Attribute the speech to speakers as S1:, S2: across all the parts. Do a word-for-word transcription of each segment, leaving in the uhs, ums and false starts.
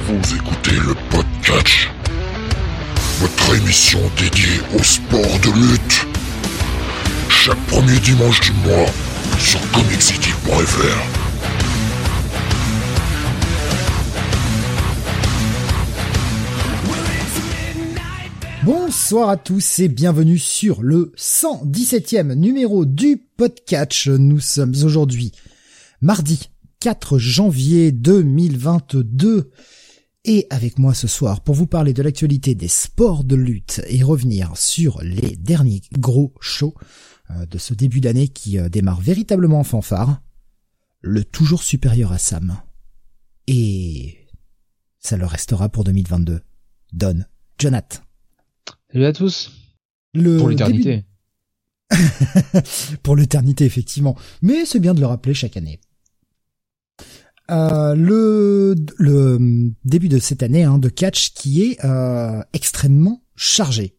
S1: Vous écoutez le Podcatch, votre émission dédiée au sport de lutte. Chaque premier dimanche du mois sur comic city point f r.
S2: Bonsoir à tous et bienvenue sur le cent dix-septième numéro du Podcatch. Nous sommes aujourd'hui mardi quatre janvier deux mille vingt-deux et avec moi ce soir pour vous parler de l'actualité des sports de lutte et revenir sur les derniers gros shows de ce début d'année qui démarre véritablement en fanfare, le toujours supérieur à Sam. Et ça le restera pour deux mille vingt-deux. Don, Jonathan.
S3: Salut à tous.
S2: Le
S3: pour l'éternité.
S2: Début... pour l'éternité, effectivement. Mais c'est bien de le rappeler chaque année. Euh, le, le début de cette année hein, de catch qui est euh, extrêmement chargé.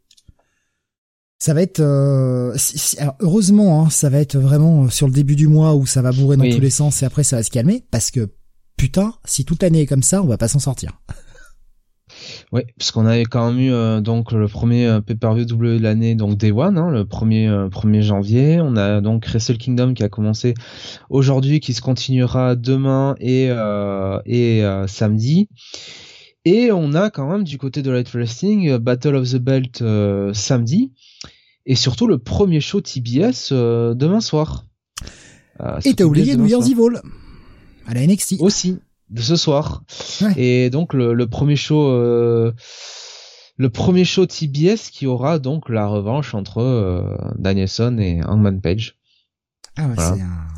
S2: Ça va être... Euh, si, si, alors heureusement, hein, ça va être vraiment sur le début du mois où ça va bourrer dans oui. tous les sens et après ça va se calmer. Parce que, putain, si toute l'année est comme ça, on va pas s'en sortir.
S3: Oui, parce qu'on avait quand même eu euh, donc le premier euh, pay-per-view W de l'année, donc Day One, hein, le premier euh, premier janvier. On a donc Wrestle Kingdom qui a commencé aujourd'hui, qui se continuera demain et euh, et euh, samedi. Et on a quand même du côté de Light Wrestling euh, Battle of the Belt euh, samedi et surtout le premier show T B S euh, demain soir.
S2: Euh, et t'as oublié New Year's Evil à la N X T
S3: aussi. De ce soir.
S2: Ouais.
S3: Et donc le, le premier show euh, le premier show T B S qui aura donc la revanche entre euh, Danielson et Hangman Page.
S2: Ah ouais, voilà. C'est un...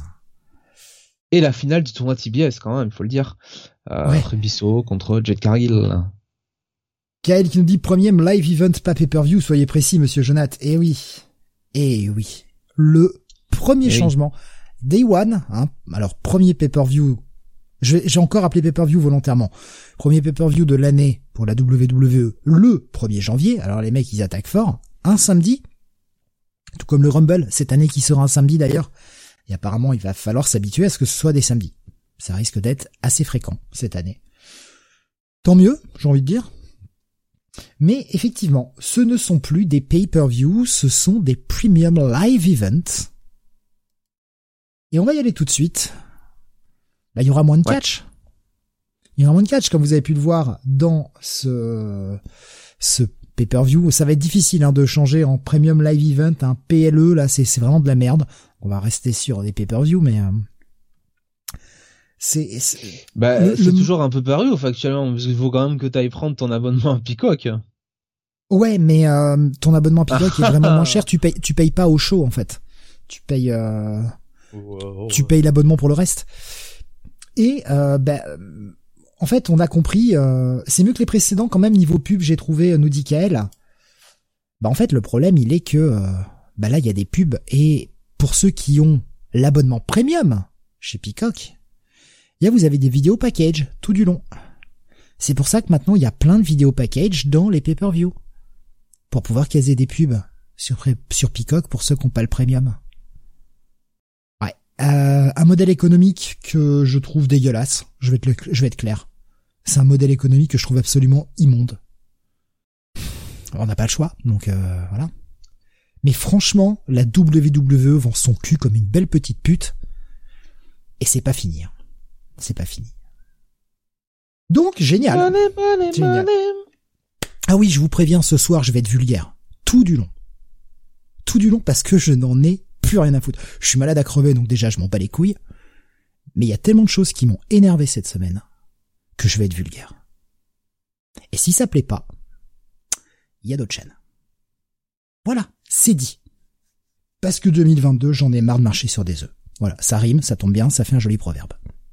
S3: Et la finale du tournoi T B S quand même, il faut le dire. Euh, ouais. Rubisso contre Jade Cargill.
S2: Kael qui nous dit premier live event pas pay-per-view, soyez précis monsieur Jonathan. Eh oui. Eh oui. Le premier
S3: eh
S2: changement. Oui. Day One, hein. Alors premier pay-per-view. Je, j'ai encore appelé pay-per-view volontairement. Premier pay-per-view de l'année pour la W W E, le premier janvier. Alors les mecs, ils attaquent fort. Un samedi. Tout comme le Rumble, cette année qui sera un samedi d'ailleurs. Et apparemment, il va falloir s'habituer à ce que ce soit des samedis. Ça risque d'être assez fréquent cette année. Tant mieux, j'ai envie de dire. Mais effectivement, ce ne sont plus des pay-per-view, ce sont des premium live events. Et on va y aller tout de suite. Là, il y aura moins de catch. Ouais. Il y aura moins de catch, comme vous avez pu le voir dans ce, ce pay-per-view. Ça va être difficile, hein, de changer en premium live event, un P L E, là, c'est, c'est vraiment de la merde. On va rester sur des pay-per-view, mais, euh, c'est, c'est,
S3: bah, le, c'est le... toujours un peu paru, factuellement, parce qu'il faut quand même que t'ailles prendre ton abonnement à Peacock.
S2: Ouais, mais, euh, ton abonnement à Peacock est vraiment moins cher, tu payes, tu payes pas au show, en fait. Tu payes, euh, wow. tu payes l'abonnement pour le reste. Et euh, bah, en fait, on a compris, euh, c'est mieux que les précédents quand même niveau pub, j'ai trouvé, nous dit Kael. Bah en fait, le problème, il est que euh, bah là, il y a des pubs et pour ceux qui ont l'abonnement premium chez Peacock, il y a vous avez des vidéos package tout du long. C'est pour ça que maintenant, il y a plein de vidéos package dans les pay-per-view pour pouvoir caser des pubs sur sur Peacock pour ceux qui n'ont pas le premium. Euh, un modèle économique que je trouve dégueulasse. Je vais être, le, je vais être clair. C'est un modèle économique que je trouve absolument immonde. On n'a pas le choix, donc euh, voilà. Mais franchement, la W W E vend son cul comme une belle petite pute. Et c'est pas fini. Hein. C'est pas fini. Donc, génial.
S3: Money, money,
S2: génial.
S3: Money.
S2: Ah oui, je vous préviens, ce soir, je vais être vulgaire. Tout du long. Tout du long parce que je n'en ai plus rien à foutre. Je suis malade à crever, donc déjà je m'en bats les couilles. Mais il y a tellement de choses qui m'ont énervé cette semaine que je vais être vulgaire. Et si ça plaît pas, il y a d'autres chaînes. Voilà, c'est dit. Parce que deux mille vingt-deux, j'en ai marre de marcher sur des œufs. Voilà, ça rime, ça tombe bien, ça fait un joli proverbe.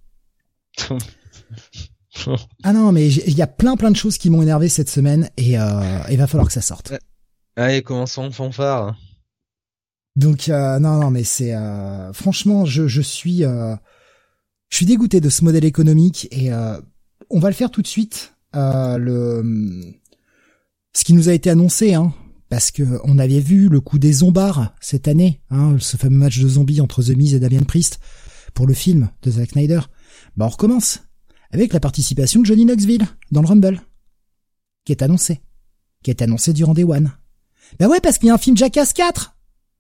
S2: Ah non, mais il y a plein plein de choses qui m'ont énervé cette semaine et euh, il va falloir que ça sorte.
S3: Allez, commençons fanfare.
S2: Donc euh, non non mais c'est euh, franchement je je suis euh, je suis dégoûté de ce modèle économique et euh, on va le faire tout de suite euh, le ce qui nous a été annoncé hein parce que on avait vu le coup des zombards cette année hein ce fameux match de zombies entre The Miz et Damien Priest pour le film de Zack Snyder. Bah on recommence avec la participation de Johnny Knoxville dans le Rumble, qui est annoncé, qui est annoncé durant Day One. Ben ouais, parce qu'il y a un film Jackass quatre.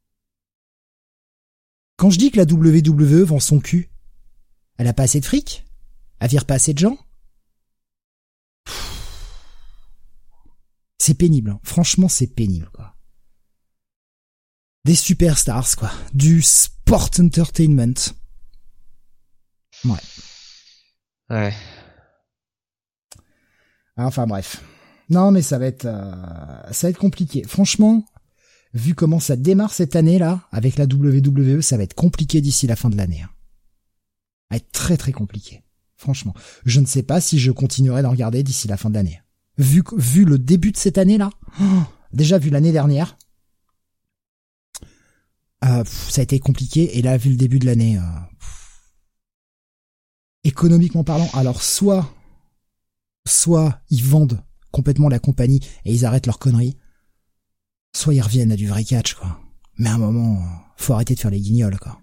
S2: Quand je dis que la W W E vend son cul, elle a pas assez de fric, elle vire pas assez de gens. C'est pénible, hein. Franchement c'est pénible, quoi. Des superstars, quoi, du sport entertainment. Ouais.
S3: Ouais.
S2: Enfin bref. Non mais ça va être euh, ça va être compliqué. Franchement, vu comment ça démarre cette année là avec la W W E, ça va être compliqué d'ici la fin de l'année. Hein. Ça va être très très compliqué. Franchement, je ne sais pas si je continuerai d'en regarder d'ici la fin de l'année. Vu vu le début de cette année là, oh, déjà vu l'année dernière, euh, pff, ça a été compliqué et là vu le début de l'année, euh, économiquement parlant, alors soit soit ils vendent complètement la compagnie et ils arrêtent leurs conneries, soit ils reviennent à du vrai catch, quoi. Mais à un moment, faut arrêter de faire les guignols, quoi.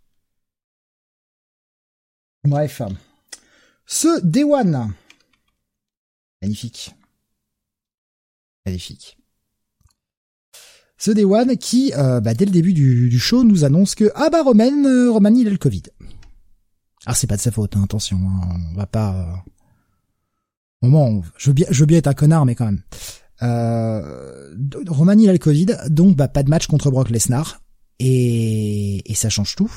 S2: Bref. Ce Day One. Magnifique. Magnifique. Ce Day One qui, euh, bah, dès le début du, du show, nous annonce que, ah bah, Roman, euh, Roman, il a le Covid. Alors, c'est pas de sa faute, hein, attention, hein, on va pas, euh... au moment, je veux bien, je veux bien être un connard, mais quand même. Euh, Roman, il a le Covid, donc, bah, pas de match contre Brock Lesnar. Et, et ça change tout.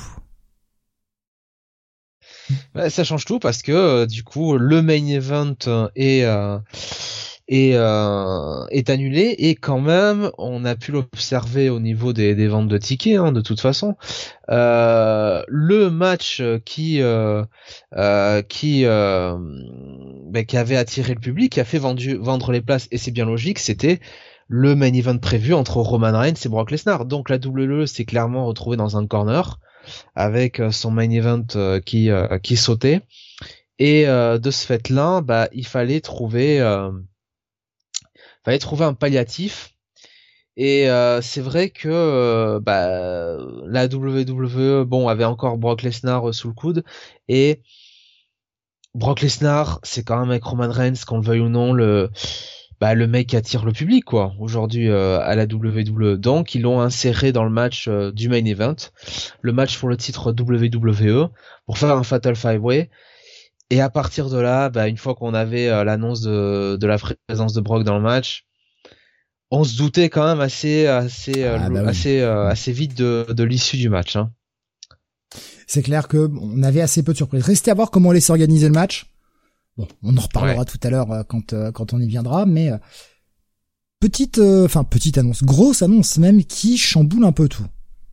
S3: Bah, ça change tout parce que, euh, du coup, le main event est, euh, est, euh, est annulé et quand même, on a pu l'observer au niveau des, des ventes de tickets, hein, de toute façon. Euh, le match qui, euh, euh, qui, euh, bah, qui avait attiré le public, qui a fait vendu, vendre les places, et c'est bien logique, c'était le main event prévu entre Roman Reigns et Brock Lesnar. Donc la W W E s'est clairement retrouvée dans un corner avec son main event euh, qui euh, qui sautait, et euh, de ce fait-là, bah il fallait trouver euh, fallait trouver un palliatif. Et euh, c'est vrai que euh, bah la W W E, bon, avait encore Brock Lesnar sous le coude, et Brock Lesnar, c'est quand même avec Roman Reigns, qu'on le veuille ou non, le bah le mec qui attire le public, quoi, aujourd'hui euh, à la W W E. Donc ils l'ont inséré dans le match euh, du main event, le match pour le titre W W E, pour faire un Fatal Five Way. Et à partir de là, bah une fois qu'on avait euh, l'annonce de de la présence de Brock dans le match, on se doutait quand même assez assez ah, euh, bah assez oui. euh, assez vite de de l'issue du match, hein.
S2: C'est clair que on avait assez peu de surprises. Restait à voir comment allait s'organiser le match. Bon, on en reparlera ouais. tout à l'heure euh, quand euh, quand on y viendra, mais euh, petite enfin euh, petite annonce, grosse annonce même, qui chamboule un peu tout.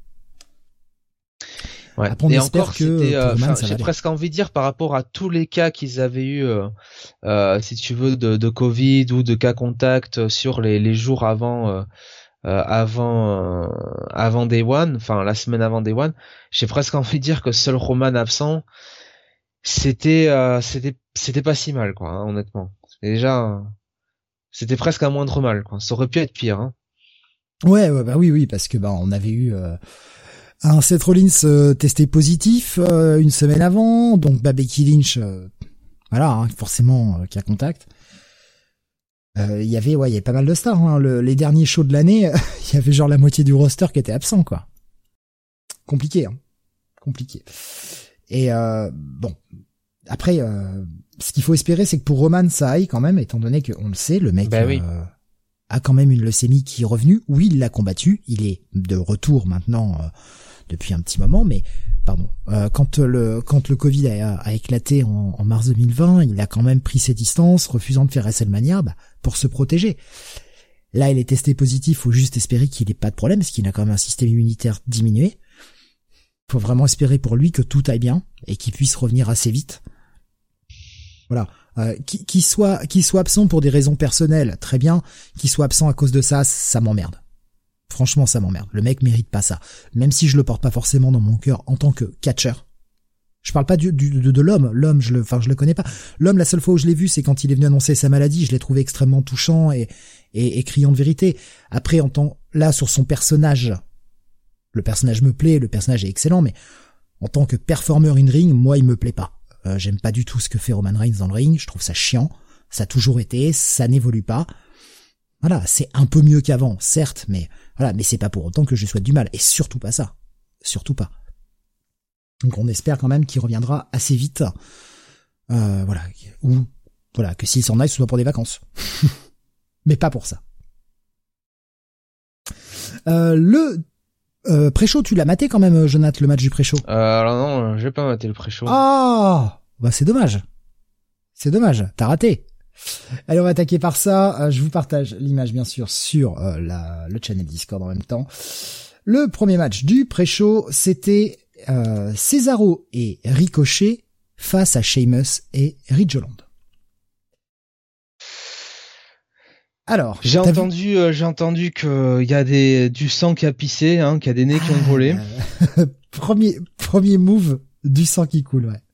S3: Ouais. Après, on et encore, que c'était, euh, Roman, j'ai presque envie de dire, par rapport à tous les cas qu'ils avaient eu, euh, euh, si tu veux, de, de Covid ou de cas contact sur les, les jours avant, euh, euh, avant, euh, avant Day One, enfin la semaine avant Day One, j'ai presque envie de dire que seul Roman absent, c'était, euh, c'était, c'était pas si mal, quoi, hein, honnêtement. C'était déjà, c'était presque un moindre mal, quoi. Ça aurait pu être pire, hein.
S2: Ouais, ouais, bah oui, oui, parce que bah on avait eu. Euh... Un Seth Rollins euh, testé positif euh, une semaine avant, donc bah, Becky Lynch, euh, voilà, hein, forcément, euh, qui a contact. Il euh, y avait, ouais, il y avait pas mal de stars. Hein. Le, les derniers shows de l'année, il euh, y avait genre la moitié du roster qui était absent, quoi. Compliqué, hein. Compliqué. Et euh, bon, après, euh, ce qu'il faut espérer, c'est que pour Roman, ça aille quand même, étant donné qu'on le sait, le mec. Bah oui. euh, a quand même une leucémie qui est revenue. Oui, il l'a combattu. Il est de retour maintenant euh, depuis un petit moment, mais pardon. Euh, quand le quand le Covid a, a éclaté en, en mars deux mille vingt, il a quand même pris ses distances, refusant de faire WrestleMania bah, pour se protéger. Là, il est testé positif. Faut juste espérer qu'il ait pas de problème, parce qu'il a quand même un système immunitaire diminué. Faut vraiment espérer pour lui que tout aille bien et qu'il puisse revenir assez vite. Voilà. Euh, qu'il qui soit, qu'il soit absent pour des raisons personnelles, très bien. Qu'il soit absent à cause de ça, ça m'emmerde. Franchement, ça m'emmerde. Le mec mérite pas ça. Même si je le porte pas forcément dans mon cœur en tant que catcheur. Je parle pas du, du de, de l'homme. L'homme, je le, enfin, je le connais pas. L'homme, la seule fois où je l'ai vu, c'est quand il est venu annoncer sa maladie. Je l'ai trouvé extrêmement touchant et, et, et criant de vérité. Après, en tant, là, sur son personnage, le personnage me plaît, le personnage est excellent, mais en tant que performeur in ring, moi, il me plaît pas. Euh, j'aime pas du tout ce que fait Roman Reigns dans le ring. Je trouve ça chiant. Ça a toujours été. Ça n'évolue pas. Voilà, c'est un peu mieux qu'avant, certes, mais voilà, mais c'est pas pour autant que je lui souhaite du mal. Et surtout pas ça. Surtout pas. Donc on espère quand même qu'il reviendra assez vite. Euh, voilà. Ou, voilà, que s'il s'en aille, ce soit pour des vacances. Mais pas pour ça. Euh, le euh, pré-show, tu l'as maté quand même, Jonathan, le match du pré-show?
S3: Euh, alors non, j'ai pas maté le pré-show.
S2: Ah, bah c'est dommage. C'est dommage, t'as raté. Allez, on va attaquer par ça. Euh, je vous partage l'image, bien sûr, sur euh, la, le channel Discord en même temps. Le premier match du pré-show, c'était euh, Cesaro et Ricochet face à Sheamus et Ridge Holland. Alors,
S3: j'ai entendu, euh, j'ai entendu que il y a des du sang qui a pissé, hein, qu'il y a des nez qui ont volé.
S2: Euh, premier premier move, du sang qui coule, ouais.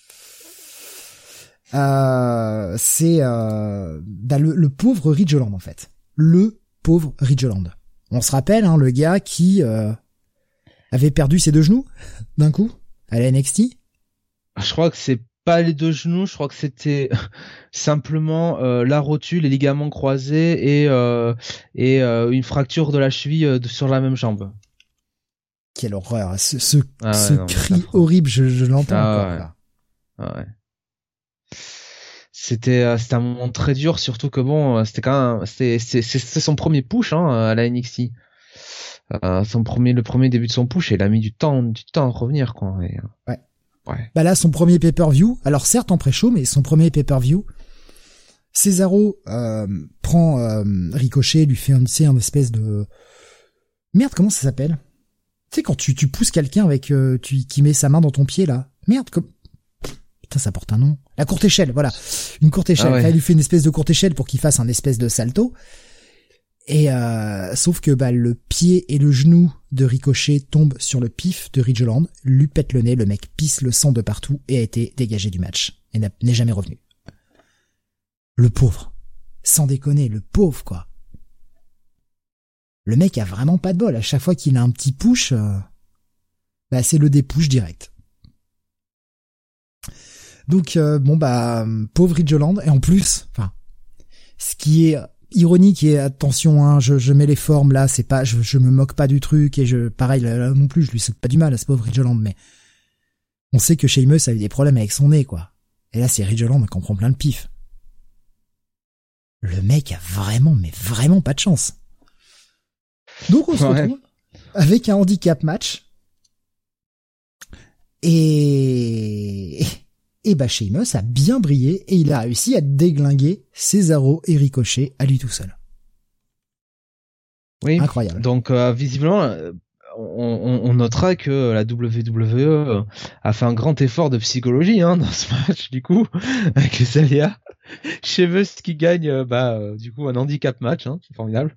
S2: Euh, c'est euh, bah le, le pauvre Ridge Holland en fait, le pauvre Ridge Holland. On se rappelle, hein, le gars qui euh, avait perdu ses deux genoux d'un coup à la N X T.
S3: Je crois que c'est pas les deux genoux, je crois que c'était simplement euh, la rotule, les ligaments croisés et euh, et euh, une fracture de la cheville euh, de, sur la même jambe.
S2: Quelle horreur, ce, ce,
S3: ah
S2: ce
S3: ouais, non,
S2: cri horrible, je, je l'entends
S3: ah
S2: encore.
S3: Ouais.
S2: Là.
S3: Ah ouais. C'était euh, c'était un moment très dur, surtout que bon, c'était quand même c'était c'est c'est son premier push hein, à la N X T. Euh, son premier le premier début de son push, et il a mis du temps du temps à revenir quoi. Et,
S2: ouais.
S3: Ouais.
S2: Bah là, son premier pay-per-view, alors certes en pré-show, mais son premier pay-per-view, Cesaro euh, prend euh, Ricochet, lui fait un, tu sais, un espèce de... Merde, comment ça s'appelle? Tu sais, quand tu, tu pousses quelqu'un avec euh, tu, qui met sa main dans ton pied, là. Merde, comme... Putain, ça porte un nom. La courte échelle, voilà. Une courte échelle. Ah ouais. Là, il lui fait une espèce de courte échelle pour qu'il fasse un espèce de salto. Et euh, sauf que bah le pied et le genou de Ricochet tombent sur le pif de Ridge Holland, lui pète le nez, le mec pisse le sang de partout et a été dégagé du match et n'est jamais revenu. Le pauvre, sans déconner, le pauvre quoi. Le mec a vraiment pas de bol. À chaque fois qu'il a un petit push, euh, bah c'est le dépush direct. Donc euh, bon bah pauvre Ridge Holland, et en plus, enfin, ce qui est ironique, et attention, hein, je, je mets les formes là, c'est pas, je, je me moque pas du truc, et je, pareil là, là non plus, je lui souhaite pas du mal à ce pauvre Ridge Holland, mais on sait que Sheamus a eu des problèmes avec son nez, quoi. Et là, c'est Ridge Holland qui en prend plein le pif. Le mec a vraiment, mais vraiment pas de chance. Donc on se ouais. retrouve avec un handicap match, et et bah Sheamus a bien brillé et il a réussi à déglinguer Cesaro et Ricochet à lui tout seul.
S3: Oui,
S2: incroyable.
S3: Donc euh, visiblement, on, on, on notera que la W W E a fait un grand effort de psychologie hein, dans ce match du coup avec les aléas. Sheamus qui gagne bah euh, du coup un handicap match, hein, c'est formidable.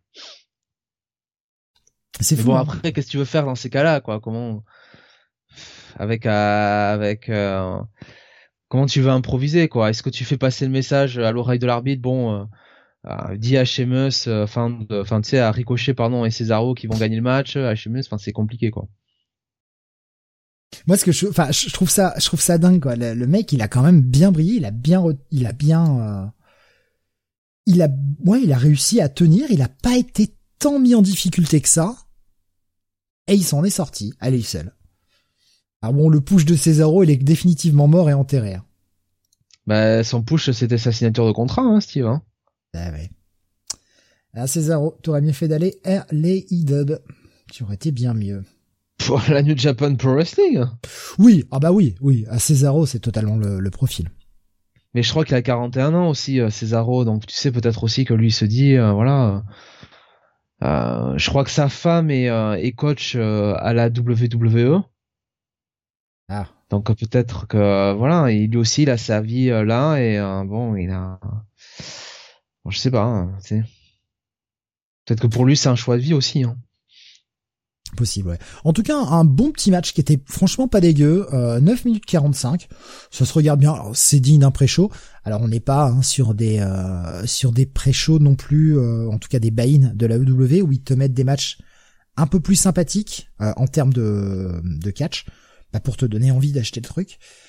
S2: C'est fou.
S3: Bon
S2: hein.
S3: après, qu'est-ce que tu veux faire dans ces cas-là, quoi? Comment avec euh, avec euh... comment tu veux improviser, quoi? Est-ce que tu fais passer le message à l'oreille de l'arbitre, bon, euh, euh, dis à Sheamus, enfin, euh, enfin, tu sais, à Ricochet, pardon, et Cesaro qui vont gagner le match, à Sheamus, enfin, c'est compliqué, quoi.
S2: Moi, ce que je, enfin, je trouve ça, je trouve ça dingue, quoi. Le, le mec, il a quand même bien brillé, il a bien, il a bien, euh, il a, ouais, il a réussi à tenir, il a pas été tant mis en difficulté que ça, et il s'en est sorti, à lui seul. Ah bon, le push de Cesaro, il est définitivement mort et enterré. Hein.
S3: Bah, son push, c'était sa signature de contrat, hein, Steve. Hein.
S2: Ah ouais. Ah, Cesaro, t'aurais mieux fait d'aller R L I W. Tu aurais été bien mieux.
S3: Pour la New Japan Pro Wrestling.
S2: Oui, ah bah oui, oui. À Cesaro, c'est totalement le, le profil.
S3: Mais je crois qu'il a quarante et un ans aussi, Cesaro. Donc tu sais peut-être aussi que lui se dit, euh, voilà. Euh, je crois que sa femme est, euh, est coach euh, à la W W E.
S2: Ah.
S3: Donc peut-être que euh, voilà, il aussi il a sa vie euh, là et euh, bon, il a, bon, je sais pas, hein, tu sais. Peut-être que pour lui c'est un choix de vie aussi. Hein.
S2: Possible, ouais. En tout cas, un bon petit match qui était franchement pas dégueu. Euh, neuf minutes quarante-cinq, ça se regarde bien. Alors, c'est digne d'un pré-show. Alors on n'est pas hein, sur des euh, sur des pré-shows non plus, euh, en tout cas des buy-in de la E W où ils te mettent des matchs un peu plus sympathiques euh, en termes de de catch. Bah pour te donner envie d'acheter le truc.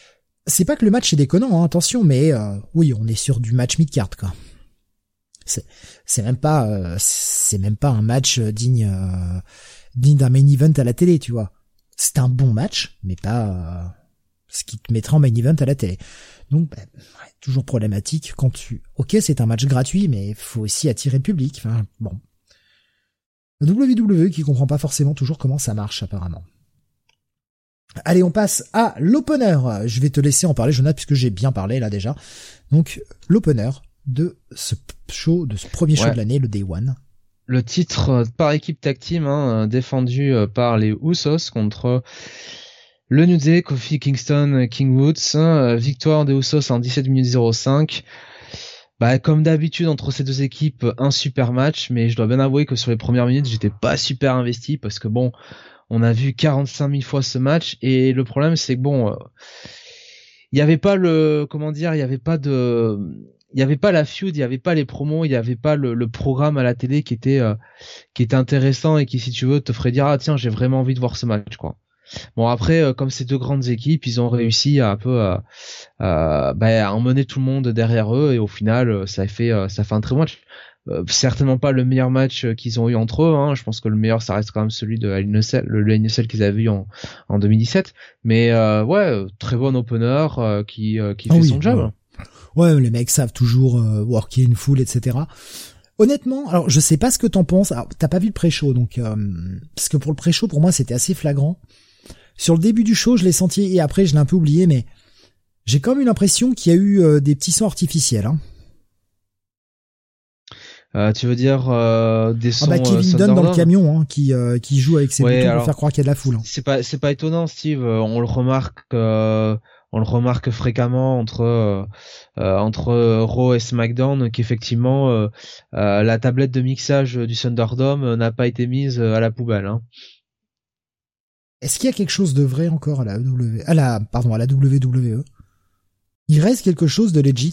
S2: c'est pas que le match est déconnant, hein, attention, mais euh, oui, on est sur du match mid-card, quoi. C'est, c'est même pas, euh, c'est même pas un match digne, euh, digne d'un main event à la télé, tu vois. C'est un bon match, mais pas euh, ce qui te mettra en main event à la télé. Donc, bah, ouais, toujours problématique quand tu... Ok, c'est un match gratuit, mais faut aussi attirer le public. Enfin, bon. La W W E qui comprend pas forcément toujours comment ça marche, apparemment. Allez, on passe à l'opener. Je vais te laisser en parler, Jonathan, puisque j'ai bien parlé, là, déjà. Donc, l'opener de ce show, de ce premier show ouais. de l'année, le Day One.
S3: Le titre par équipe tag team, hein, défendu par les Usos contre le New Day, Kofi Kingston, King Woods. Hein, victoire des Usos en dix-sept minutes zéro cinq. Bah, comme d'habitude, entre ces deux équipes, un super match, mais je dois bien avouer que sur les premières minutes, j'étais pas super investi parce que bon, on a vu quarante-cinq mille fois ce match et le problème, c'est que bon, il euh, y avait pas le, comment dire, il y avait pas de, il y avait pas la feud, il y avait pas les promos, il y avait pas le, le programme à la télé qui était, euh, qui était intéressant et qui, si tu veux, te ferait dire, ah tiens, j'ai vraiment envie de voir ce match, quoi. Bon, après, euh, comme ces deux grandes équipes, ils ont réussi à un peu à, à, bah, à emmener tout le monde derrière eux et au final, ça a fait, ça fait un très bon match. Euh, certainement pas le meilleur match qu'ils ont eu entre eux, hein. Je pense que le meilleur, ça reste quand même celui de Hell in a Cell, le Hell in a Cell qu'ils avaient eu en, en deux mille dix-sept. Mais euh, ouais, très bon opener euh, qui, euh, qui ah fait oui, son job.
S2: Ouais. ouais, les mecs savent toujours euh, worker in full, et cetera. Honnêtement, alors je sais pas ce que t'en penses. Alors, t'as pas vu le pré-show, donc euh, parce que pour le pré-show, pour moi, c'était assez flagrant. Sur le début du show, je l'ai senti et après, je l'ai un peu oublié, mais j'ai quand même eu l'impression qu'il y a eu euh, des petits sons artificiels. Hein.
S3: Euh, tu veux dire euh, des sons
S2: ah bah Kevin
S3: euh,
S2: Dunn dans le camion, hein, qui euh, qui joue avec ses
S3: ouais,
S2: boutons
S3: alors,
S2: pour faire croire qu'il y a de la foule. Hein.
S3: C'est pas c'est pas étonnant, Steve. On le remarque. Euh... On le remarque fréquemment entre euh, entre Raw et SmackDown qu'effectivement euh, euh, la tablette de mixage du Thunderdome n'a pas été mise à la poubelle. Hein.
S2: Est-ce qu'il y a quelque chose de vrai encore à la W, à la pardon à la W W E? Il reste quelque chose de legit?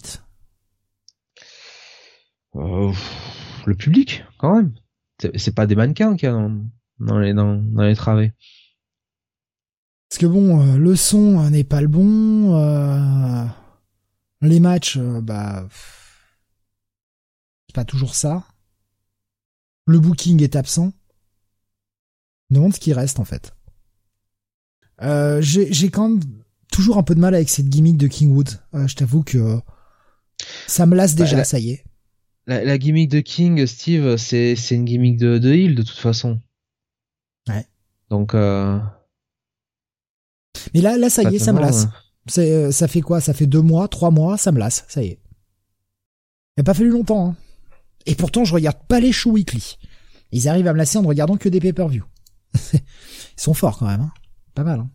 S3: Euh, le public, quand même. C'est, c'est pas des mannequins qu'il y a dans, dans les dans, dans les travées.
S2: Parce que bon, euh, le son euh, n'est pas le bon, euh, les matchs, euh, bah, c'est pas toujours ça. Le booking est absent. Je me demande ce qui reste en fait. Euh, j'ai, j'ai quand même toujours un peu de mal avec cette gimmick de Kingwood. Euh, je t'avoue que euh, ça me lasse déjà, bah, la, ça y est.
S3: La, la gimmick de King, Steve, c'est c'est une gimmick de de heel de toute façon.
S2: Ouais.
S3: Donc. Euh...
S2: Mais là, là, ça y est, ça me lasse. C'est, euh, ça fait quoi? Ça fait deux mois, trois mois, ça me lasse, ça y est. Il a pas fallu longtemps, hein. Et pourtant, je regarde pas les shows weekly. Ils arrivent à me lasser en ne regardant que des pay-per-view. Ils sont forts quand même, hein. Pas mal, hein.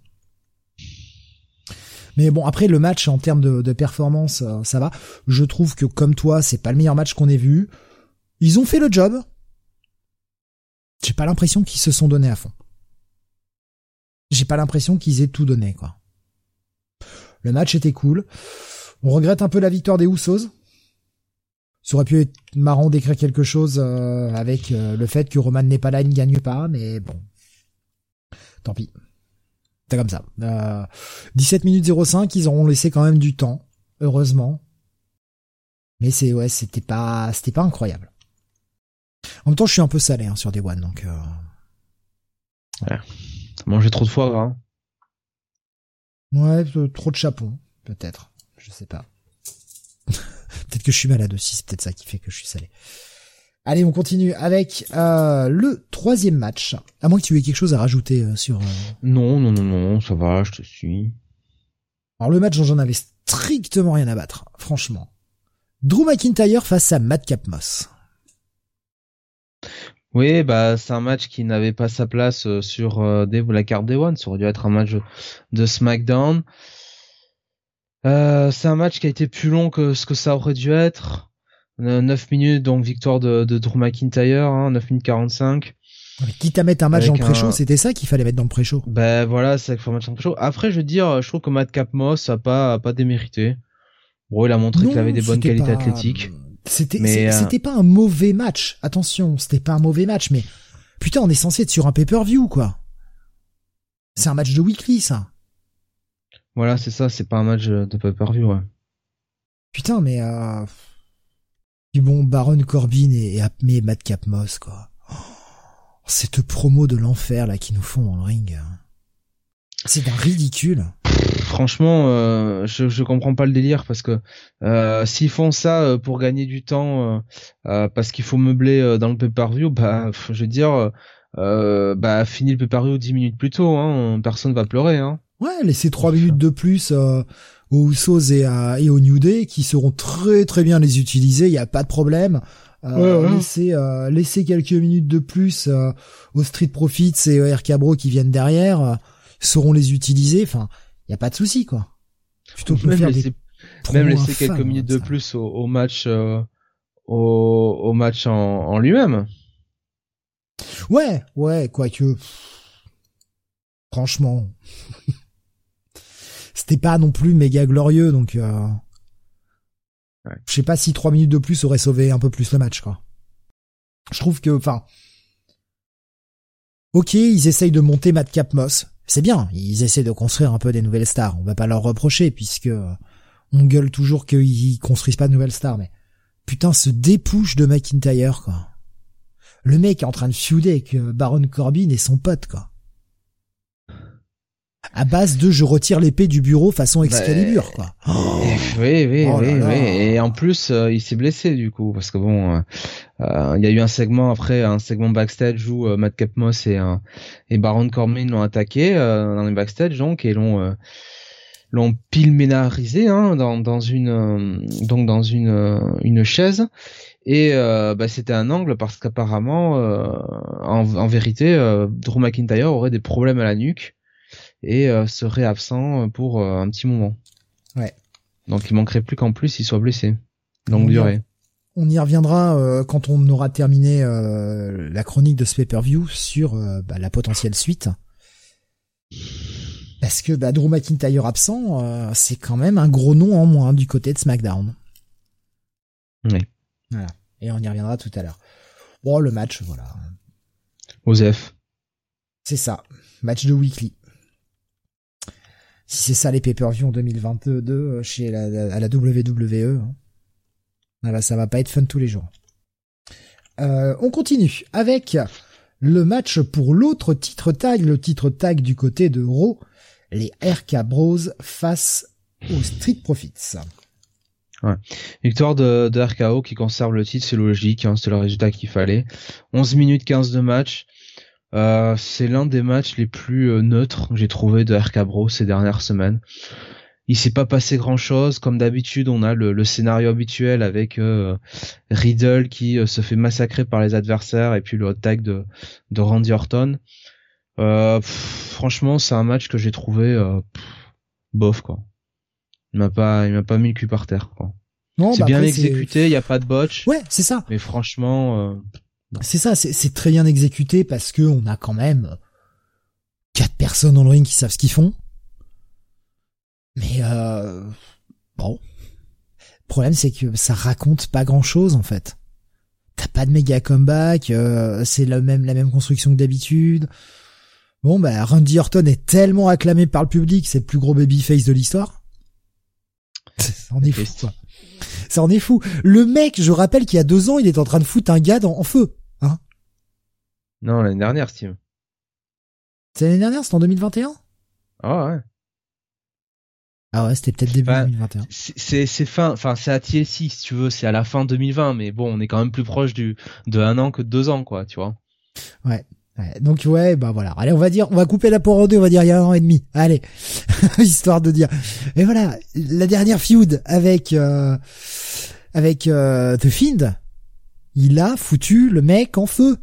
S2: Mais bon, après, le match, en termes de, de performance, euh, ça va. Je trouve que, comme toi, c'est pas le meilleur match qu'on ait vu. Ils ont fait le job. J'ai pas l'impression qu'ils se sont donnés à fond. J'ai pas l'impression qu'ils aient tout donné, quoi. Le match était cool. On regrette un peu la victoire des Usos. Ça aurait pu être marrant d'écrire quelque chose euh, avec euh, le fait que Roman n'est pas là, il ne gagne pas, mais bon. Tant pis. C'est comme ça. Euh, dix-sept minutes zéro cinq, ils auront laissé quand même du temps, heureusement. Mais c'est ouais, c'était pas, c'était pas incroyable. En même temps, je suis un peu salé hein, sur Day One, donc. Euh...
S3: Ouais. T'as mangé trop de foie gras.
S2: Ouais, trop de chapon, peut-être. Je sais pas. Peut-être que je suis malade aussi, c'est peut-être ça qui fait que je suis salé. Allez, on continue avec euh, le troisième match. À moins que tu aies quelque chose à rajouter euh, sur... Euh...
S3: Non, non, non, non, ça va, je te suis.
S2: Alors le match, j'en avais strictement rien à battre, franchement. Drew McIntyre face à Madcap Moss.
S3: Oui, bah c'est un match qui n'avait pas sa place euh, sur euh, des, la carte Day One. Ça aurait dû être un match de SmackDown. Euh, c'est un match qui a été plus long que ce que ça aurait dû être. neuf minutes, donc victoire de, de Drew McIntyre, hein, neuf minutes quarante-cinq.
S2: Quitte à mettre un match dans le pré-show, un... c'était ça qu'il fallait mettre dans le pré-show.
S3: Ben voilà, c'est ça qu'il faut mettre dans le pré-show. Après, je veux dire, je trouve que Madcap Moss a pas, a pas démérité. Bon, il a montré non, qu'il avait des bonnes qualités pas... athlétiques.
S2: C'était, mais, euh... c'était pas un mauvais match. Attention, c'était pas un mauvais match, mais putain, on est censé être sur un pay-per-view, quoi. C'est un match de weekly, ça.
S3: Voilà, c'est ça, c'est pas un match de pay-per-view, ouais.
S2: Putain, mais euh... puis bon, Baron Corbin et, et, et Madcap Moss, quoi. Oh, cette promo de l'enfer là qu'ils nous font dans le ring, c'est un ridicule.
S3: Franchement, euh, je je comprends pas le délire parce que euh, s'ils font ça euh, pour gagner du temps, euh, euh, parce qu'il faut meubler euh, dans le pay-per-view, bah je veux dire, euh, bah fini le pay-per-view dix minutes plus tôt, hein, personne va pleurer, hein.
S2: Ouais, laissez trois minutes de plus euh, aux Usos et, à, et au New Day qui seront très très bien les utiliser, il y a pas de problème. Euh, ouais, ouais. Laissez euh, laissez quelques minutes de plus euh, aux Street Profits et au R K Bro qui viennent derrière, euh, sauront les utiliser. Enfin, il y a pas de souci, quoi. Plutôt que
S3: même
S2: faire
S3: laisser,
S2: des
S3: même laisser quelques infâmes, minutes de plus au, au match euh, au, au match en, en lui-même.
S2: Ouais, ouais, quoique franchement c'était pas non plus méga glorieux, donc euh... ouais. Je sais pas si trois minutes de plus auraient sauvé un peu plus le match, quoi. Je trouve que, enfin, ok, ils essayent de monter Madcap Moss, c'est bien, ils essaient de construire un peu des nouvelles stars, on va pas leur reprocher, puisque on gueule toujours qu'ils construisent pas de nouvelles stars, mais putain, ce dépouche de McIntyre, quoi. Le mec est en train de feuder avec Baron Corbin et son pote, quoi. À base de je retire l'épée du bureau façon Excalibur, bah, quoi.
S3: Oh, oui, oui, oh oui, oui. Et en plus, euh, il s'est blessé du coup, parce que bon, euh, euh, il y a eu un segment après, un segment backstage où euh, Madcap Moss et euh, et Baron Corbin l'ont attaqué euh, dans les backstage donc et l'ont euh, l'ont pilménarisé hein, dans dans une euh, donc dans une euh, une chaise. Et euh, bah, c'était un angle parce qu'apparemment, euh, en, en vérité, euh, Drew McIntyre aurait des problèmes à la nuque et euh, serait absent pour euh, un petit moment.
S2: Ouais.
S3: Donc il manquerait plus qu'en plus il soit blessé. Longue durée.
S2: On y reviendra euh, quand on aura terminé euh, la chronique de ce pay-per-view sur euh, bah, la potentielle suite. Parce que bah, Drew McIntyre absent, euh, c'est quand même un gros nom en moins du côté de SmackDown.
S3: Oui.
S2: Voilà. Et on y reviendra tout à l'heure. Bon, le match, voilà.
S3: Osef.
S2: C'est ça. Match de weekly. Si c'est ça les pay-per-view en deux mille vingt-deux chez la, la, à la W W E, hein. Ah bah, ça va pas être fun tous les jours. Euh, on continue avec le match pour l'autre titre tag, le titre tag du côté de Raw, les R K Bros face aux Street Profits.
S3: Ouais. Victoire de, de R K O qui conserve le titre, c'est logique, hein, c'est le résultat qu'il fallait. onze minutes quinze de match. Euh, c'est l'un des matchs les plus euh, neutres que j'ai trouvé de R K Bro ces dernières semaines. Il s'est pas passé grand chose, comme d'habitude on a le, le scénario habituel avec euh, Riddle qui euh, se fait massacrer par les adversaires et puis le hot tag de, de Randy Orton. Euh, pff, franchement c'est un match que j'ai trouvé euh, pff, bof quoi. Il m'a pas, il m'a pas mis le cul par terre quoi. Non, c'est bah bien après, exécuté, il y a pas de botch.
S2: Ouais, c'est ça.
S3: Mais franchement. Euh...
S2: C'est ça, c'est, c'est très bien exécuté parce que on a quand même quatre personnes dans le ring qui savent ce qu'ils font. Mais euh, bon, le problème c'est que ça raconte pas grand chose en fait. T'as pas de méga comeback, euh, c'est la même la même construction que d'habitude. Bon bah Randy Orton est tellement acclamé par le public, c'est le plus gros babyface de l'histoire. Ça en est fou quoi. Ça en est fou. Le mec, je rappelle qu'il y a deux ans, il est en train de foutre un gars dans, en feu. Hein?
S3: Non, l'année dernière, Steve.
S2: C'est l'année dernière, c'était en deux mille vingt et un?
S3: Ah ouais.
S2: Ah ouais, c'était peut-être début enfin, deux mille vingt et un.
S3: C'est, c'est fin, enfin, c'est à T L C, si tu veux, c'est à la fin deux mille vingt, mais bon, on est quand même plus proche du, de un an que de deux ans, quoi, tu vois.
S2: Ouais. Ouais, donc ouais, bah voilà. Allez, on va dire, on va couper la poire en deux, on va dire il y a un an et demi. Allez, histoire de dire. Et voilà, la dernière feud avec euh, avec euh, The Fiend, il a foutu le mec en feu.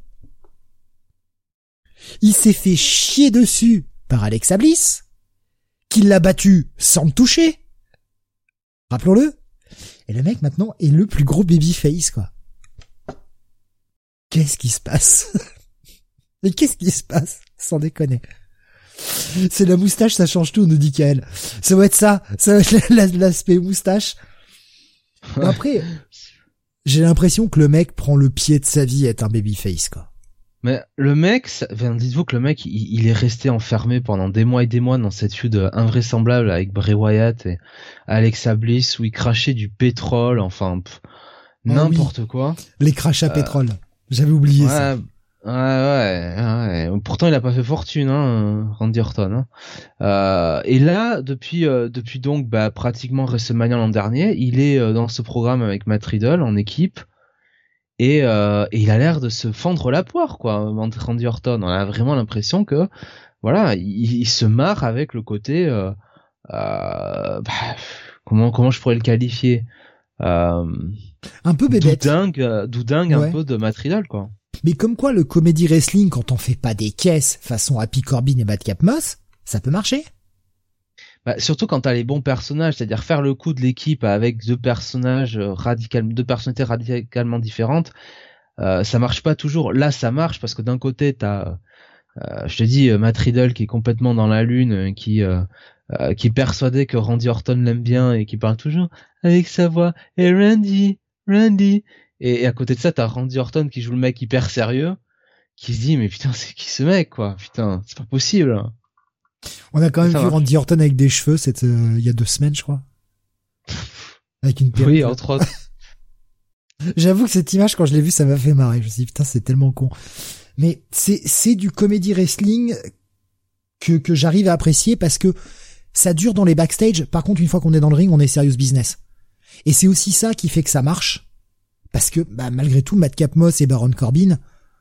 S2: Il s'est fait chier dessus par Alexa Bliss, qui l'a battu sans le toucher. Rappelons-le. Et le mec maintenant est le plus gros babyface quoi. Qu'est-ce qui se passe? Mais qu'est-ce qui se passe? Sans déconner. C'est la moustache, ça change tout, nous dit Kael. Ça va être ça. Ça va être l'aspect moustache. Après, j'ai l'impression que le mec prend le pied de sa vie à être un babyface, quoi.
S3: Mais le mec, ça... enfin, dites-vous que le mec, il, il est resté enfermé pendant des mois et des mois dans cette feud invraisemblable avec Bray Wyatt et Alexa Bliss où il crachait du pétrole, enfin pff,
S2: oh,
S3: n'importe
S2: oui.
S3: quoi.
S2: Les crachats euh... pétrole. J'avais oublié
S3: ouais,
S2: ça.
S3: Ouais, ouais, ouais. Pourtant, il a pas fait fortune, hein, Randy Orton. Hein. Euh, et là, depuis, euh, depuis donc, bah, pratiquement WrestleMania l'an dernier, il est euh, dans ce programme avec Matt Riddle en équipe, et, euh, et il a l'air de se fendre la poire, quoi. Randy Orton, on a vraiment l'impression que, voilà, il, il se marre avec le côté, euh, euh, bah, comment, comment je pourrais le qualifier, euh,
S2: un peu bébête,
S3: doudingue, doudingue ouais. un peu de Matt Riddle, quoi.
S2: Mais comme quoi, le comedy wrestling, quand on fait pas des caisses façon Happy Corbin et Madcap Moss, ça peut marcher.
S3: Bah, surtout quand t'as les bons personnages, c'est-à-dire faire le coup de l'équipe avec deux personnages radicalement, deux personnalités radicalement différentes, euh, ça marche pas toujours. Là, ça marche parce que d'un côté, t'as, euh, je te dis, Matt Riddle qui est complètement dans la lune, qui, euh, euh, qui est persuadé que Randy Orton l'aime bien et qui parle toujours avec sa voix. Et Randy, Randy. Et, et à côté de ça, t'as Randy Orton qui joue le mec hyper sérieux, qui se dit mais putain c'est qui ce mec quoi, putain c'est pas possible.
S2: On a quand même
S3: ça
S2: vu
S3: marche. Randy
S2: Orton avec des cheveux, c'était euh, il y a deux semaines je crois, avec une perruque.
S3: Oui entre autres.
S2: J'avoue que cette image quand je l'ai vue ça m'a fait marrer. Je me suis dit putain c'est tellement con. Mais c'est c'est du comedy wrestling que que j'arrive à apprécier parce que ça dure dans les backstage. Par contre une fois qu'on est dans le ring on est serious business. Et c'est aussi ça qui fait que ça marche. Parce que, bah, malgré tout, Madcap Moss et Baron Corbin,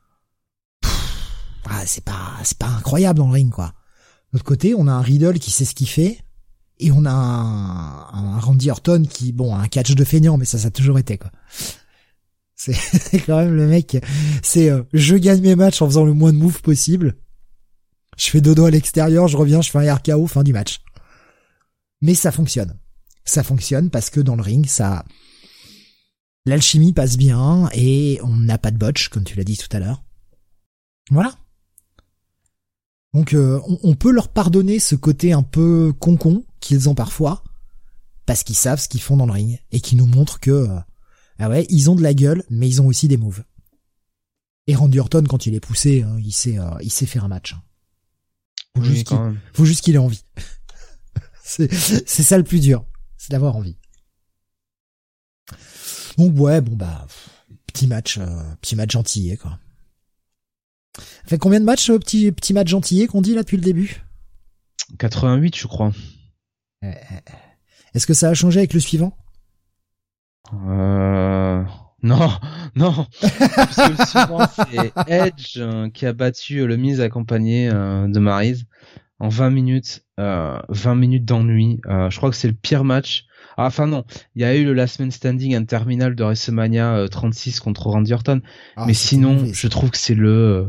S2: pff, ah, c'est pas, c'est pas incroyable dans le ring, quoi. De l'autre côté, on a un Riddle qui sait ce qu'il fait, et on a un, un Randy Orton qui, bon, a un catch de feignant, mais ça, ça a toujours été, quoi. C'est, c'est quand même le mec, c'est, euh, je gagne mes matchs en faisant le moins de moves possible. Je fais dodo à l'extérieur, je reviens, je fais un R K O, fin du match. Mais ça fonctionne. Ça fonctionne parce que dans le ring, ça, l'alchimie passe bien et on n'a pas de botch, comme tu l'as dit tout à l'heure. Voilà. Donc euh, on, on peut leur pardonner ce côté un peu con-con qu'ils ont parfois, parce qu'ils savent ce qu'ils font dans le ring et qui nous montrent que euh, ah ouais, ils ont de la gueule, mais ils ont aussi des moves. Et Randy Orton, quand il est poussé, hein, il sait, euh, il sait faire un match. Faut
S3: oui,
S2: juste qu'il, faut juste qu'il ait envie. c'est, c'est ça le plus dur, c'est d'avoir envie. Donc ouais, bon bah petit match, euh, petit match gentillet quoi. Ça fait combien de matchs euh, petit petit match gentillet qu'on dit là depuis le début?
S3: quatre-vingt-huit je crois.
S2: Est-ce que ça a changé avec le suivant?
S3: Euh... Non, non. Parce que le suivant c'est Edge euh, qui a battu le Miz accompagné euh, de Maryse en vingt minutes, euh, vingt minutes d'ennui. Euh, je crois que c'est le pire match. Ah, enfin non, il y a eu le Last Man Standing interminable de WrestleMania euh, trente-six contre Randy Orton, ah, mais sinon, mauvais, je trouve que c'est le euh,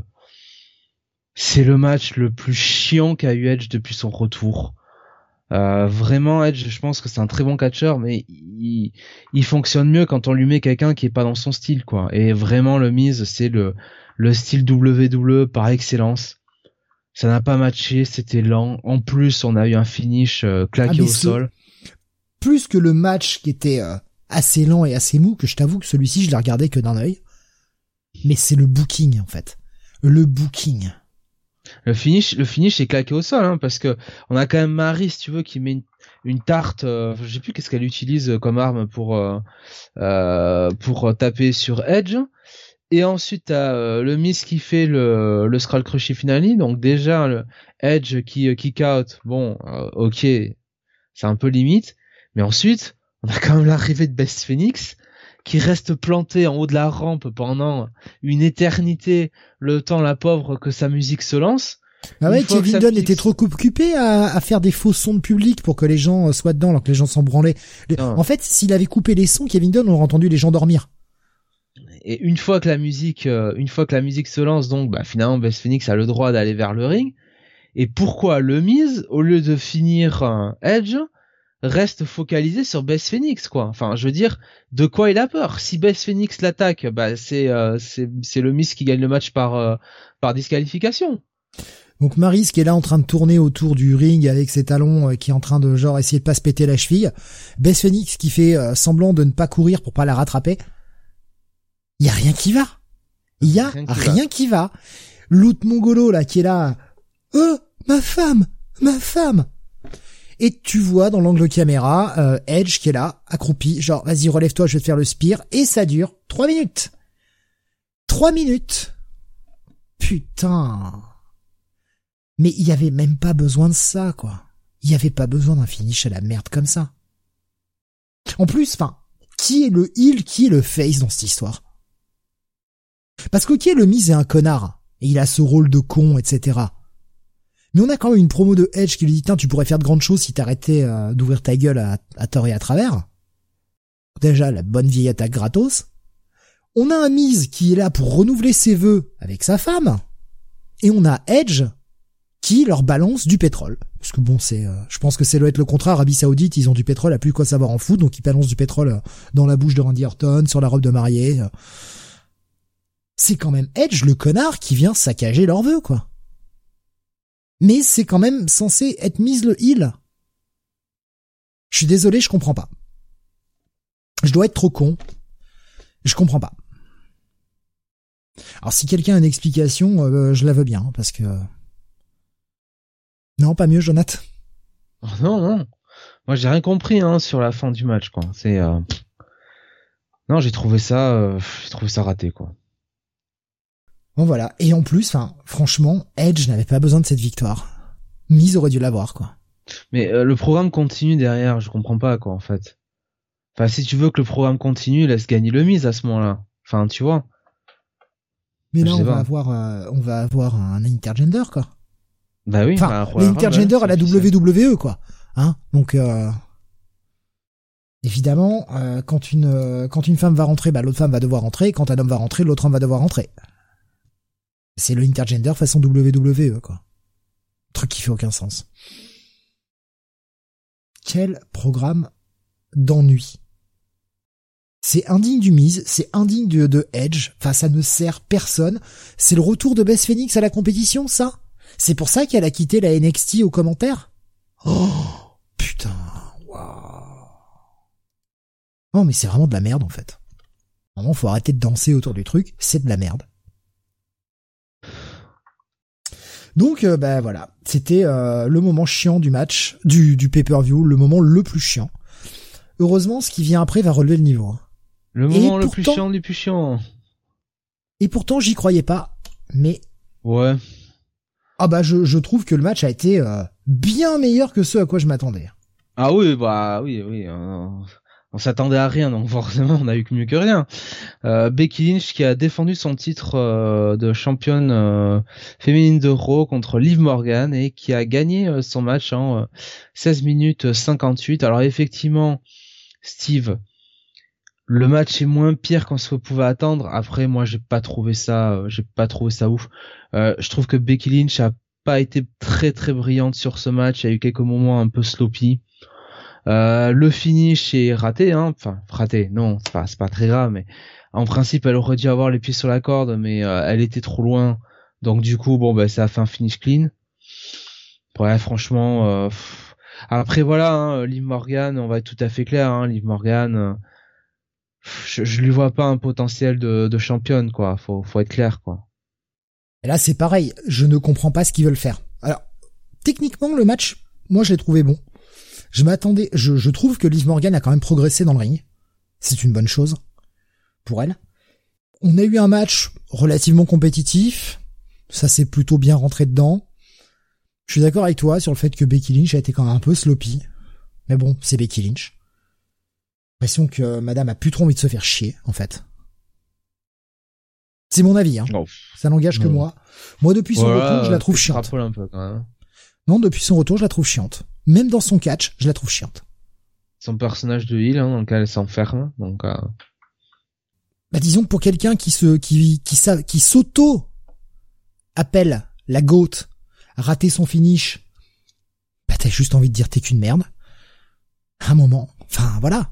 S3: c'est le match le plus chiant qu'a eu Edge depuis son retour. Euh, vraiment, Edge, je pense que c'est un très bon catcheur, mais il, il fonctionne mieux quand on lui met quelqu'un qui est pas dans son style, quoi. Et vraiment, le Miz, c'est le le style W W E par excellence. Ça n'a pas matché, c'était lent. En plus, on a eu un finish euh, claqué ah, au sol.
S2: Plus que le match qui était euh, assez lent et assez mou, que je t'avoue que celui-ci, je l'ai regardé que d'un œil. Mais c'est le booking, en fait. Le booking.
S3: Le finish, le finish est claqué au sol, hein, parce que on a quand même Maryse, si tu veux, qui met une, une tarte, euh, je sais plus qu'est-ce qu'elle utilise comme arme pour, euh, euh, pour taper sur Edge. Et ensuite, t'as euh, le Miz qui fait le, le Skull Crushing Finale. Donc déjà, le Edge qui euh, kick out, bon, euh, ok, c'est un peu limite. Mais ensuite, on a quand même l'arrivée de Beth Phoenix qui reste plantée en haut de la rampe pendant une éternité, le temps, la pauvre, que sa musique se lance.
S2: Ah ouais, Kevin Dunn était trop occupé à, à faire des faux sons de public pour que les gens soient dedans alors que les gens s'en branlaient. Les... En fait, s'il avait coupé les sons, Kevin Dunn aurait entendu les gens dormir.
S3: Et une fois que la musique, euh, une fois que la musique se lance, donc, bah, finalement, Beth Phoenix a le droit d'aller vers le ring. Et pourquoi le Miz, au lieu de finir euh, Edge, reste focalisé sur Beth Phoenix, quoi. Enfin, je veux dire, de quoi il a peur? Si Beth Phoenix l'attaque, bah, c'est, euh, c'est, c'est le Miz qui gagne le match par, euh, par disqualification.
S2: Donc Maryse qui est là en train de tourner autour du ring avec ses talons, euh, qui est en train de genre essayer de pas se péter la cheville. Beth Phoenix qui fait euh, semblant de ne pas courir pour pas la rattraper. Il y a rien qui va. Il y a rien qui, rien qui va. L'autre mongolo, là, qui est là. Oh, ma femme, ma femme. Et tu vois dans l'angle caméra, euh, Edge qui est là, accroupi, genre, vas-y, relève-toi, je vais te faire le spear. Et ça dure trois minutes. Trois minutes. Putain. Mais il y avait même pas besoin de ça, quoi. Il y avait pas besoin d'un finish à la merde comme ça. En plus, enfin, qui est le heel, qui est le face dans cette histoire? Parce que ok, le Miz est un connard, et il a ce rôle de con, et cetera. Mais on a quand même une promo de Edge qui lui dit, tiens, tu pourrais faire de grandes choses si t'arrêtais euh, d'ouvrir ta gueule à, à tort et à travers. Déjà, la bonne vieille attaque gratos. On a un Miz qui est là pour renouveler ses vœux avec sa femme. Et on a Edge qui leur balance du pétrole. Parce que bon, c'est, euh, je pense que ça doit être le contraire. Arabie Saoudite, ils ont du pétrole à plus quoi savoir en foot, donc ils balancent du pétrole euh, dans la bouche de Randy Orton, sur la robe de mariée. Euh. C'est quand même Edge, le connard, qui vient saccager leurs vœux, quoi. Mais c'est quand même censé être Miz le heel. Je suis désolé, je comprends pas. Je dois être trop con. Je comprends pas. Alors si quelqu'un a une explication, euh, je la veux bien, parce que... Non, pas mieux, Jonathan.
S3: Oh, non, non. Moi, j'ai rien compris hein, sur la fin du match, quoi. C'est... Euh... Non, j'ai trouvé ça... Euh... J'ai trouvé ça raté, quoi.
S2: Bon voilà, et en plus, enfin, franchement, Edge n'avait pas besoin de cette victoire. Miz aurait dû l'avoir, quoi.
S3: Mais euh, le programme continue derrière, je comprends pas, quoi, en fait. Enfin, si tu veux que le programme continue, laisse gagner le Miz à ce moment-là. Enfin, tu vois.
S2: Mais là, on va avoir, euh, on va avoir un intergender, quoi.
S3: Bah oui.
S2: Enfin,
S3: bah,
S2: l'intergender à la W W E, quoi. Hein, donc... Euh... Évidemment, euh, quand une euh, quand une femme va rentrer, bah l'autre femme va devoir rentrer. Quand un homme va rentrer, l'autre homme va devoir rentrer. C'est le intergender façon W W E, quoi. Truc qui fait aucun sens. Quel programme d'ennui. C'est indigne du Miz, c'est indigne de, de Edge. Enfin, ça ne sert personne. C'est le retour de Beth Phoenix à la compétition, ça. C'est pour ça qu'elle a quitté la N X T aux commentaires. Oh, putain, waouh. Non, mais c'est vraiment de la merde, en fait. Vraiment, faut arrêter de danser autour du truc. C'est de la merde. Donc euh, bah voilà, c'était euh, le moment chiant du match, du, du pay-per-view, le moment le plus chiant. Heureusement, ce qui vient après va relever le niveau. Hein.
S3: Le moment et le pourtant, plus chiant du plus chiant.
S2: Et pourtant, j'y croyais pas, mais...
S3: Ouais.
S2: Ah bah je, je trouve que le match a été euh, bien meilleur que ce à quoi je m'attendais.
S3: Ah oui, bah oui, oui. Euh... On s'attendait à rien, donc forcément on a eu que mieux que rien. Euh, Becky Lynch qui a défendu son titre euh, de championne euh, féminine de Raw contre Liv Morgan et qui a gagné euh, son match en euh, seize minutes cinquante-huit. Alors effectivement, Steve, le match est moins pire qu'on se pouvait attendre. Après, moi j'ai pas trouvé ça, euh, j'ai pas trouvé ça ouf. Euh, je trouve que Becky Lynch a pas été très très brillante sur ce match. Il y a eu quelques moments un peu sloppy. Euh, le finish est raté, hein. Enfin, raté, non, c'est pas, c'est pas très grave, mais en principe, elle aurait dû avoir les pieds sur la corde, mais euh, elle était trop loin. Donc du coup, bon, bah, ça a fait un finish clean. Ouais, franchement, euh, pff. Après voilà, hein, Liv Morgan, on va être tout à fait clair, hein, Liv Morgan, euh, je, je lui vois pas un potentiel de, de championne, quoi. Faut, faut être clair, quoi.
S2: Et là, c'est pareil. Je ne comprends pas ce qu'ils veulent faire. Alors, techniquement, le match, moi, je l'ai trouvé bon. Je m'attendais, je, je trouve que Liv Morgan a quand même progressé dans le ring. C'est une bonne chose pour elle. On a eu un match relativement compétitif. Ça s'est plutôt bien rentré dedans. Je suis d'accord avec toi sur le fait que Becky Lynch a été quand même un peu sloppy. Mais bon, c'est Becky Lynch. J'ai l'impression que madame a plus trop envie de se faire chier, en fait. C'est mon avis, hein. Oh. Ça n'engage que oh. moi. Moi, depuis son voilà, retour, je la trouve chiante.
S3: Un peu quand même.
S2: Non, depuis son retour, je la trouve chiante. Même dans son catch, je la trouve chiante.
S3: Son personnage de heel, hein, dans lequel elle s'enferme, donc. Euh...
S2: Bah disons que pour quelqu'un qui se, qui, qui, qui, qui s'auto appelle la GOAT, rater son finish, bah t'as juste envie de dire t'es qu'une merde. À un moment, enfin voilà.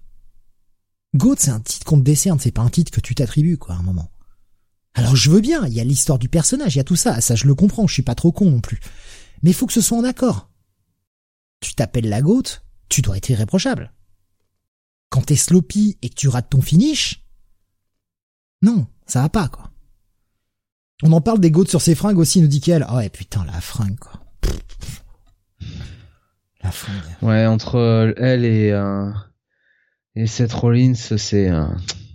S2: GOAT, c'est un titre qu'on te décerne, c'est pas un titre que tu t'attribues, quoi, à un moment. Alors je veux bien, il y a l'histoire du personnage, il y a tout ça, ça je le comprends, je suis pas trop con non plus. Mais il faut que ce soit en accord. Tu t'appelles la GOAT, tu dois être irréprochable. Quand t'es sloppy et que tu rates ton finish, non, ça va pas, quoi. On en parle des gouttes sur ses fringues aussi, nous dit qu'elle. Ah ouais, putain, la fringue, quoi. La fringue.
S3: Ouais, entre euh, elle et, euh, et Seth Rollins, c'est, euh,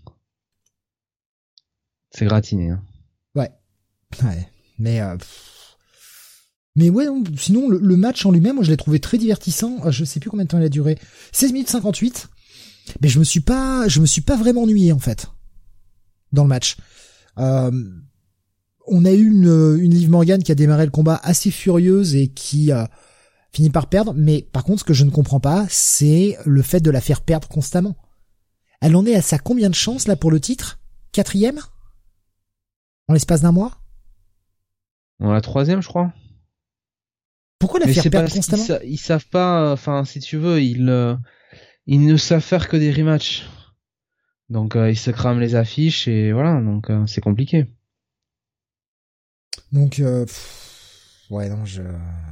S3: c'est gratiné, hein.
S2: Ouais. Ouais. Mais, euh, mais ouais, non, sinon, le, le match en lui-même, moi, je l'ai trouvé très divertissant. Je sais plus combien de temps il a duré. seize minutes cinquante-huit. Mais je me suis pas, je me suis pas vraiment ennuyé, en fait. Dans le match. Euh, on a eu une, une Liv Morgan qui a démarré le combat assez furieuse et qui a fini par perdre. Mais par contre, ce que je ne comprends pas, c'est le fait de la faire perdre constamment. Elle en est à sa combien de chances, là, pour le titre? Quatrième? En l'espace d'un mois?
S3: On la troisième, je crois.
S2: Pourquoi la
S3: Mais
S2: faire
S3: c'est
S2: perdre
S3: parce
S2: constamment?
S3: qu'ils sa- ils savent pas, enfin, si tu veux, ils, euh, ils ne savent faire que des rematchs. Donc, euh, ils se crament les affiches et voilà, donc euh, c'est compliqué.
S2: Donc, euh, pff, ouais, non, je...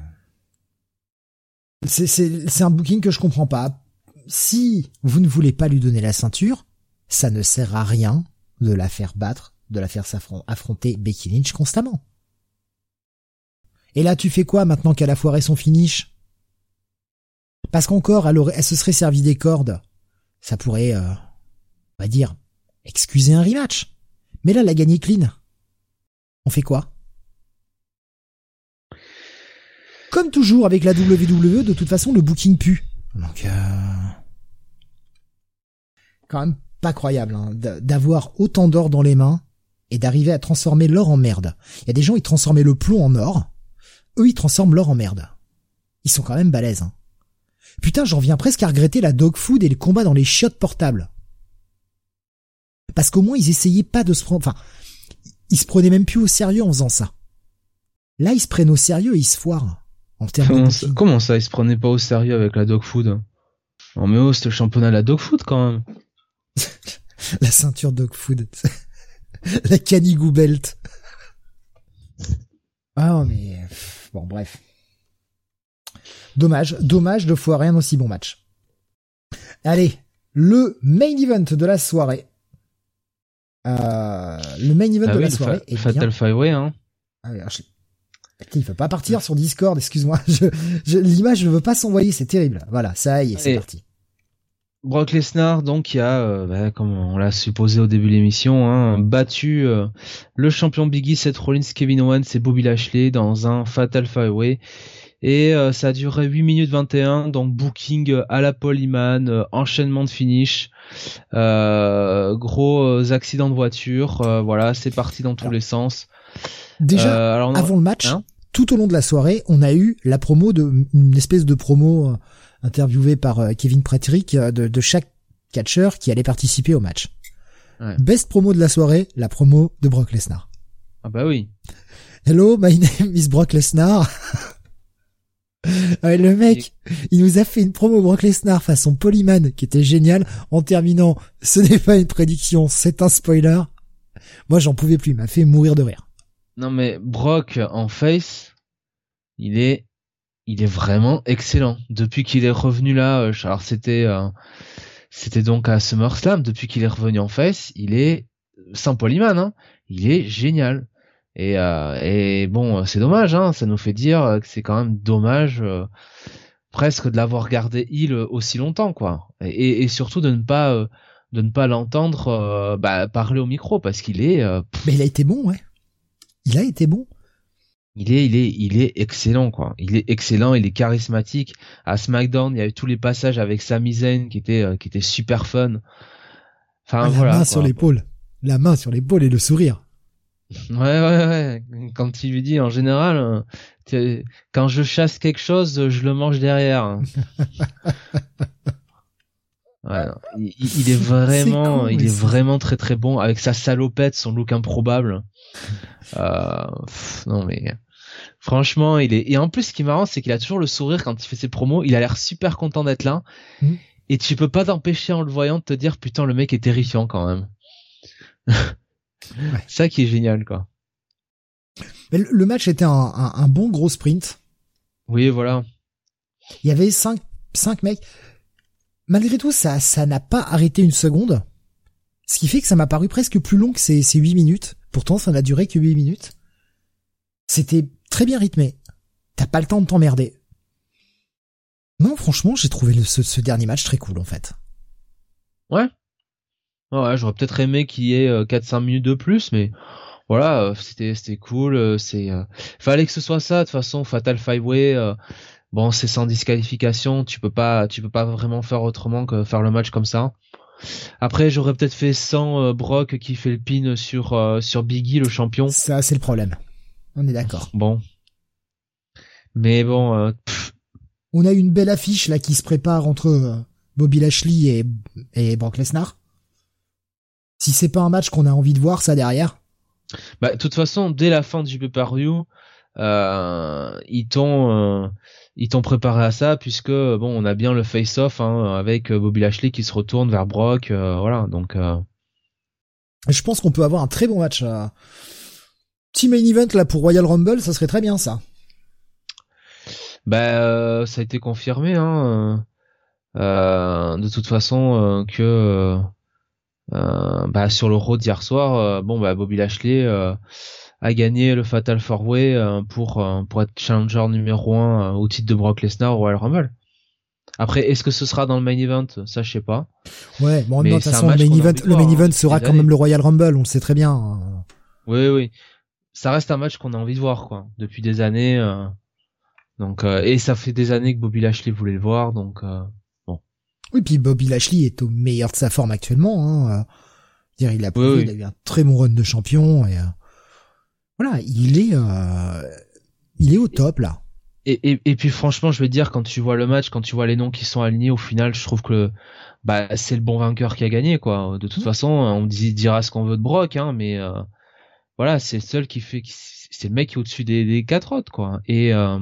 S2: C'est, c'est, c'est un booking que je comprends pas. Si vous ne voulez pas lui donner la ceinture, ça ne sert à rien de la faire battre, de la faire s'affron- affronter Becky Lynch constamment. Et là, tu fais quoi maintenant qu'elle a foiré son finish? Parce qu'encore, elle, aurait, elle se serait servi des cordes. Ça pourrait, euh, on va dire, excuser un rematch. Mais là, elle a gagné clean. On fait quoi? Comme toujours avec la W W E, de toute façon, le booking pue. Donc, euh... quand même pas croyable, hein, d'avoir autant d'or dans les mains et d'arriver à transformer l'or en merde. Il y a des gens, ils transformaient le plomb en or. Eux, ils transforment l'or en merde. Ils sont quand même balèzes, hein. Putain, j'en viens presque à regretter la dog food et les combats dans les chiottes portables. Parce qu'au moins, ils essayaient pas de se prendre... Enfin, ils se prenaient même plus au sérieux en faisant ça. Là, ils se prennent au sérieux et ils se foirent. En termes
S3: Comment
S2: de
S3: ça,
S2: booking.
S3: comment ça, ils se prenaient pas au sérieux avec la dog food? Non mais oh, c'était le championnat de la dog food quand même.
S2: La ceinture dog food. La canigou belt. Ah mais... Bon, bref. Dommage, dommage de foirer un aussi bon match. Allez, le main event de la soirée. Euh, le main event
S3: Ah
S2: de
S3: oui,
S2: la
S3: le
S2: soirée
S3: fa-
S2: est
S3: Fatal
S2: bien...
S3: Five Way, hein.
S2: Ah, alors, je... Putain, il veut pas partir sur Discord, excuse-moi. Je, je, l'image ne veut pas s'envoyer, c'est terrible. Voilà, ça y est, c'est
S3: Allez.
S2: parti.
S3: Brock Lesnar, donc, qui a, euh, bah, comme on l'a supposé au début de l'émission, hein, battu euh, le champion Big E, Seth Rollins, Kevin Owens et Bobby Lashley dans un Fatal Five Way. Et euh, ça a duré huit minutes vingt et un, donc booking euh, à la Paul Heyman, euh, enchaînement de finish, euh, gros euh, accidents de voiture, euh, voilà, c'est parti dans tous
S2: Alors,
S3: les sens.
S2: Déjà,
S3: Euh, alors, on a-
S2: avant le match,
S3: hein
S2: tout au long de la soirée, on a eu la promo de une espèce de promo euh, interviewée par euh, Kevin Patrick euh, de, de chaque catcheur qui allait participer au match.
S3: Ouais.
S2: Best promo de la soirée, la promo de Brock Lesnar.
S3: Ah bah oui.
S2: Hello, my name is Brock Lesnar. Ouais, le mec, il nous a fait une promo Brock Lesnar façon Polyman qui était géniale en terminant. Ce n'est pas une prédiction, c'est un spoiler. Moi, j'en pouvais plus, il m'a fait mourir de rire.
S3: Non mais Brock en face, il est, il est vraiment excellent. Depuis qu'il est revenu là, euh, alors c'était, euh, c'était donc à SummerSlam. Depuis qu'il est revenu en face, il est sans Polyman, hein, il est génial. Et, euh, et bon, c'est dommage, hein, ça nous fait dire que c'est quand même dommage euh, presque de l'avoir gardé heel aussi longtemps, quoi. Et, et surtout de ne pas, euh, de ne pas l'entendre euh, bah, parler au micro parce qu'il est. Euh,
S2: Mais il a été bon, ouais. Il a été bon.
S3: Il est, il est, il est excellent, quoi. Il est excellent, il est charismatique. À SmackDown, il y avait tous les passages avec Sami Zayn qui étaient, euh, qui étaient super fun. Enfin,
S2: Ah, la
S3: voilà.
S2: main
S3: quoi.
S2: sur l'épaule. La main sur l'épaule et le sourire.
S3: Ouais, ouais, ouais. Quand il lui dit, en général, euh, quand je chasse quelque chose, je le mange derrière. Ouais, non. il, il est vraiment,
S2: con,
S3: il
S2: mais
S3: est
S2: c'est-
S3: vraiment très très bon avec sa salopette, son look improbable. Euh, pff, non mais franchement, il est. Et en plus, ce qui est marrant, c'est qu'il a toujours le sourire quand il fait ses promos. Il a l'air super content d'être là.
S2: Mm.
S3: Et tu peux pas t'empêcher en le voyant de te dire putain, le mec est terrifiant quand même.
S2: Ouais.
S3: Ça qui est génial, quoi.
S2: Mais le, le match était un, un, un bon gros sprint.
S3: Oui, voilà.
S2: Il y avait cinq, cinq mecs. Malgré tout, ça, ça n'a pas arrêté une seconde. Ce qui fait que ça m'a paru presque plus long que ces, ces huit minutes. Pourtant, ça n'a duré que huit minutes. C'était très bien rythmé. T'as pas le temps de t'emmerder. Non, franchement, j'ai trouvé le, ce, ce dernier match très cool, en fait.
S3: Ouais. Ouais, j'aurais peut-être aimé qu'il y ait euh, quatre cinq minutes de plus, mais voilà, euh, c'était c'était cool. Euh, c'est euh... fallait que ce soit ça. De toute façon, Fatal Five Way, euh, bon, c'est sans disqualification. Tu peux pas, tu peux pas vraiment faire autrement que faire le match comme ça. Après, j'aurais peut-être fait sans euh, Brock qui fait le pin sur euh, sur Biggie, le champion.
S2: Ça, c'est le problème. On est d'accord.
S3: Bon. Mais bon, euh,
S2: on a une belle affiche là qui se prépare entre euh, Bobby Lashley et, et Brock Lesnar. Si c'est pas un match qu'on a envie de voir, ça derrière.
S3: Bah, de toute façon, dès la fin du pay-per-view, euh, ils t'ont, euh, ils t'ont préparé à ça puisque bon, on a bien le face-off hein, avec Bobby Lashley qui se retourne vers Brock, euh, voilà. Donc, euh...
S2: je pense qu'on peut avoir un très bon match. Euh... Team Main Event là pour Royal Rumble, ça serait très bien ça.
S3: Bah, euh, ça a été confirmé, hein. Euh, de toute façon, euh, que euh, euh, bah, sur le Raw d'hier soir, euh, bon bah Bobby Lashley euh, a gagné le Fatal Four Way euh, pour euh, pour être challenger numéro un euh, au titre de Brock Lesnar au Royal Rumble. Après, est-ce que ce sera dans le main event? Ça, je sais pas.
S2: Ouais, bon, de toute façon, le main event, le main event sera quand même le Royal Rumble, on le sait très bien.
S3: Oui, oui. Ça reste un match qu'on a envie de voir, quoi, depuis des années. Euh... Donc, euh, et ça fait des années que Bobby Lashley voulait le voir, donc euh, bon.
S2: Oui, puis Bobby Lashley est au meilleur de sa forme actuellement. Hein. Dire, il a prouvé, oui, oui. Il a eu un très bon run de champion et euh, voilà, il est, euh, il est au top là.
S3: Et, et, et puis franchement, je vais te dire, quand tu vois le match, quand tu vois les noms qui sont alignés, au final, je trouve que bah c'est le bon vainqueur qui a gagné, quoi. De toute mmh. façon, on dit, dira ce qu'on veut de Brock, hein, mais euh, voilà, c'est le seul qui fait, c'est le mec qui est au-dessus des, des quatre autres, quoi. Et euh,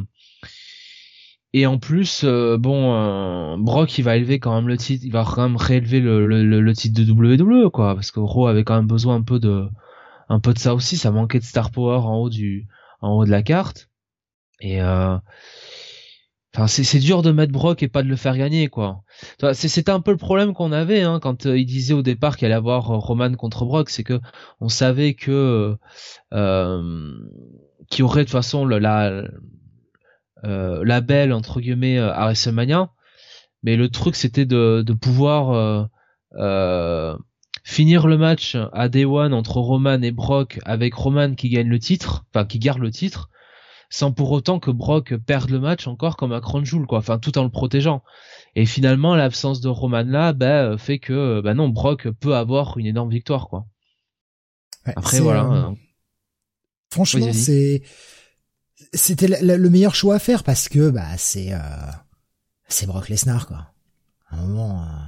S3: Et en plus, euh, bon, euh, Brock, il va élever quand même le titre, il va quand même réélever le, le, le titre de W W E, quoi, parce que Raw avait quand même besoin un peu de, un peu de ça aussi. Ça manquait de star power en haut du, en haut de la carte. Et euh, enfin, c'est, c'est dur de mettre Brock et pas de le faire gagner, quoi. C'est, c'était un peu le problème qu'on avait, hein, quand euh, il disait au départ qu'il allait avoir Roman contre Brock, c'est que on savait que, euh, qu'il y aurait de toute façon le, la Euh, label entre guillemets à WrestleMania, mais le truc c'était de, de pouvoir euh, euh, finir le match à Day One entre Roman et Brock avec Roman qui gagne le titre, enfin qui garde le titre, sans pour autant que Brock perde le match encore comme à Crown Jewel, quoi, enfin tout en le protégeant. Et finalement l'absence de Roman là bah, fait que bah non, Brock peut avoir une énorme victoire, quoi.
S2: Ouais,
S3: après voilà
S2: euh...
S3: euh...
S2: franchement oui, c'est c'était le, le meilleur choix à faire parce que bah c'est euh, c'est Brock Lesnar, quoi. À un moment euh...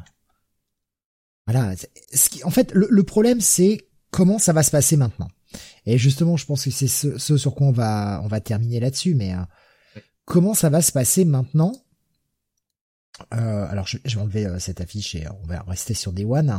S2: voilà, ce qui, en fait le, le problème c'est comment ça va se passer maintenant. Et justement, je pense que c'est ce, ce sur quoi on va on va terminer là-dessus, mais euh, comment ça va se passer maintenant. Euh, alors je, je vais enlever euh, cette affiche et on va rester sur Day One.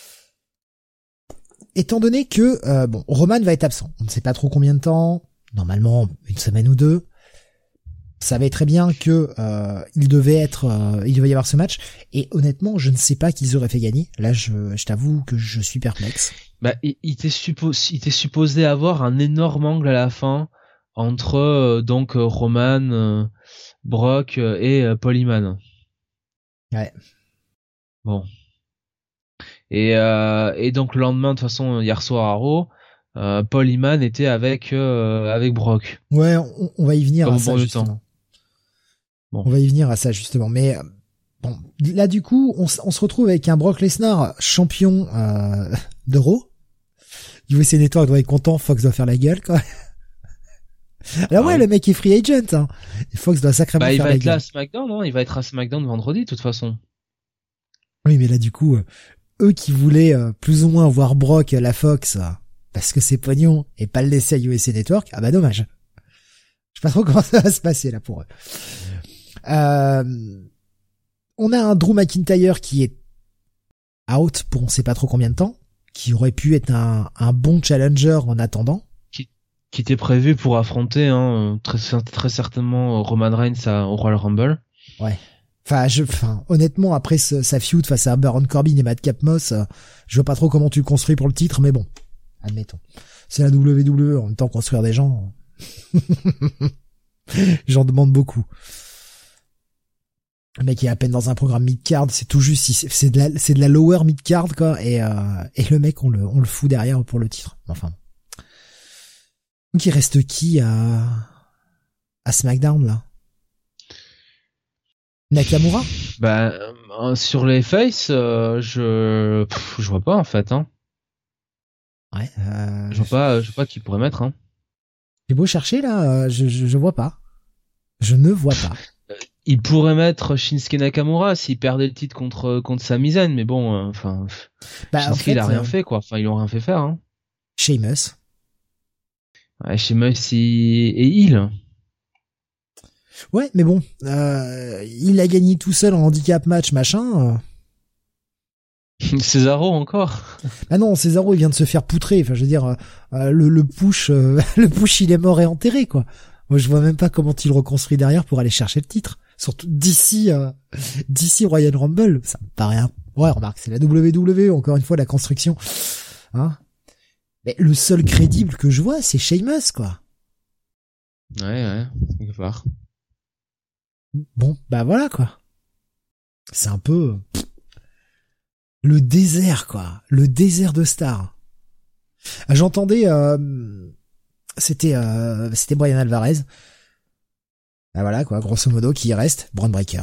S2: Étant donné que euh, bon, Roman va être absent, on ne sait pas trop combien de temps. Normalement une semaine ou deux. Ça savait très bien que euh, il devait être, euh, il devait y avoir ce match. Et honnêtement, je ne sais pas qu'ils auraient fait gagner. Là, je, je t'avoue que je suis perplexe.
S3: Bah, il, il était supposé, il était supposé avoir un énorme angle à la fin entre euh, donc euh, Roman, euh, Brock euh, et euh, Paul Heyman.
S2: Ouais.
S3: Bon. Et euh, et donc le lendemain, de toute façon, hier soir à Raw. Euh, Paul Heyman était avec euh, avec Brock.
S2: Ouais, on, on va y venir Comme à ça justement. Bon. On va y venir à ça justement. Mais bon, là du coup, on, on se retrouve avec un Brock Lesnar champion euh, de Raw. U S A Network doit être content, Fox doit faire la gueule, quoi. Alors ah ouais, oui. Le mec est free agent. Hein. Et Fox doit sacrément
S3: bah,
S2: faire la gueule.
S3: Il va être là à SmackDown, non ? Il va être à SmackDown vendredi, de toute façon.
S2: Oui, mais là du coup, euh, eux qui voulaient euh, plus ou moins voir Brock à la Fox. Euh, parce que c'est pognon et pas le laisser à U S A Network, ah bah dommage. Je sais pas trop comment ça va se passer là pour eux. Euh, on a un Drew McIntyre qui est out pour on sait pas trop combien de temps, qui aurait pu être un, un bon challenger en attendant.
S3: Qui, qui était prévu pour affronter hein, très, très certainement Roman Reigns à, au Royal Rumble.
S2: Ouais. Enfin, je, enfin, honnêtement, après ce, sa feud face à Baron Corbin et Madcap Moss, euh, je vois pas trop comment tu le construis pour le titre, mais bon. Admettons. C'est la W W E, en même temps construire des gens, J'en demande beaucoup. Le mec est à peine dans un programme mid-card, c'est tout juste, c'est de la, c'est de la lower mid-card, quoi, et, euh, et le mec, on le, on le fout derrière pour le titre. Enfin. Donc il reste qui à, à SmackDown, là? Nakamura?
S3: Bah, euh, sur les faces, euh, je, pff, je vois pas, en fait, hein.
S2: Ouais, euh...
S3: Je vois pas, je vois pas qui pourrait mettre, hein.
S2: J'ai beau chercher, là, je, je, je vois pas. Je ne vois pas.
S3: Il pourrait mettre Shinsuke Nakamura s'il perdait le titre contre contre Sami Zayn, mais bon, enfin, euh,
S2: bah,
S3: Shinsuke
S2: en fait,
S3: il a rien
S2: euh...
S3: fait, quoi. Enfin, ils l'ont rien fait faire, hein.
S2: Sheamus.
S3: Ouais, Sheamus il est heel.
S2: Ouais, mais bon, euh, il a gagné tout seul en handicap match, machin.
S3: Cesaro encore.
S2: Ah non, Cesaro il vient de se faire poutrer. Enfin, je veux dire, euh, le, le push, euh, le push, il est mort et enterré, quoi. Moi, je vois même pas comment il reconstruit derrière pour aller chercher le titre. Surtout d'ici, euh, d'ici Royal Rumble, ça me paraît un... Ouais, remarque, c'est la W W E, encore une fois, la construction. Hein? Mais le seul crédible que je vois, c'est Sheamus, quoi.
S3: Ouais, ouais, quelque part.
S2: Bon, bah voilà, quoi. C'est un peu... le désert, quoi. Le désert de stars. J'entendais... Euh... C'était euh... c'était Brian Alvarez. Ah voilà, quoi, grosso modo, qui y reste, Braun Breaker.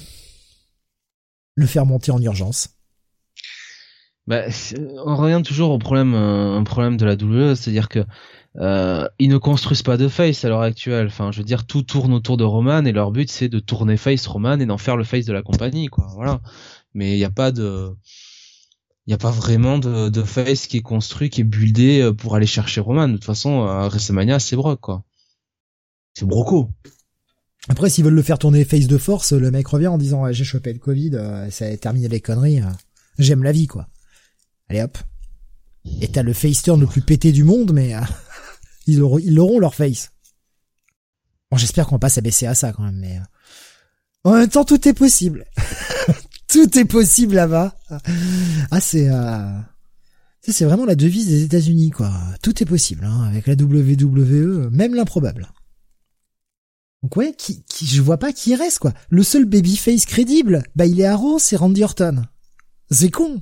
S2: Le faire monter en urgence.
S3: Bah, on revient toujours au problème, euh, un problème de la W W E, c'est-à-dire que euh, ils ne construisent pas de face à l'heure actuelle. Enfin, je veux dire, tout tourne autour de Roman et leur but c'est de tourner face Roman et d'en faire le face de la compagnie, quoi. Voilà. Mais il y a pas de, il y a pas vraiment de, de face qui est construit, qui est buildé pour aller chercher Roman. De toute façon, à WrestleMania, c'est Brock, quoi. C'est Broco.
S2: Après, s'ils veulent le faire tourner face de force, le mec revient en disant ah, j'ai chopé le Covid, euh, ça a terminé les conneries, euh, j'aime la vie, quoi. Allez hop. Et t'as le face turn le plus pété du monde, mais euh, ils auront, ils auront leur face. Bon, j'espère qu'on va pas s'abaisser à ça quand même, mais euh... en même temps tout est possible. Tout est possible là-bas. Ah c'est euh... c'est vraiment la devise des États-Unis, quoi. Tout est possible, hein, avec la W W E, même l'improbable. Donc ouais, qui, qui, je vois pas qui reste, quoi. Le seul babyface crédible, bah il est à Raw, c'est Randy Orton. C'est con.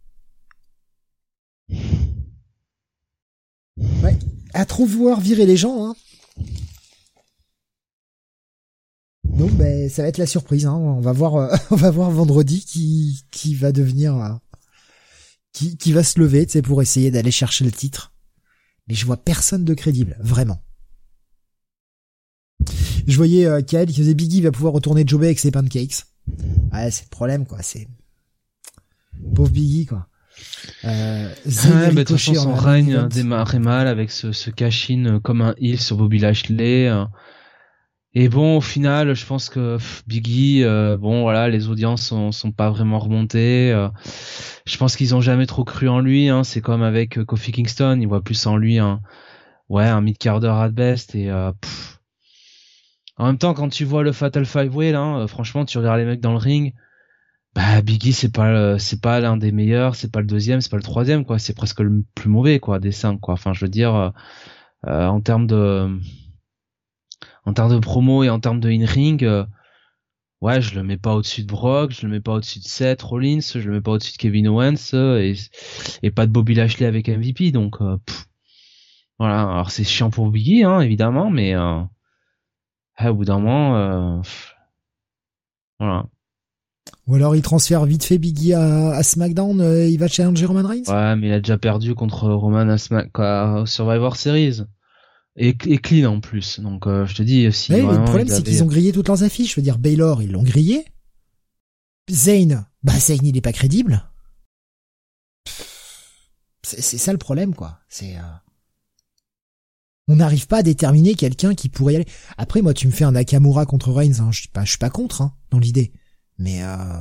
S2: Ouais, à trop vouloir virer les gens, hein. Donc ben ça va être la surprise, hein. On va voir, euh, on va voir vendredi qui qui va devenir, euh, qui qui va se lever, tu sais, pour essayer d'aller chercher le titre. Mais je vois personne de crédible, vraiment. Je voyais euh, Kael qui faisait Biggie va pouvoir retourner Jobbé avec ses pancakes. Ouais, c'est le problème, quoi. C'est pauvre Biggie, quoi. Euh,
S3: ouais, bah, de toute façon, son règne démarrait mal avec ce, ce cash-in comme un heel sur Bobby Lashley. Et bon, au final, je pense que pff, Biggie, euh, bon, voilà, les audiences sont, sont pas vraiment remontées. Euh, je pense qu'ils ont jamais trop cru en lui. Hein. C'est comme avec Kofi Kingston, ils voient plus en lui un, ouais, un mid-carder at best. Et euh, pff, en même temps, quand tu vois le Fatal Five Way, là, hein, franchement, tu regardes les mecs dans le ring, bah Biggie c'est pas c'est pas l'un des meilleurs, c'est pas le deuxième, c'est pas le troisième, quoi. C'est presque le plus mauvais, quoi, des cinq, quoi. Enfin, je veux dire, euh, euh, en termes de en termes de promo et en termes de in-ring, euh, ouais, je le mets pas au-dessus de Brock, je le mets pas au-dessus de Seth Rollins, je le mets pas au-dessus de Kevin Owens euh, et et pas de Bobby Lashley avec M V P, donc euh, pff, voilà. Alors c'est chiant pour Biggie, hein, évidemment, mais euh, au bout d'un moment, euh, voilà.
S2: Ou alors il transfère vite fait Biggie à, à SmackDown, euh, il va challenger Roman Reigns.
S3: Ouais, mais il a déjà perdu contre Roman à Smack, quoi, au Survivor Series. Et, et clean en plus. Donc euh, je te dis, si
S2: ouais,
S3: vraiment
S2: le problème c'est
S3: avaient...
S2: qu'ils ont grillé toutes leurs affiches. Je veux dire, Baylor, ils l'ont grillé. Zayn, bah Zayn il est pas crédible. C'est, c'est ça le problème, quoi. C'est... Euh... On n'arrive pas à déterminer quelqu'un qui pourrait y aller. Après, moi, tu me fais un Nakamura contre Reigns, hein. Je suis pas, je suis pas contre, hein, dans l'idée. Mais euh...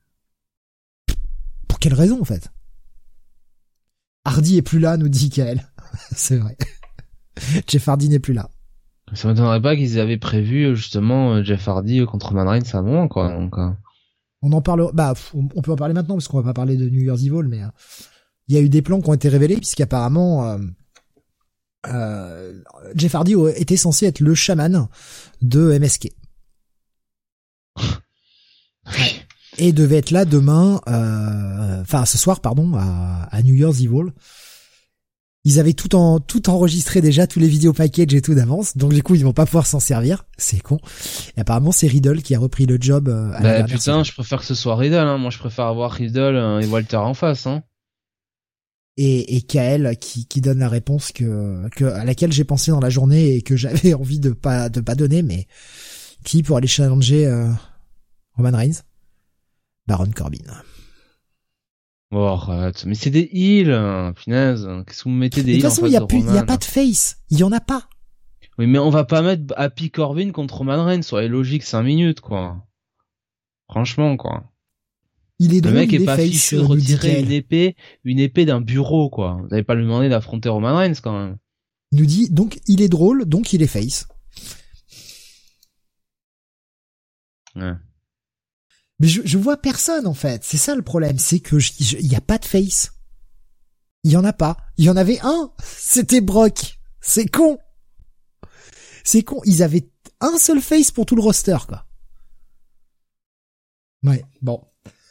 S2: pour quelle raison, en fait? Hardy est plus là, nous dit Kael. C'est vrai. Jeff Hardy n'est plus là.
S3: Ça m'étonnerait pas qu'ils avaient prévu justement Jeff Hardy contre Roman Reigns à un moment, quoi. Donc, euh...
S2: on en parle. Bah, on peut en parler maintenant parce qu'on va pas parler de New Year's Evil, mais il euh, y a eu des plans qui ont été révélés puisqu'apparemment. Euh, euh, Jeff Hardy était censé être le chaman de M S K. Ouais. Et devait être là demain, euh, enfin ce soir pardon, à, à New Year's Evil. Ils avaient tout en tout enregistré déjà, tous les vidéos package et tout d'avance, donc du coup ils vont pas pouvoir s'en servir, c'est con. Et apparemment c'est Riddle qui a repris le job. Euh, à
S3: bah
S2: la
S3: putain,
S2: saison.
S3: Je préfère que ce soit Riddle, hein. Moi je préfère avoir Riddle euh, et Walter en face, hein.
S2: Et, et Kael qui, qui donne la réponse que, que à laquelle j'ai pensé dans la journée et que j'avais envie de pas de pas donner, mais qui pour aller challenger euh, Roman Reigns, Baron Corbin.
S3: Oh arrête, mais c'est des heals, hein. Punaise, qu'est-ce que vous mettez des
S2: De
S3: heals
S2: toute
S3: en
S2: façon,
S3: face
S2: il y a
S3: de
S2: plus, il
S3: Roman,
S2: y a pas de face, il y en a pas.
S3: Oui, mais on va pas mettre Happy Corbin contre Roman Reigns, soyez logique, cinq minutes quoi. Franchement quoi.
S2: Il est drôle,
S3: le mec
S2: il
S3: est
S2: est
S3: pas
S2: face,
S3: fichu de
S2: euh,
S3: retirer
S2: nous dit
S3: une épée, une épée d'un bureau quoi. Vous avez pas lui demander d'affronter Roman Reigns quand même.
S2: Il nous dit donc il est drôle, donc il est face.
S3: Ouais.
S2: Mais je, je vois personne en fait. C'est ça le problème, c'est que je- je- il y a pas de face. Il y en a pas. Il y en avait un. C'était Brock. C'est con. C'est con. Ils avaient un seul face pour tout le roster quoi. Ouais. Bon.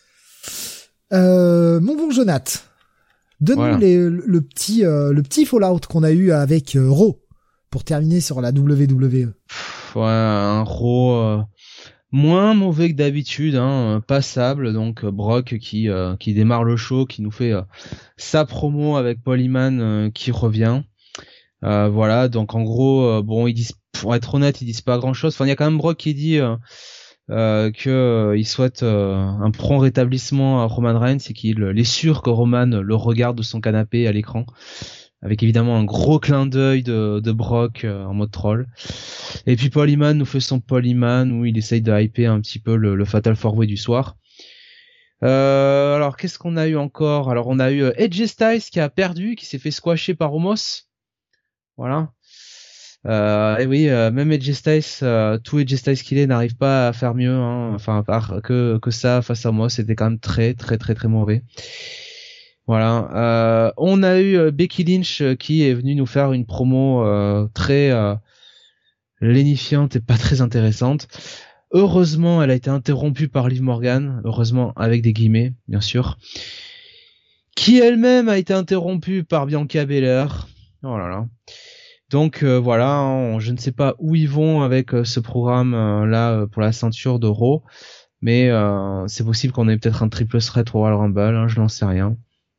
S2: Euh, mon bon Jonath, donne-nous
S3: Voilà.
S2: les- le petit euh, le petit Fallout qu'on a eu avec euh, Raw pour terminer sur la W W E.
S3: Pff, ouais, un Raw euh, moins mauvais que d'habitude, hein, euh, passable. Donc euh, Brock qui euh, qui démarre le show, qui nous fait euh, sa promo avec Paul Heyman euh, qui revient. Euh, voilà, donc en gros, euh, bon, ils disent, pour être honnête, ils disent pas grand-chose. Enfin, il y a quand même Brock qui dit euh, euh, que euh, il souhaite euh, un prompt rétablissement à Roman Reigns et qu'il est sûr que Roman le regarde de son canapé à l'écran, avec évidemment un gros clin d'œil de, de Brock euh, en mode troll. Et puis Paul Heyman nous fait son Paul Heyman où il essaye de hyper un petit peu le, le Fatal four Way du soir. Euh, alors qu'est-ce qu'on a eu encore? Alors on a eu euh, Edge Styles qui a perdu, qui s'est fait squasher par Omos. Voilà. Euh, et oui, euh, même Edge Styles, euh, tout Edge Styles qu'il est, n'arrive pas à faire mieux, hein, enfin, à part que, que ça face à moi, c'était quand même très, très, très, très mauvais. Voilà. Euh, on a eu euh, Becky Lynch euh, qui est venue nous faire une promo euh, très euh, lénifiante et pas très intéressante. Heureusement, elle a été interrompue par Liv Morgan, heureusement avec des guillemets, bien sûr, qui elle-même a été interrompue par Bianca Belair. Oh là là. Donc euh, voilà, hein, je ne sais pas où ils vont avec euh, ce programme euh, là euh, pour la ceinture de Raw, mais euh, c'est possible qu'on ait peut-être un triple threat Royal Rumble, hein, je n'en sais rien.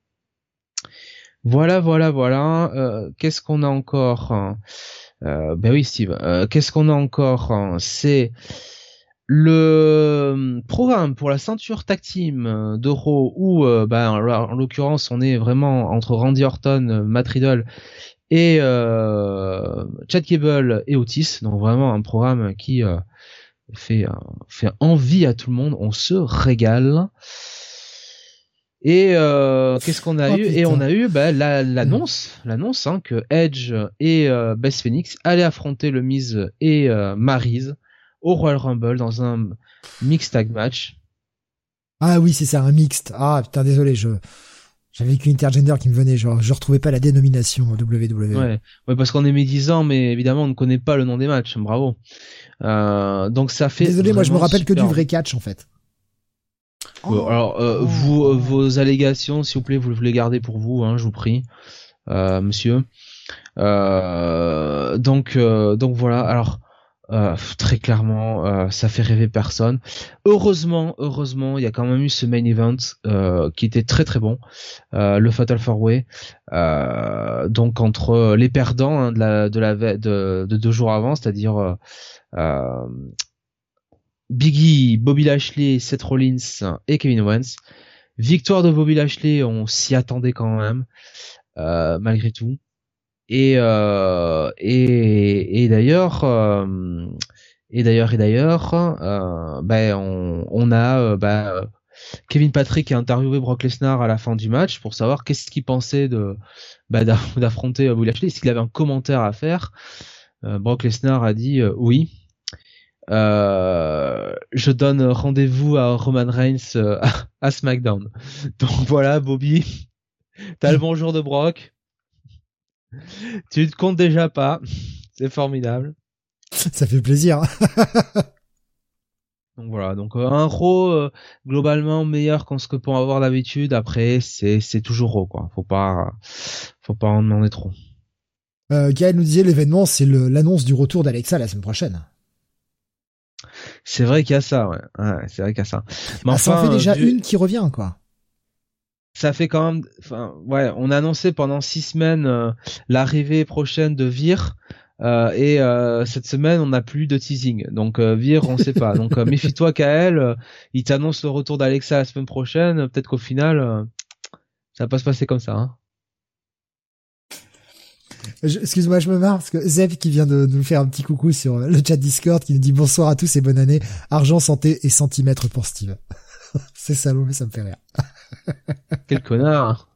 S3: Voilà, voilà, voilà. Euh, qu'est-ce qu'on a encore? euh, Ben oui, Steve. Euh, qu'est-ce qu'on a encore? C'est le programme pour la ceinture tag team de Raw où, euh, ben, en l'occurrence, on est vraiment entre Randy Orton, Matt Riddle et euh, Chad Gable et Otis, donc vraiment un programme qui euh, fait euh, fait envie à tout le monde, on se régale. Et euh, qu'est-ce qu'on a
S2: Oh,
S3: eu?
S2: putain.
S3: Et on a eu bah, la, l'annonce, mmh. l'annonce hein, que Edge et euh, Beth Phoenix allaient affronter le Miz et euh, Maryse au Royal Rumble dans un mixed tag match.
S2: Ah oui, c'est ça, un mixte. Ah putain, désolé, je j'avais qu'une intergender qui me venait, genre je retrouvais pas la dénomination W W E.
S3: Ouais, ouais, parce qu'on est médisant, mais évidemment on ne connaît pas le nom des matchs. Bravo. Euh, donc ça fait.
S2: Désolé, moi je me rappelle que du
S3: super.
S2: vrai catch en fait.
S3: Oh, alors euh, oh. vous, euh, vos allégations, s'il vous plaît, vous les gardez pour vous, hein, je vous prie, euh, monsieur. Euh, donc, euh, donc voilà. Alors. Euh, très clairement, euh, ça fait rêver personne. Heureusement, heureusement, il y a quand même eu ce main event euh, qui était très très bon, euh, le Fatal four Way. Euh, donc entre les perdants hein, de la de la de, de deux jours avant, c'est-à-dire euh, euh, Big E, Bobby Lashley, Seth Rollins et Kevin Owens. Victoire de Bobby Lashley, on s'y attendait quand même, euh, malgré tout. Et, euh, et, et d'ailleurs, euh, et d'ailleurs, et d'ailleurs, euh, ben, on, on a, euh, ben, Kevin Patrick qui a interviewé Brock Lesnar à la fin du match pour savoir qu'est-ce qu'il pensait de, ben, d'affronter Bobby Lashley, est-ce qu'il avait un commentaire à faire. Euh, Brock Lesnar a dit euh, oui. Euh, je donne rendez-vous à Roman Reigns euh, à SmackDown. Donc voilà, Bobby, t'as le bonjour de Brock. Tu ne comptes déjà pas. C'est formidable.
S2: Ça fait plaisir.
S3: Donc voilà, donc euh, un Raw euh, globalement meilleur qu'en ce que pour avoir d'habitude. Après, c'est c'est toujours Raw quoi. Faut pas faut pas en demander trop.
S2: Euh, Gaël nous disait l'événement, c'est le, l'annonce du retour d'Alexa la semaine prochaine.
S3: C'est vrai qu'il y a ça, ouais. ouais c'est vrai qu'il y a ça.
S2: Mais ah, enfin, ça en fait déjà vu... une qui revient quoi.
S3: Ça fait quand même, enfin ouais, on a annoncé pendant six semaines euh, l'arrivée prochaine de Vir. Euh, et euh, cette semaine, on n'a plus de teasing. Donc euh, Vir, on sait pas. Donc euh, méfie-toi qu'à elle, euh, il t'annonce le retour d'Alexa la semaine prochaine. Peut-être qu'au final, euh, ça va pas se passer comme ça. Hein.
S2: Je, excuse-moi, je me marre parce que Zev qui vient de, de nous faire un petit coucou sur le chat Discord qui nous dit bonsoir à tous et bonne année. Argent, santé et centimètres pour Steve. C'est salaud, mais ça me fait rire.
S3: Quel connard.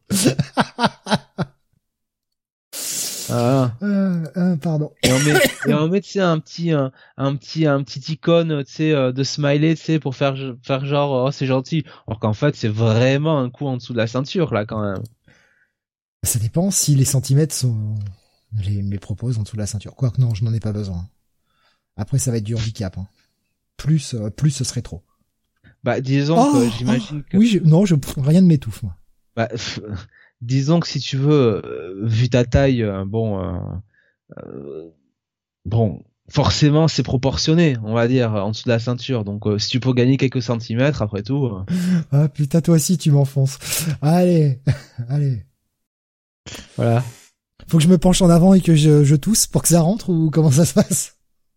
S3: Ah.
S2: Euh, euh, pardon.
S3: Et on met, et on met, tu sais, un petit, un, un petit, un petit icône, tu sais, euh, de smiley, tu sais, pour faire, faire genre, oh, c'est gentil. Alors qu'en fait, c'est vraiment un coup en dessous de la ceinture, là, quand même.
S2: Ça dépend si les centimètres sont, les, les propose en dessous de la ceinture. Quoique non, je n'en ai pas besoin. Après, ça va être du handicap, hein. Plus, euh, plus ce serait trop.
S3: Bah, disons
S2: oh,
S3: que j'imagine
S2: oh,
S3: que...
S2: Oui, je, non, je, rien ne m'étouffe, moi.
S3: Bah, disons que si tu veux, euh, vu ta taille, euh, bon, euh, euh, bon, forcément c'est proportionné, on va dire, en dessous de la ceinture. Donc euh, si tu peux gagner quelques centimètres, après tout. Euh...
S2: Ah putain, toi aussi tu m'enfonces. Allez, allez.
S3: Voilà.
S2: Faut que je me penche en avant et que je, je tousse pour que ça rentre ou comment ça se passe?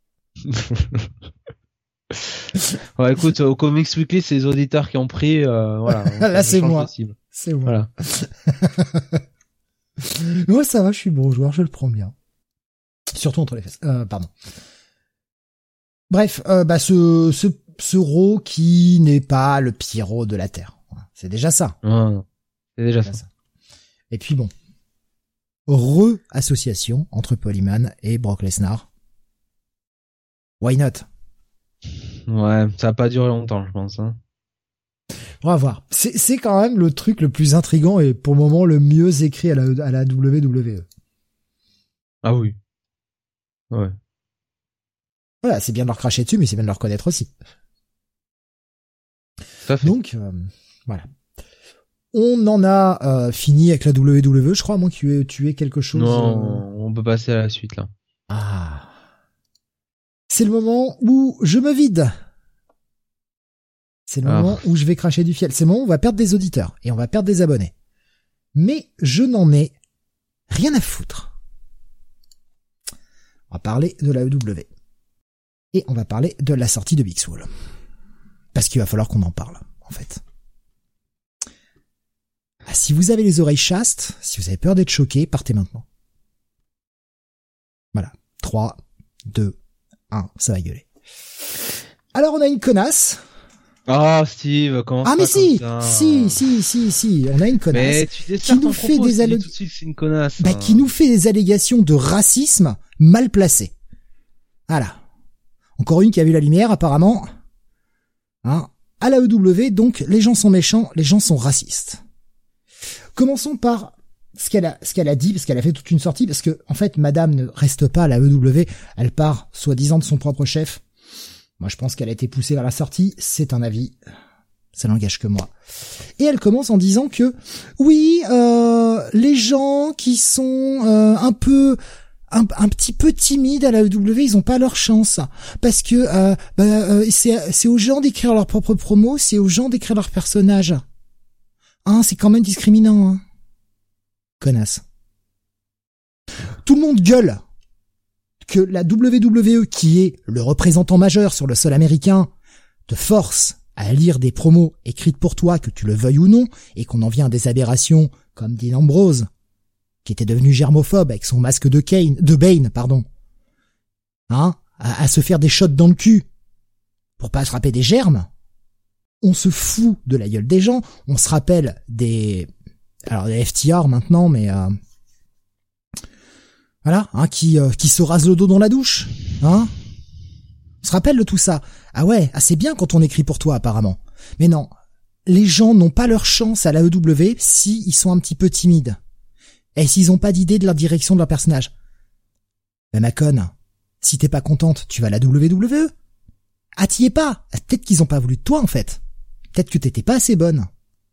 S3: Ouais, écoute, au Comics Weekly, c'est les auditeurs qui ont pris, euh, voilà.
S2: Là c'est moi. C'est moi.
S3: Voilà.
S2: Moi ça va, je suis bon joueur, je le prends bien. Surtout entre les fesses. Euh, pardon. Bref, euh, bah ce ce ce Raw qui n'est pas le pire Raw de la Terre. C'est déjà ça.
S3: Ouais, c'est déjà, déjà ça. ça.
S2: Et puis bon, re-association entre Paul Heyman et Brock Lesnar. Why not?
S3: Ouais, ça a pas duré longtemps, je pense. Hein.
S2: On va voir. C'est, c'est quand même le truc le plus intriguant et pour le moment le mieux écrit à la, à la W W E.
S3: Ah oui. Ouais.
S2: Voilà, c'est bien de leur cracher dessus, mais c'est bien de leur connaître aussi.
S3: Tout à fait.
S2: Donc, euh, voilà. On en a euh, fini avec la W W E, je crois, à moins que tu aies, tu aies quelque chose...
S3: Non,
S2: euh...
S3: on peut passer à la suite, là.
S2: Ah. C'est le moment où je me vide. C'est le ah. moment où je vais cracher du fiel. C'est le moment où on va perdre des auditeurs et on va perdre des abonnés. Mais je n'en ai rien à foutre. On va parler de la E W. Et on va parler de la sortie de Big Swole. Parce qu'il va falloir qu'on en parle, en fait. Ah, si vous avez les oreilles chastes, si vous avez peur d'être choqué, partez maintenant. Voilà. trois, deux, un, ça va gueuler. Alors on a une connasse.
S3: Ah oh, Steve, comment
S2: Ah mais si, si, si, si, si, on a une connasse
S3: mais tu
S2: qui nous fait des allégations, bah, hein. qui nous fait des allégations de racisme mal placées. Voilà. Encore une qui a vu la lumière apparemment. Hein. À la E W, donc les gens sont méchants, les gens sont racistes. Commençons par ce qu'elle a, ce qu'elle a dit, parce qu'elle a fait toute une sortie, parce que en fait, Madame ne reste pas à la E W, elle part soi-disant de son propre chef. Moi, je pense qu'elle a été poussée vers la sortie. C'est un avis, ça n'engage que moi. Et elle commence en disant que oui, euh, les gens qui sont euh, un peu, un, un petit peu timides à la E W, ils ont pas leur chance, parce que euh, bah, euh, c'est, c'est aux gens d'écrire leur propre promo, c'est aux gens d'écrire leur personnage. Hein, c'est quand même discriminant, hein. Connasse. Tout le monde gueule que la W W E, qui est le représentant majeur sur le sol américain, te force à lire des promos écrites pour toi, que tu le veuilles ou non, et qu'on en vient à des aberrations comme Dean Ambrose, qui était devenu germophobe avec son masque de Kane, de Bane, pardon. Hein, à, à se faire des shots dans le cul pour pas attraper des germes. On se fout de la gueule des gens, on se rappelle des, alors des F T R maintenant, mais euh, voilà, hein, qui euh, qui se rase le dos dans la douche, hein. On se rappelle de tout ça. Ah ouais, ah c'est bien quand on écrit pour toi apparemment. Mais non, les gens n'ont pas leur chance à la E W si ils sont un petit peu timides. Et s'ils ont pas d'idée de la direction de leur personnage? Ben ma conne, si t'es pas contente, tu vas à la W W E. Ah, t'y es pas. Peut-être qu'ils ont pas voulu de toi, en fait. Peut-être que t'étais pas assez bonne.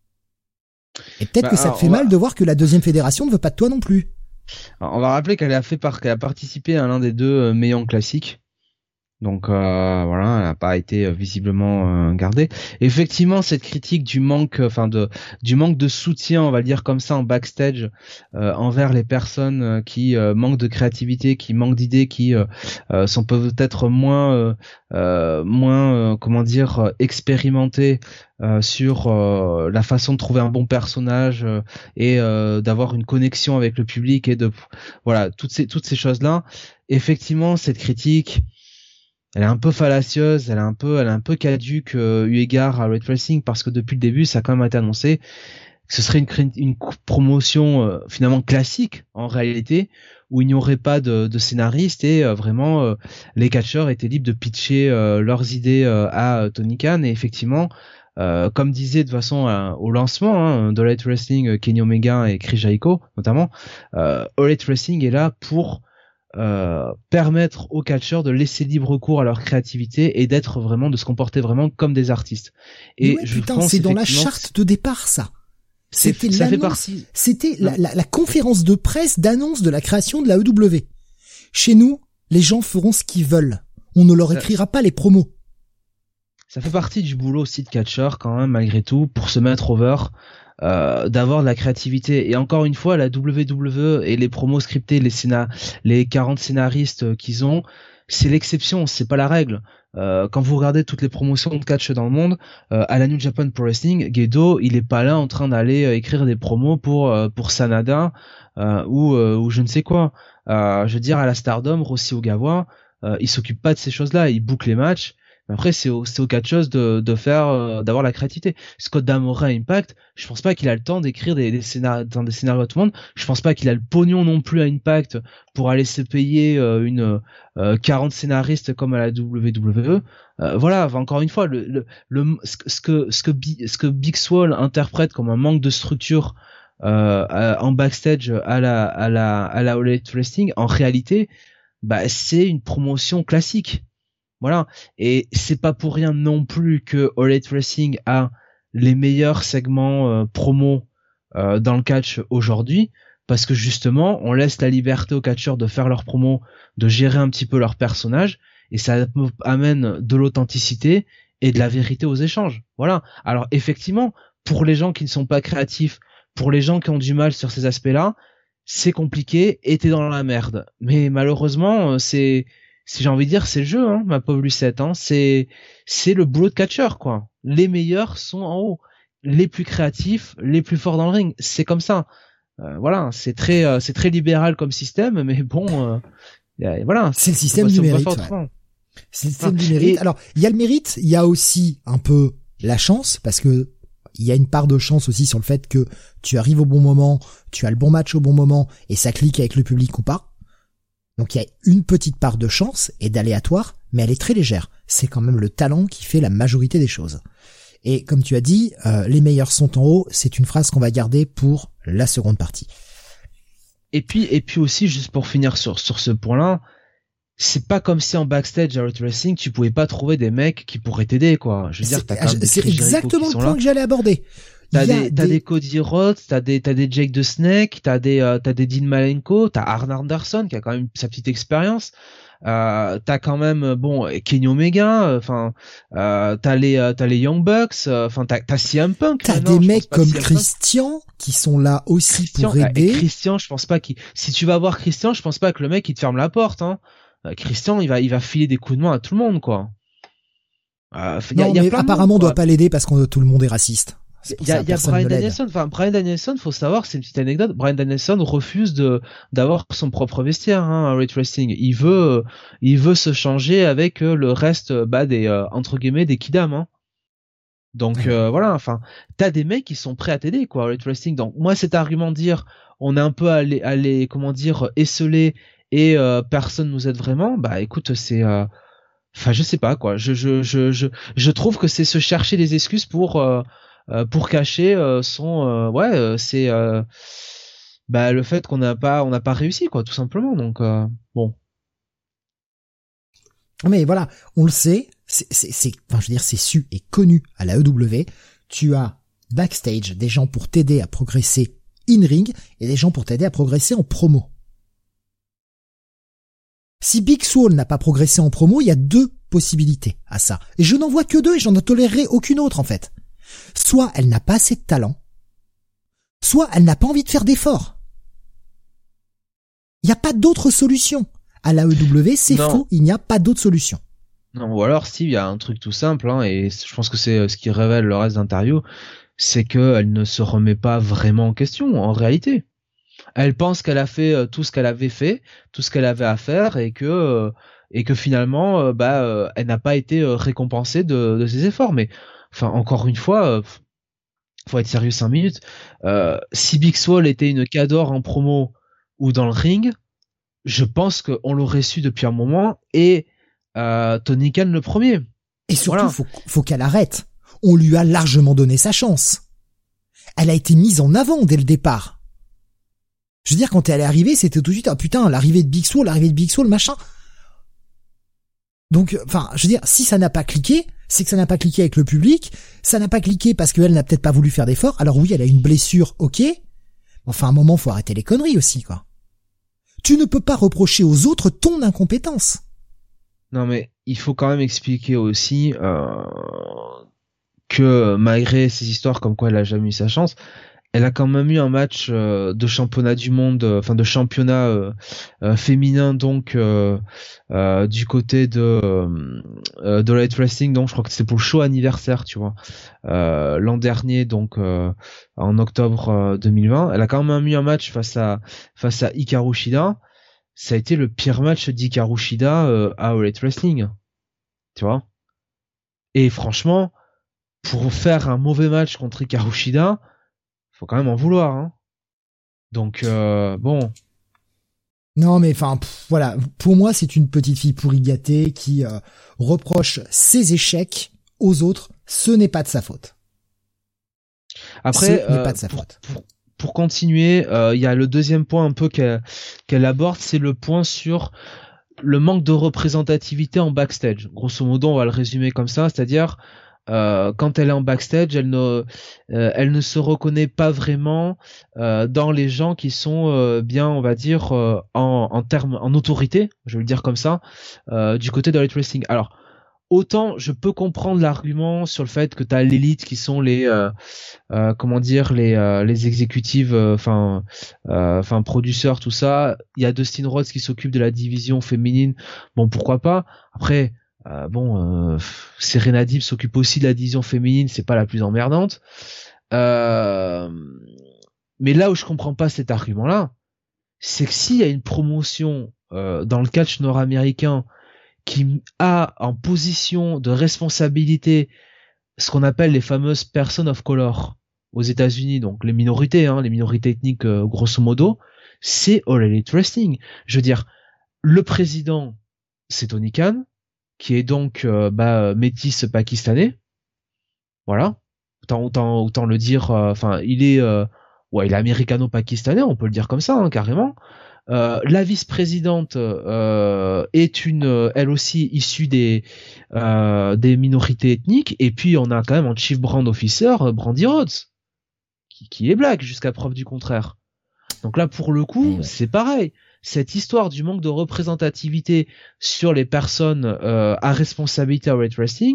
S2: Et peut-être bah, que ça alors, te fait mal va... de voir que la deuxième fédération ne veut pas de toi non plus.
S3: Alors, on va rappeler qu'elle a fait par... qu'elle a participé à l'un des deux euh, meilleurs classiques. Donc euh, voilà, elle n'a pas été euh, visiblement euh, gardée. Effectivement, cette critique du manque, enfin de du manque de soutien, on va le dire comme ça, en backstage euh, envers les personnes euh, qui euh, manquent de créativité, qui manquent d'idées, qui euh, euh, sont peut-être moins euh, euh, moins euh, comment dire expérimentées euh, sur euh, la façon de trouver un bon personnage euh, et euh, d'avoir une connexion avec le public et de voilà toutes ces toutes ces choses-là. Effectivement, cette critique, elle est un peu fallacieuse, elle est un peu, elle est un peu caduque euh, eu égard à Ray Tracing, parce que depuis le début, ça a quand même été annoncé que ce serait une, une promotion euh, finalement classique en réalité, où il n'y aurait pas de, de scénariste et euh, vraiment euh, les catcheurs étaient libres de pitcher euh, leurs idées euh, à Tony Khan. Et effectivement, euh, comme disait de toute façon euh, au lancement hein, de All Elite Wrestling, Kenny Omega et Chris Jericho notamment, euh, All Elite Wrestling est là pour Euh, permettre aux catcheurs de laisser libre cours à leur créativité et d'être vraiment, de se comporter vraiment comme des artistes. Et
S2: ouais,
S3: je
S2: putain,
S3: pense
S2: c'est dans la charte de départ, ça. C'était
S3: ça fait partie.
S2: C'était la, la, la conférence de presse d'annonce de la création de la E W. Chez nous, les gens feront ce qu'ils veulent. On ne leur écrira ça, pas les promos.
S3: Ça fait partie du boulot aussi de catcheur quand même, malgré tout, pour se mettre over. Euh, d'avoir de la créativité. Et encore une fois, la W W E et les promos scriptés, les scénar- les quarante scénaristes qu'ils ont, c'est l'exception, c'est pas la règle. Euh, quand vous regardez toutes les promotions de catch dans le monde, euh, à la New Japan Pro Wrestling, Gedo, il est pas là en train d'aller euh, écrire des promos pour euh, pour Sanada euh, ou euh, ou je ne sais quoi. Euh, je veux dire, à la Stardom, Rossi Ogawa, euh, il s'occupe pas de ces choses-là, il boucle les matchs. Après, c'est au, c'est au catcheuse de, de faire, euh, d'avoir la créativité. Scott D'Amore à Impact, je pense pas qu'il a le temps d'écrire des, des scénarios, des scénarios à tout le monde. Je pense pas qu'il a le pognon non plus à Impact pour aller se payer euh, une euh, quarante scénaristes comme à la W W E. Euh, voilà, encore une fois, le, le, le ce que ce que ce que Big Swole interprète comme un manque de structure euh, à, en backstage à la à la à la All Elite Wrestling, en réalité, bah c'est une promotion classique. Voilà, et c'est pas pour rien non plus que All Elite Wrestling a les meilleurs segments euh, promo euh, dans le catch aujourd'hui, parce que justement, on laisse la liberté aux catcheurs de faire leurs promos, de gérer un petit peu leur personnage, et ça amène de l'authenticité et de la vérité aux échanges. Voilà. Alors effectivement, pour les gens qui ne sont pas créatifs, pour les gens qui ont du mal sur ces aspects-là, c'est compliqué et t'es dans la merde. Mais malheureusement, c'est si j'ai envie de dire, c'est le jeu, hein, ma pauvre Lucette, hein, c'est, c'est le boulot de catcheur, quoi. Les meilleurs sont en haut. Les plus créatifs, les plus forts dans le ring. C'est comme ça. Euh, voilà. C'est très, euh, c'est très libéral comme système, mais bon, euh, voilà.
S2: C'est le système du mérite. Ouais. C'est le système ah, du mérite. Et... Alors, il y a le mérite, il y a aussi un peu la chance, parce que il y a une part de chance aussi sur le fait que tu arrives au bon moment, tu as le bon match au bon moment, et ça clique avec le public ou pas. Donc il y a une petite part de chance et d'aléatoire, mais elle est très légère. C'est quand même le talent qui fait la majorité des choses. Et comme tu as dit, euh, les meilleurs sont en haut, c'est une phrase qu'on va garder pour la seconde partie.
S3: Et puis et puis aussi, juste pour finir sur sur ce point-là, c'est pas comme si en backstage à All Elite Wrestling tu pouvais pas trouver des mecs qui pourraient t'aider, quoi. Je veux dire, t'as quand même des
S2: c'est exactement le point là. que j'allais aborder.
S3: T'as des, des, t'as des Cody Rhodes, t'as des, t'as des Jake the Snake, t'as des, euh, t'as des Dean Malenko, t'as Arn Anderson qui a quand même sa petite expérience, euh, t'as quand même, bon, Kenny Omega, enfin, euh, t'as les, euh, t'as les Young Bucks, enfin, euh, t'as, t'as C M Punk.
S2: T'as des mecs comme Christian qui sont là aussi Christian, pour aider.
S3: Et Christian, je pense pas qu'il, si tu vas voir Christian, je pense pas que le mec il te ferme la porte, hein. Euh, Christian, il va, il va filer des coups de main à tout le monde, quoi.
S2: Euh, y a, non, y a mais apparemment, on doit pas l'aider parce que tout le monde est raciste.
S3: Il y a, y a Bryan Danielson, enfin Bryan Danielson, faut savoir, c'est une petite anecdote. Bryan Danielson refuse de d'avoir son propre vestiaire, hein, à All Elite Wrestling. Il veut, il veut se changer avec le reste, bah des euh, entre guillemets des kidam, hein. Donc euh, voilà, enfin, t'as des mecs qui sont prêts à t'aider, quoi, à All Elite Wrestling. Donc moi, cet argument de dire, on est un peu allé, allé, comment dire, esselé et euh, personne nous aide vraiment, bah écoute, c'est, euh, enfin, je sais pas, quoi. Je, je, je, je, je trouve que c'est se chercher des excuses pour. Euh, Euh, pour cacher euh, son euh, ouais euh, c'est euh, bah le fait qu'on n'a pas on n'a pas réussi quoi, tout simplement. Donc euh, bon.
S2: Mais voilà, on le sait, c'est, c'est, c'est, enfin, je veux dire, c'est su et connu à la E W. Tu as backstage des gens pour t'aider à progresser in-ring et des gens pour t'aider à progresser en promo. Si Big Swole n'a pas progressé en promo, il y a deux possibilités à ça. Et je n'en vois que deux et j'en tolérerai aucune autre, en fait. Soit elle n'a pas assez de talent, soit elle n'a pas envie de faire d'efforts. Il n'y a pas d'autre solution. À la E W, c'est non. Faux, il n'y a pas d'autre solution.
S3: Non, ou alors, Steve, il y a un truc tout simple, hein, et je pense que c'est ce qui révèle le reste d'interview, c'est qu'elle ne se remet pas vraiment en question, en réalité. Elle pense qu'elle a fait tout ce qu'elle avait fait, tout ce qu'elle avait à faire, et que et que finalement, bah, elle n'a pas été récompensée de, de ses efforts. Mais, enfin, encore une fois, faut être sérieux cinq minutes. Euh, si Big Swole était une cador en promo ou dans le ring, je pense qu'on l'aurait su depuis un moment, et euh, Tony Khan le premier.
S2: Et surtout, voilà. faut, faut qu'elle arrête. On lui a largement donné sa chance. Elle a été mise en avant dès le départ. Je veux dire, quand elle est arrivée, c'était tout de suite, ah putain, l'arrivée de Big Swole, l'arrivée de Big Swole, machin. Donc, enfin, je veux dire, si ça n'a pas cliqué, c'est que ça n'a pas cliqué avec le public, ça n'a pas cliqué parce qu'elle n'a peut-être pas voulu faire d'efforts. Alors oui, elle a une blessure, ok. Enfin, à un moment, faut arrêter les conneries aussi, quoi. Tu ne peux pas reprocher aux autres ton incompétence.
S3: Non, mais il faut quand même expliquer aussi euh, que malgré ces histoires comme quoi elle a jamais eu sa chance, elle a quand même eu un match euh, de championnat du monde, enfin euh, de championnat euh, euh, féminin, donc euh, euh, du côté de euh, de Elite Wrestling, donc je crois que c'est pour le show anniversaire, tu vois, euh, l'an dernier, donc euh, en octobre euh, deux mille vingt. Elle a quand même eu un match face à face à Hikaru Shida. Ça a été le pire match d'Hikaru Shida euh, à Elite Wrestling, tu vois. Et franchement, pour faire un mauvais match contre Hikaru Shida, faut quand même en vouloir, hein. Donc euh, bon.
S2: Non mais enfin voilà, pour moi c'est une petite fille pourri gâtée qui euh, reproche ses échecs aux autres. Ce n'est pas de sa faute.
S3: Après,
S2: ce n'est
S3: euh,
S2: pas de sa
S3: pour,
S2: faute.
S3: Pour, pour continuer, il euh, y a le deuxième point un peu qu'elle, qu'elle aborde, c'est le point sur le manque de représentativité en backstage. Grosso modo, on va le résumer comme ça, c'est-à-dire Euh, quand elle est en backstage, elle ne, euh, elle ne se reconnaît pas vraiment euh, dans les gens qui sont euh, bien, on va dire, euh, en, en termes, en autorité, je vais le dire comme ça, euh, du côté de Elite Wrestling. Alors, autant je peux comprendre l'argument sur le fait que tu as l'élite qui sont les, euh, euh, comment dire, les, euh, les exécutives, enfin, euh, enfin euh, producteurs, tout ça. Il y a Dustin Rhodes qui s'occupe de la division féminine. Bon, pourquoi pas. Après. Euh, bon, euh, Serena Deeb s'occupe aussi de la division féminine, c'est pas la plus emmerdante. Euh, mais là où je comprends pas cet argument-là, c'est que s'il y a une promotion euh, dans le catch nord-américain qui a en position de responsabilité ce qu'on appelle les fameuses persons of color aux États-Unis, donc les minorités, hein, les minorités ethniques euh, grosso modo, c'est All Elite Wrestling. Je veux dire, le président, c'est Tony Khan, qui est donc euh, bah, métis pakistanais, voilà, autant autant autant le dire, enfin euh, il est euh, ouais il est américano-pakistanais, on peut le dire comme ça, hein, carrément. Euh, la vice-présidente euh, est une, euh, elle aussi issue des euh, des minorités ethniques, et puis on a quand même un chief brand officer, Brandy Rhodes, qui qui est black jusqu'à preuve du contraire. Donc là pour le coup ouais. C'est pareil. Cette histoire du manque de représentativité sur les personnes euh, à responsabilité à Elite Wrestling,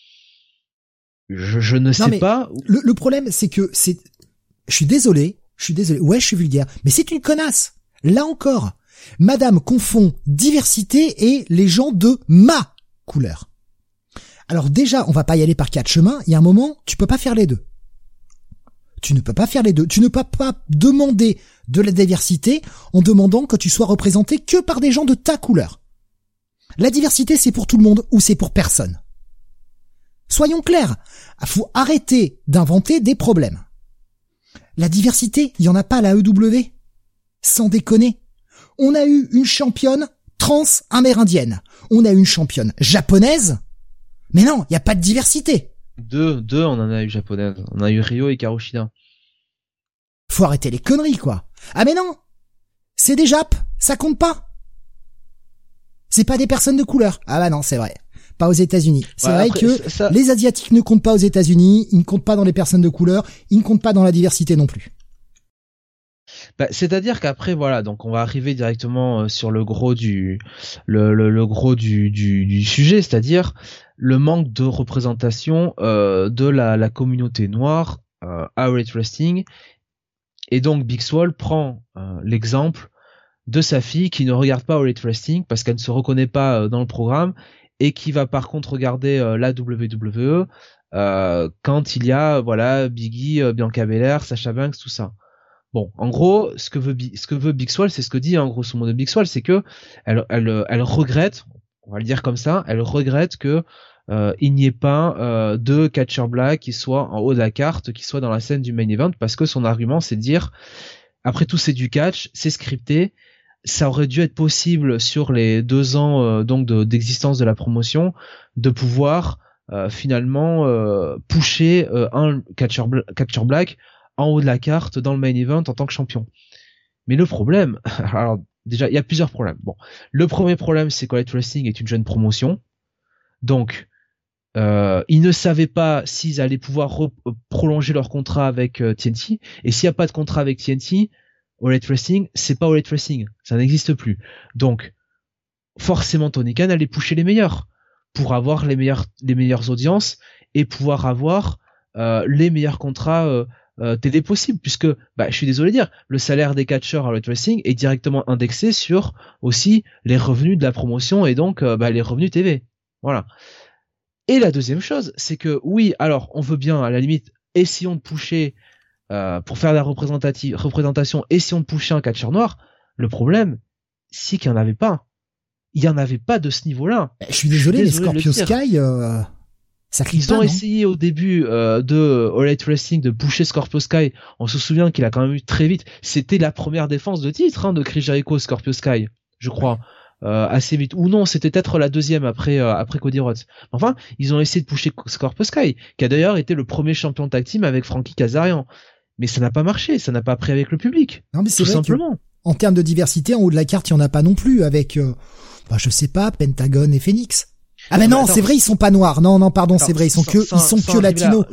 S3: je, je ne sais
S2: non,
S3: pas.
S2: Le, le problème, c'est que c'est. Je suis désolé, je suis désolé. Ouais, je suis vulgaire, mais c'est une connasse. Là encore, Madame confond diversité et les gens de ma couleur. Alors déjà, on va pas y aller par quatre chemins. Il y a un moment, tu peux pas faire les deux. Tu ne peux pas faire les deux. Tu ne peux pas demander de la diversité en demandant que tu sois représenté que par des gens de ta couleur. La diversité, c'est pour tout le monde ou c'est pour personne. Soyons clairs. Il faut arrêter d'inventer des problèmes. La diversité, il y en a pas à la E W. Sans déconner. On a eu une championne trans-amérindienne. On a eu une championne japonaise. Mais non, il n'y a pas de diversité.
S3: Deux, deux, on en a eu japonaise. On a eu Ryo et Hikaru Shida.
S2: Faut arrêter les conneries, quoi. Ah mais non, c'est des Japs, ça compte pas. C'est pas des personnes de couleur. Ah bah non, c'est vrai. Pas aux États-Unis. C'est
S3: ouais,
S2: vrai
S3: après,
S2: que
S3: ça...
S2: les Asiatiques ne comptent pas aux États-Unis, ils ne comptent pas dans les personnes de couleur, ils ne comptent pas dans la diversité non plus.
S3: Bah, c'est-à-dire qu'après voilà, donc on va arriver directement sur le gros du le, le, le gros du, du, du sujet, c'est-à-dire le manque de représentation euh, de la, la communauté noire euh, à All Elite Wrestling. Et donc Big Swole prend euh, l'exemple de sa fille qui ne regarde pas All Elite Wrestling parce qu'elle ne se reconnaît pas euh, dans le programme et qui va par contre regarder euh, la W W E euh, quand il y a voilà Biggie, euh, Bianca Belair, Sasha Banks, tout ça. Bon, en gros, ce que veut ce que veut Big Swole, c'est ce que dit en hein, grosso modo Big Swole, c'est que elle elle elle regrette, on va le dire comme ça, elle regrette que euh, il n'y ait pas euh, de catcher black qui soit en haut de la carte, qui soit dans la scène du main event, parce que son argument c'est de dire après tout c'est du catch, c'est scripté, ça aurait dû être possible sur les deux ans euh, donc de, d'existence de la promotion de pouvoir euh, finalement euh, pusher euh, un catcher bla- catcher black en haut de la carte dans le main event en tant que champion. Mais le problème, alors déjà il y a plusieurs problèmes. Bon, le premier problème c'est que All Elite Wrestling est une jeune promotion, donc euh, ils ne savaient pas s'ils allaient pouvoir re- prolonger leur contrat avec euh, T N T, et s'il n'y a pas de contrat avec T N T, All Elite Wrestling c'est pas All Elite Wrestling, ça n'existe plus. Donc forcément Tony Khan allait pusher les meilleurs pour avoir les meilleures les meilleures audiences et pouvoir avoir euh, les meilleurs contrats euh, Euh, télé possible, puisque bah, je suis désolé de dire, le salaire des catcheurs à All Elite Wrestling est directement indexé sur aussi les revenus de la promotion et donc euh, bah, les revenus T V. Voilà. Et la deuxième chose, c'est que oui, alors on veut bien, à la limite, essayons de pusher euh, pour faire la représentative, représentation, essayons de pusher un catcheur noir. Le problème, c'est qu'il n'y en avait pas. Il n'y en avait pas de ce niveau-là.
S2: Je suis désolé, je suis désolé les Scorpio Sky... Euh... Ça
S3: Ils
S2: pas,
S3: ont
S2: non
S3: essayé au début euh, de All Elite Wrestling de pusher Scorpio Sky. On se souvient qu'il a quand même eu très vite. C'était la première défense de titre hein, de Chris Jericho, Scorpio Sky, je crois, euh, assez vite. Ou non, c'était peut-être la deuxième après euh, après Cody Rhodes. Enfin, ils ont essayé de pusher Scorpio Sky, qui a d'ailleurs été le premier champion tag team avec Frankie Kazarian. Mais ça n'a pas marché, ça n'a pas pris avec le public. Non, mais c'est tout vrai simplement.
S2: En termes de diversité, en haut de la carte, il y en a pas non plus avec, euh, bah, je sais pas, Pentagon et Phoenix. Ah mais non, attends, c'est vrai, ils sont pas noirs. Non, non, pardon, attends, c'est vrai, ils sont que, sans, ils sont que latinos.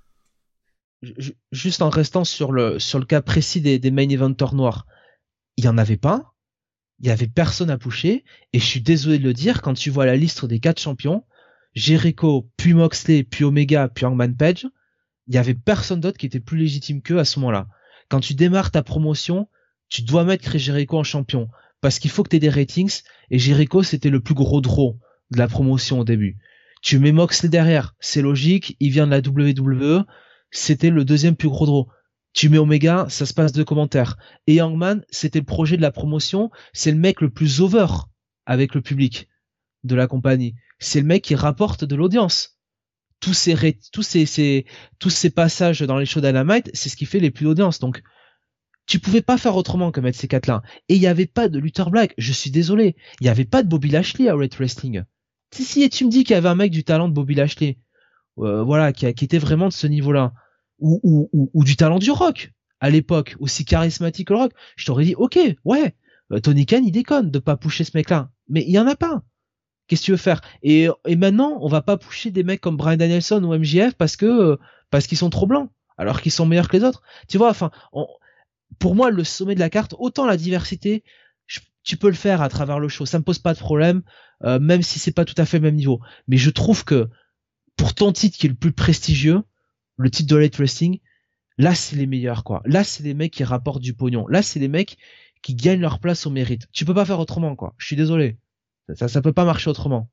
S3: Là, je, juste en restant sur le sur le cas précis des, des main eventers noirs, il y en avait pas, il y avait personne à pusher. Et je suis désolé de le dire, quand tu vois la liste des quatre champions, Jericho, puis Moxley, puis Omega, puis Hangman Page, il y avait personne d'autre qui était plus légitime qu'eux à ce moment-là. Quand tu démarres ta promotion, tu dois mettre Chris Jericho en champion parce qu'il faut que tu aies des ratings. Et Jericho, c'était le plus gros draw de la promotion au début. Tu mets Moxley derrière, c'est logique, il vient de la W W E, c'était le deuxième plus gros draw. Tu mets Omega, ça se passe de commentaires. Et Hangman, c'était le projet de la promotion, c'est le mec le plus over avec le public de la compagnie. C'est le mec qui rapporte de l'audience. Tous ces, ré- tous ces, ces, tous ces passages dans les shows d'Dynamite, c'est ce qui fait les plus d'audience. Donc, tu pouvais pas faire autrement que mettre ces quatre-là. Et il y avait pas de lutteur black. Je suis désolé. Il y avait pas de Bobby Lashley à All Elite Wrestling. Si, si, et tu me dis qu'il y avait un mec du talent de Bobby Lashley, euh, voilà, qui, a, qui était vraiment de ce niveau-là, ou, ou, ou, ou du talent du Rock, à l'époque, aussi charismatique que le Rock, je t'aurais dit, ok, ouais, euh, Tony Khan, il déconne de pas pusher ce mec-là. Mais il y en a pas. Qu'est-ce que tu veux faire? Et, et maintenant, on va pas pusher des mecs comme Bryan Danielson ou M J F parce que, euh, parce qu'ils sont trop blancs, alors qu'ils sont meilleurs que les autres. Tu vois, enfin, on, pour moi, le sommet de la carte, autant la diversité, je, tu peux le faire à travers le show, ça me pose pas de problème, euh, même si c'est pas tout à fait le même niveau. Mais je trouve que pour ton titre qui est le plus prestigieux, le titre de All Elite Wrestling, là c'est les meilleurs quoi. Là c'est les mecs qui rapportent du pognon. Là c'est les mecs qui gagnent leur place au mérite. Tu peux pas faire autrement quoi. Je suis désolé, ça, ça, ça peut pas marcher autrement.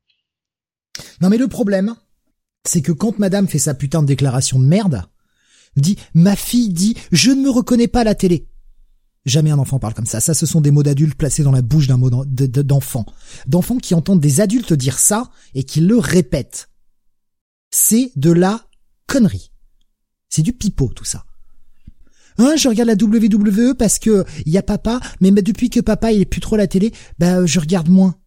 S2: Non mais le problème, c'est que quand Madame fait sa putain de déclaration de merde, dit ma fille dit je ne me reconnais pas à la télé. Jamais un enfant parle comme ça. Ça, ce sont des mots d'adultes placés dans la bouche d'un mot d'enfant. D'enfants qui entendent des adultes dire ça et qui le répètent. C'est de la connerie. C'est du pipeau, tout ça. Hein, je regarde la W W E parce que il y a papa, mais depuis que papa il est plus trop à la télé, bah je regarde moins.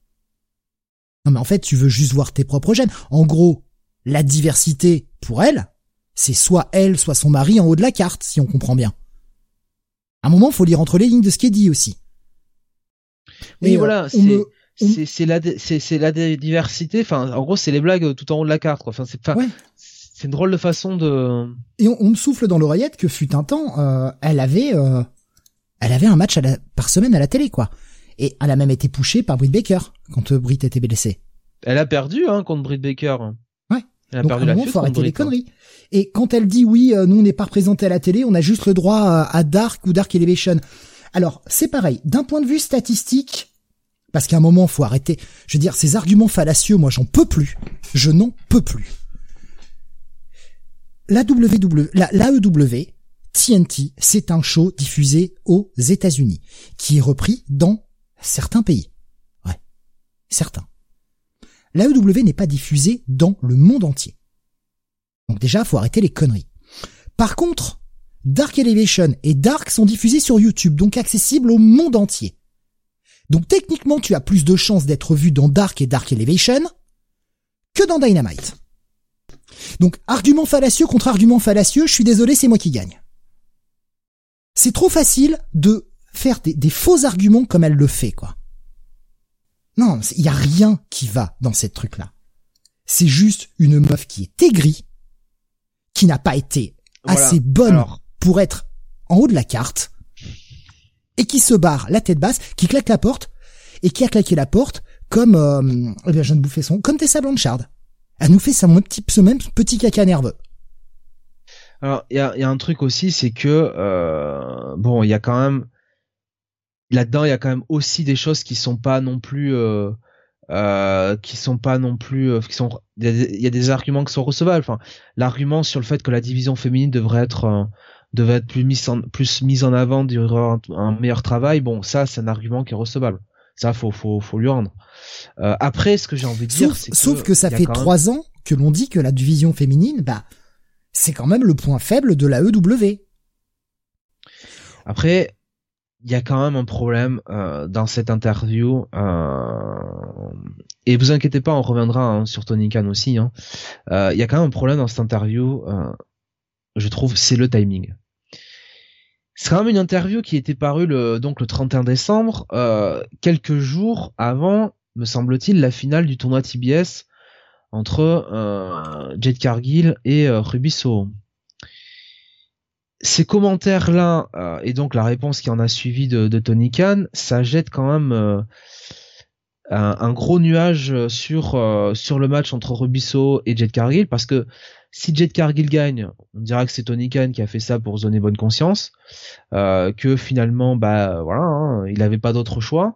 S2: Non mais en fait, tu veux juste voir tes propres gènes. En gros, la diversité pour elle, c'est soit elle, soit son mari en haut de la carte, si on comprend bien. À un moment, faut lire entre les lignes de ce qui est dit aussi.
S3: Oui,
S2: Et,
S3: voilà,
S2: euh,
S3: c'est,
S2: me, on...
S3: c'est, c'est la, c'est, c'est la diversité. Enfin, en gros, c'est les blagues tout en haut de la carte, quoi. Enfin, c'est, enfin,
S2: ouais.
S3: c'est une drôle de façon de.
S2: Et on, on me souffle dans l'oreillette que fut un temps, euh, elle avait, euh, elle avait un match à la, par semaine à la télé, quoi. Et elle a même été pushée par Britt Baker quand euh, Britt était blessée.
S3: Elle a perdu, hein, contre Britt Baker.
S2: Ouais.
S3: Elle a
S2: Donc,
S3: perdu
S2: à un
S3: la
S2: moment,
S3: feud
S2: faut arrêter
S3: contre
S2: les
S3: Britt, hein.
S2: conneries. Et quand elle dit oui, euh, nous on n'est pas représenté à la télé, on a juste le droit à, à Dark ou Dark Elevation. Alors, c'est pareil. D'un point de vue statistique, parce qu'à un moment, faut arrêter. Je veux dire, ces arguments fallacieux, moi, j'en peux plus. Je n'en peux plus. La W W, la, l'A E W, T N T, c'est un show diffusé aux États-Unis, qui est repris dans certains pays. Ouais. Certains. L'A E W n'est pas diffusé dans le monde entier. Donc déjà, faut arrêter les conneries. Par contre, Dark Elevation et Dark sont diffusés sur YouTube, donc accessibles au monde entier. Donc techniquement, tu as plus de chances d'être vu dans Dark et Dark Elevation que dans Dynamite. Donc, argument fallacieux contre argument fallacieux, je suis désolé, c'est moi qui gagne. C'est trop facile de faire des, des faux arguments comme elle le fait, quoi. Non, il y a rien qui va dans cette truc-là. C'est juste une meuf qui est aigrie, qui n'a pas été
S3: Voilà.
S2: assez bonne
S3: Alors...
S2: pour être en haut de la carte, et qui se barre la tête basse, qui claque la porte, et qui a claqué la porte comme, euh, eh bien, je viens de bouffer son, comme Tessa Blanchard. Elle nous fait ça, mon petit, ce même petit caca nerveux.
S3: Alors, il y a, y a un truc aussi, c'est que, euh, bon, il y a quand même, là-dedans, il y a quand même aussi des choses qui sont pas non plus, euh, euh, qui sont pas non plus, euh, qui sont, il y, a des, y a des arguments qui sont recevables. Enfin, l'argument sur le fait que la division féminine devrait être, euh, devrait être plus mise en, plus mise en avant, il y aura un, un meilleur travail. Bon, ça, c'est un argument qui est recevable. Ça, faut, faut, faut lui rendre. Euh, après, ce que j'ai envie de dire,
S2: sauf,
S3: c'est que,
S2: sauf que ça fait trois même... ans que l'on dit que la division féminine, bah, c'est quand même le point faible de la E W.
S3: Après, il y a quand même un problème euh, dans cette interview. Euh, et vous inquiétez pas, on reviendra hein, sur Tony Khan aussi. Il hein. euh, y a quand même un problème dans cette interview. Euh, je trouve, c'est le timing. C'est quand même une interview qui était parue le, donc le trente et un décembre, euh, quelques jours avant, me semble-t-il, la finale du tournoi T B S entre euh, Jade Cargill et euh, Ruby Soho. Ces commentaires-là, euh, et donc la réponse qui en a suivi de, de Tony Khan, ça jette quand même euh, un, un gros nuage sur, euh, sur le match entre Ruby Soho et Jade Cargill, parce que si Jade Cargill gagne, on dira que c'est Tony Khan qui a fait ça pour se donner bonne conscience, euh, que finalement, bah voilà, hein, il n'avait pas d'autre choix.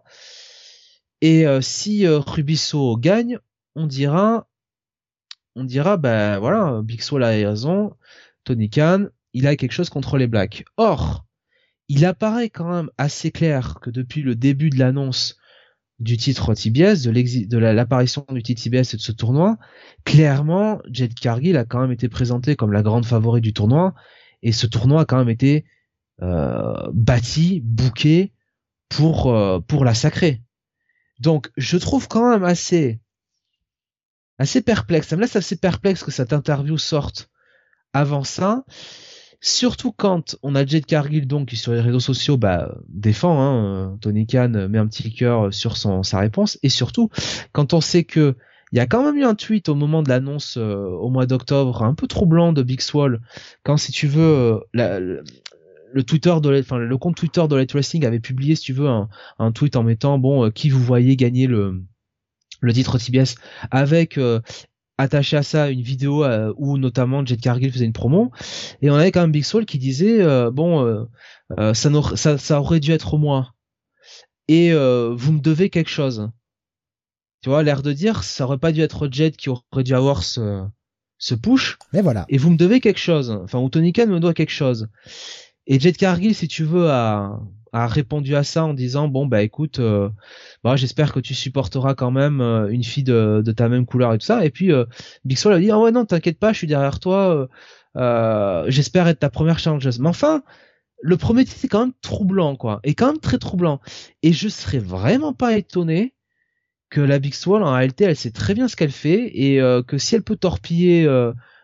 S3: Et euh, si euh, Ruby Soho gagne, on dira, on dira, bah voilà, Big Swole a raison, Tony Khan, il a quelque chose contre les Blacks. Or, il apparaît quand même assez clair que depuis le début de l'annonce du titre T B S, de, de la, l'apparition du titre T B S et de ce tournoi, clairement, Jade Cargill a quand même été présentée comme la grande favorite du tournoi, et ce tournoi a quand même été euh, bâti, booké pour euh, pour la sacrer. Donc, je trouve quand même assez assez perplexe. Ça me laisse assez perplexe que cette interview sorte avant ça. Surtout quand on a Jade Cargill donc qui sur les réseaux sociaux bah défend hein, Tony Khan met un petit cœur sur son sa réponse, et surtout quand on sait que il y a quand même eu un tweet au moment de l'annonce euh, au mois d'octobre un peu troublant de Big Swole, quand si tu veux euh, la, le, le Twitter de enfin le compte Twitter de Elite Wrestling avait publié si tu veux un, un tweet en mettant bon euh, qui vous voyez gagner le le titre T B S, avec euh, attaché à ça une vidéo euh, où notamment Jade Cargill faisait une promo, et on avait quand même Big Swole qui disait euh, bon euh, euh, ça, ça ça aurait dû être moi, et euh, vous me devez quelque chose, tu vois, l'air de dire ça aurait pas dû être Jade qui aurait dû avoir ce ce push,
S2: mais voilà,
S3: et vous me devez quelque chose, enfin ou Tony Khan me doit quelque chose. Et Jade Cargill, si tu veux, a, a répondu à ça en disant bon bah écoute, euh, bah, j'espère que tu supporteras quand même euh, une fille de, de ta même couleur et tout ça. Et puis euh, Big Swole a dit ah ouais non t'inquiète pas, je suis derrière toi, euh, euh, j'espère être ta première challengeuse. Mais enfin, le premier titre c'est quand même troublant quoi, et quand même très troublant. Et je serais vraiment pas étonné que la Big Swole en réalité elle sait très bien ce qu'elle fait, et euh, que si elle peut torpiller euh,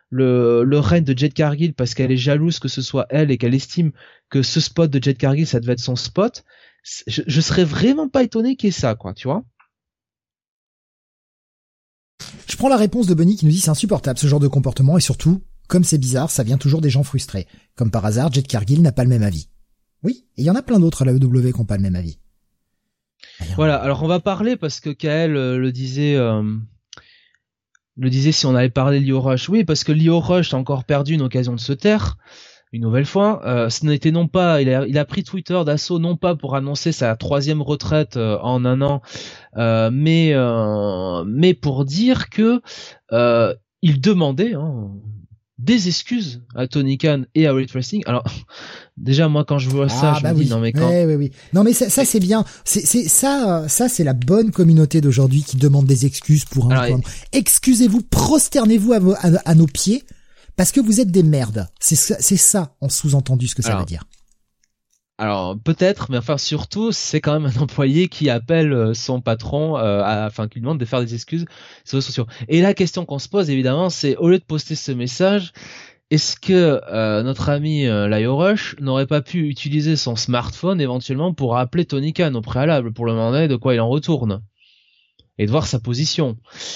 S3: le, le règne de Jade Cargill parce qu'elle est jalouse que ce soit elle et qu'elle estime que ce spot de Jade Cargill, ça devait être son spot, je, je serais vraiment pas étonné qu'il y ait ça, quoi, tu vois.
S2: Je prends la réponse de Bunny qui nous dit c'est insupportable ce genre de comportement et surtout, comme c'est bizarre, ça vient toujours des gens frustrés. Comme par hasard, Jade Cargill n'a pas le même avis. Oui, et il y en a plein d'autres à la E W qui n'ont pas le même avis. Rien.
S3: Voilà, alors on va parler parce que Kael euh, le disait... Euh... le disait si on avait parlé de Lio Rush. Oui, parce que Lio Rush a encore perdu une occasion de se taire, une nouvelle fois. Euh, ce n'était non pas, il a, il a pris Twitter d'assaut non pas pour annoncer sa troisième retraite euh, en un an, euh, mais euh, mais pour dire que euh, il demandait hein, des excuses à Tony Khan et à Elite Wrestling. Alors déjà moi quand je vois ah, ça, je
S2: bah
S3: me
S2: oui.
S3: dis non mais quand.
S2: Oui, oui, oui. Non mais ça, ça c'est bien. C'est, c'est ça, ça c'est la bonne communauté d'aujourd'hui qui demande des excuses pour un. Alors, et... Excusez-vous, prosternez-vous à, vos, à, à nos pieds parce que vous êtes des merdes. C'est c'est ça en sous-entendu ce que ça
S3: Alors,
S2: veut dire.
S3: Alors peut-être, mais enfin surtout, c'est quand même un employé qui appelle son patron, euh, à, enfin qui lui demande de faire des excuses sur les réseaux sociaux. Et la question qu'on se pose évidemment, c'est au lieu de poster ce message, est-ce que euh, notre ami euh, Lio Rush n'aurait pas pu utiliser son smartphone éventuellement pour appeler Tony Khan au préalable pour le demander de quoi il en retourne et de voir sa position.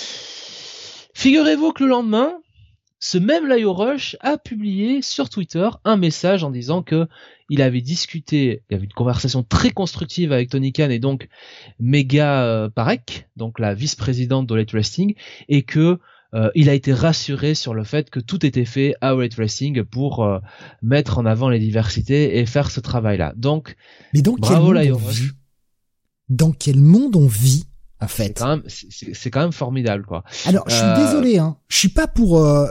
S3: Figurez-vous que le lendemain, ce même Lio Rush a publié sur Twitter un message en disant que il avait discuté, il y avait une conversation très constructive avec Tony Khan et donc Megha euh, Parekh, donc la vice-présidente de Elite Wrestling, et que euh, il a été rassuré sur le fait que tout était fait à Elite Wrestling pour euh, mettre en avant les diversités et faire ce travail-là. Donc,
S2: mais dans
S3: bravo
S2: quel
S3: Lio
S2: monde
S3: Rush.
S2: Dans quel monde on vit en fait?
S3: C'est quand même, c'est, c'est quand même formidable quoi.
S2: Alors, je suis euh... désolé, hein, je suis pas pour. Euh...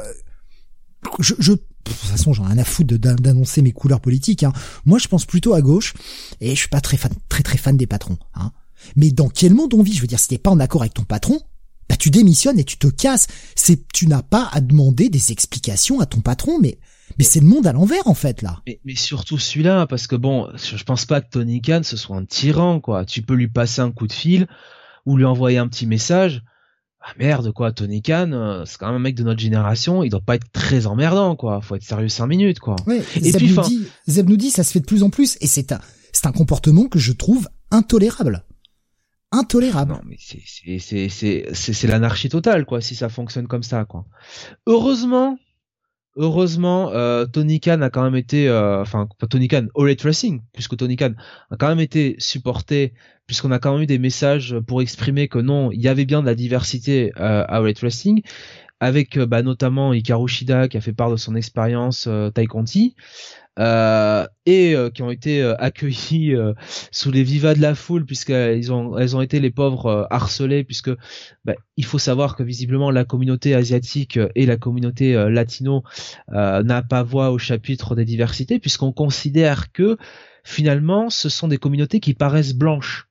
S2: Je, je, de toute façon, j'en ai rien à foutre de, d'annoncer mes couleurs politiques. Hein. Moi, je pense plutôt à gauche, et je suis pas très fan, très très fan des patrons. Hein. Mais dans quel monde on vit? Je veux dire, si t'es pas en accord avec ton patron, bah tu démissionnes et tu te casses. C'est, tu n'as pas à demander des explications à ton patron, mais mais c'est le monde à l'envers en fait là.
S3: Mais, mais surtout celui-là, parce que bon, je pense pas que Tony Khan ce soit un tyran quoi. Tu peux lui passer un coup de fil ou lui envoyer un petit message. Ah merde quoi, Tony Khan, euh, c'est quand même un mec de notre génération, il doit pas être très emmerdant quoi, faut être sérieux cinq minutes quoi.
S2: Ouais, et Zeb, puis, nous dit, Zeb nous dit ça se fait de plus en plus et c'est un c'est un comportement que je trouve intolérable. Intolérable.
S3: Non mais c'est c'est c'est c'est c'est, c'est l'anarchie totale quoi si ça fonctionne comme ça quoi. Heureusement Heureusement, euh, Tony Khan a quand même été, euh, enfin pas Tony Khan, All Elite Wrestling, puisque Tony Khan a quand même été supporté, puisqu'on a quand même eu des messages pour exprimer que non, il y avait bien de la diversité euh, à All Elite Wrestling, avec euh, bah, notamment Hikaru Shida qui a fait part de son expérience euh, Tai Conti, euh, et euh, qui ont été euh, accueillis euh, sous les vivas de la foule puisqu'elles ont elles ont été les pauvres euh, harcelées puisque bah, il faut savoir que visiblement la communauté asiatique et la communauté euh, latino euh, n'a pas voix au chapitre des diversités puisqu'on considère que finalement ce sont des communautés qui paraissent blanches,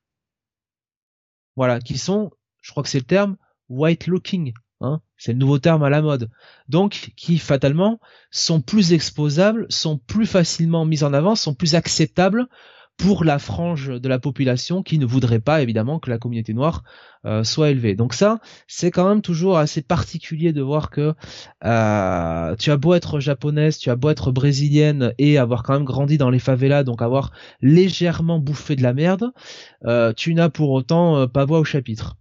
S3: voilà, qui sont, je crois que c'est le terme, white looking. Hein, c'est le nouveau terme à la mode. Donc, qui fatalement sont plus exposables, sont plus facilement mises en avant, sont plus acceptables pour la frange de la population qui ne voudrait pas évidemment que la communauté noire euh, soit élevée. Donc ça, c'est quand même toujours assez particulier de voir que euh, tu as beau être japonaise, tu as beau être brésilienne et avoir quand même grandi dans les favelas, donc avoir légèrement bouffé de la merde, euh, tu n'as pour autant euh, pas voix au chapitre.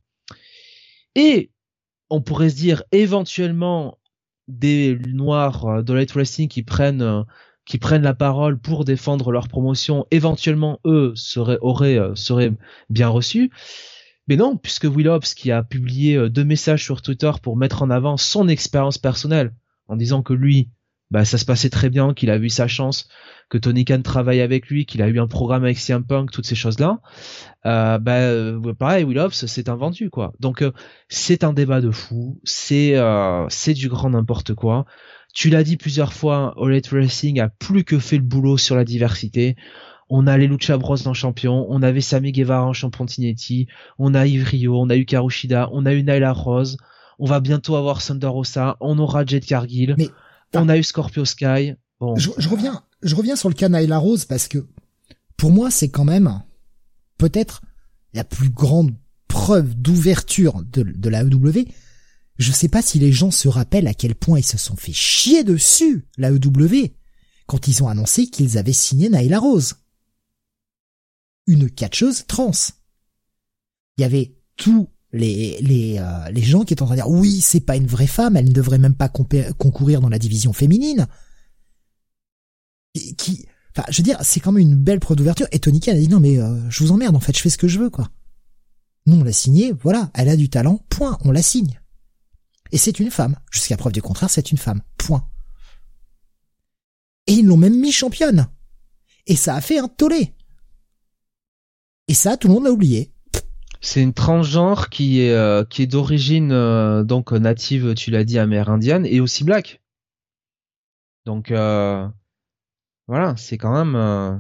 S3: Et on pourrait se dire éventuellement des noirs de Elite Wrestling qui prennent qui prennent la parole pour défendre leur promotion, éventuellement eux seraient auraient seraient bien reçus. Mais non, puisque Will Hobbs qui a publié deux messages sur Twitter pour mettre en avant son expérience personnelle en disant que lui bah ça se passait très bien, qu'il a eu sa chance, que Tony Khan travaille avec lui, qu'il a eu un programme avec C M Punk, toutes ces choses-là. Euh, bah pareil, Will Hobbs c'est un vendu quoi. Donc euh, c'est un débat de fou, c'est euh, c'est du grand n'importe quoi. Tu l'as dit plusieurs fois, All Elite Wrestling a plus que fait le boulot sur la diversité. On a les Lucha Bros en champion, on avait Sammy Guevara en champion Tinetti, on a Yves Rio, on a eu Hikaru Shida, on a eu Nyla Rose, on va bientôt avoir Thunder Rosa, on aura Jade Cargill. Mais on a eu Scorpio Sky. Bon.
S2: Je, je reviens, je reviens sur le cas Nyla Rose parce que pour moi c'est quand même peut-être la plus grande preuve d'ouverture de, de la A E W. je sais pas si les gens se rappellent à quel point ils se sont fait chier dessus, la E W, quand ils ont annoncé qu'ils avaient signé Nyla Rose. Une catcheuse trans. Il y avait tous les les euh, les gens qui étaient en train de dire oui, c'est pas une vraie femme, elle ne devrait même pas compé- concourir dans la division féminine. Et qui, enfin, je veux dire, c'est quand même une belle preuve d'ouverture. Et Tony Khan a dit non mais euh, je vous emmerde, en fait, je fais ce que je veux, quoi. Nous on l'a signée, voilà, elle a du talent, point, on la signe. Et c'est une femme. Jusqu'à preuve du contraire, c'est une femme, point. Et ils l'ont même mis championne. Et ça a fait un tollé. Et ça, tout le monde l'a oublié.
S3: C'est une transgenre qui est euh, qui est d'origine euh, donc native, tu l'as dit, amérindienne et aussi black. Donc euh, voilà, c'est quand même. Euh...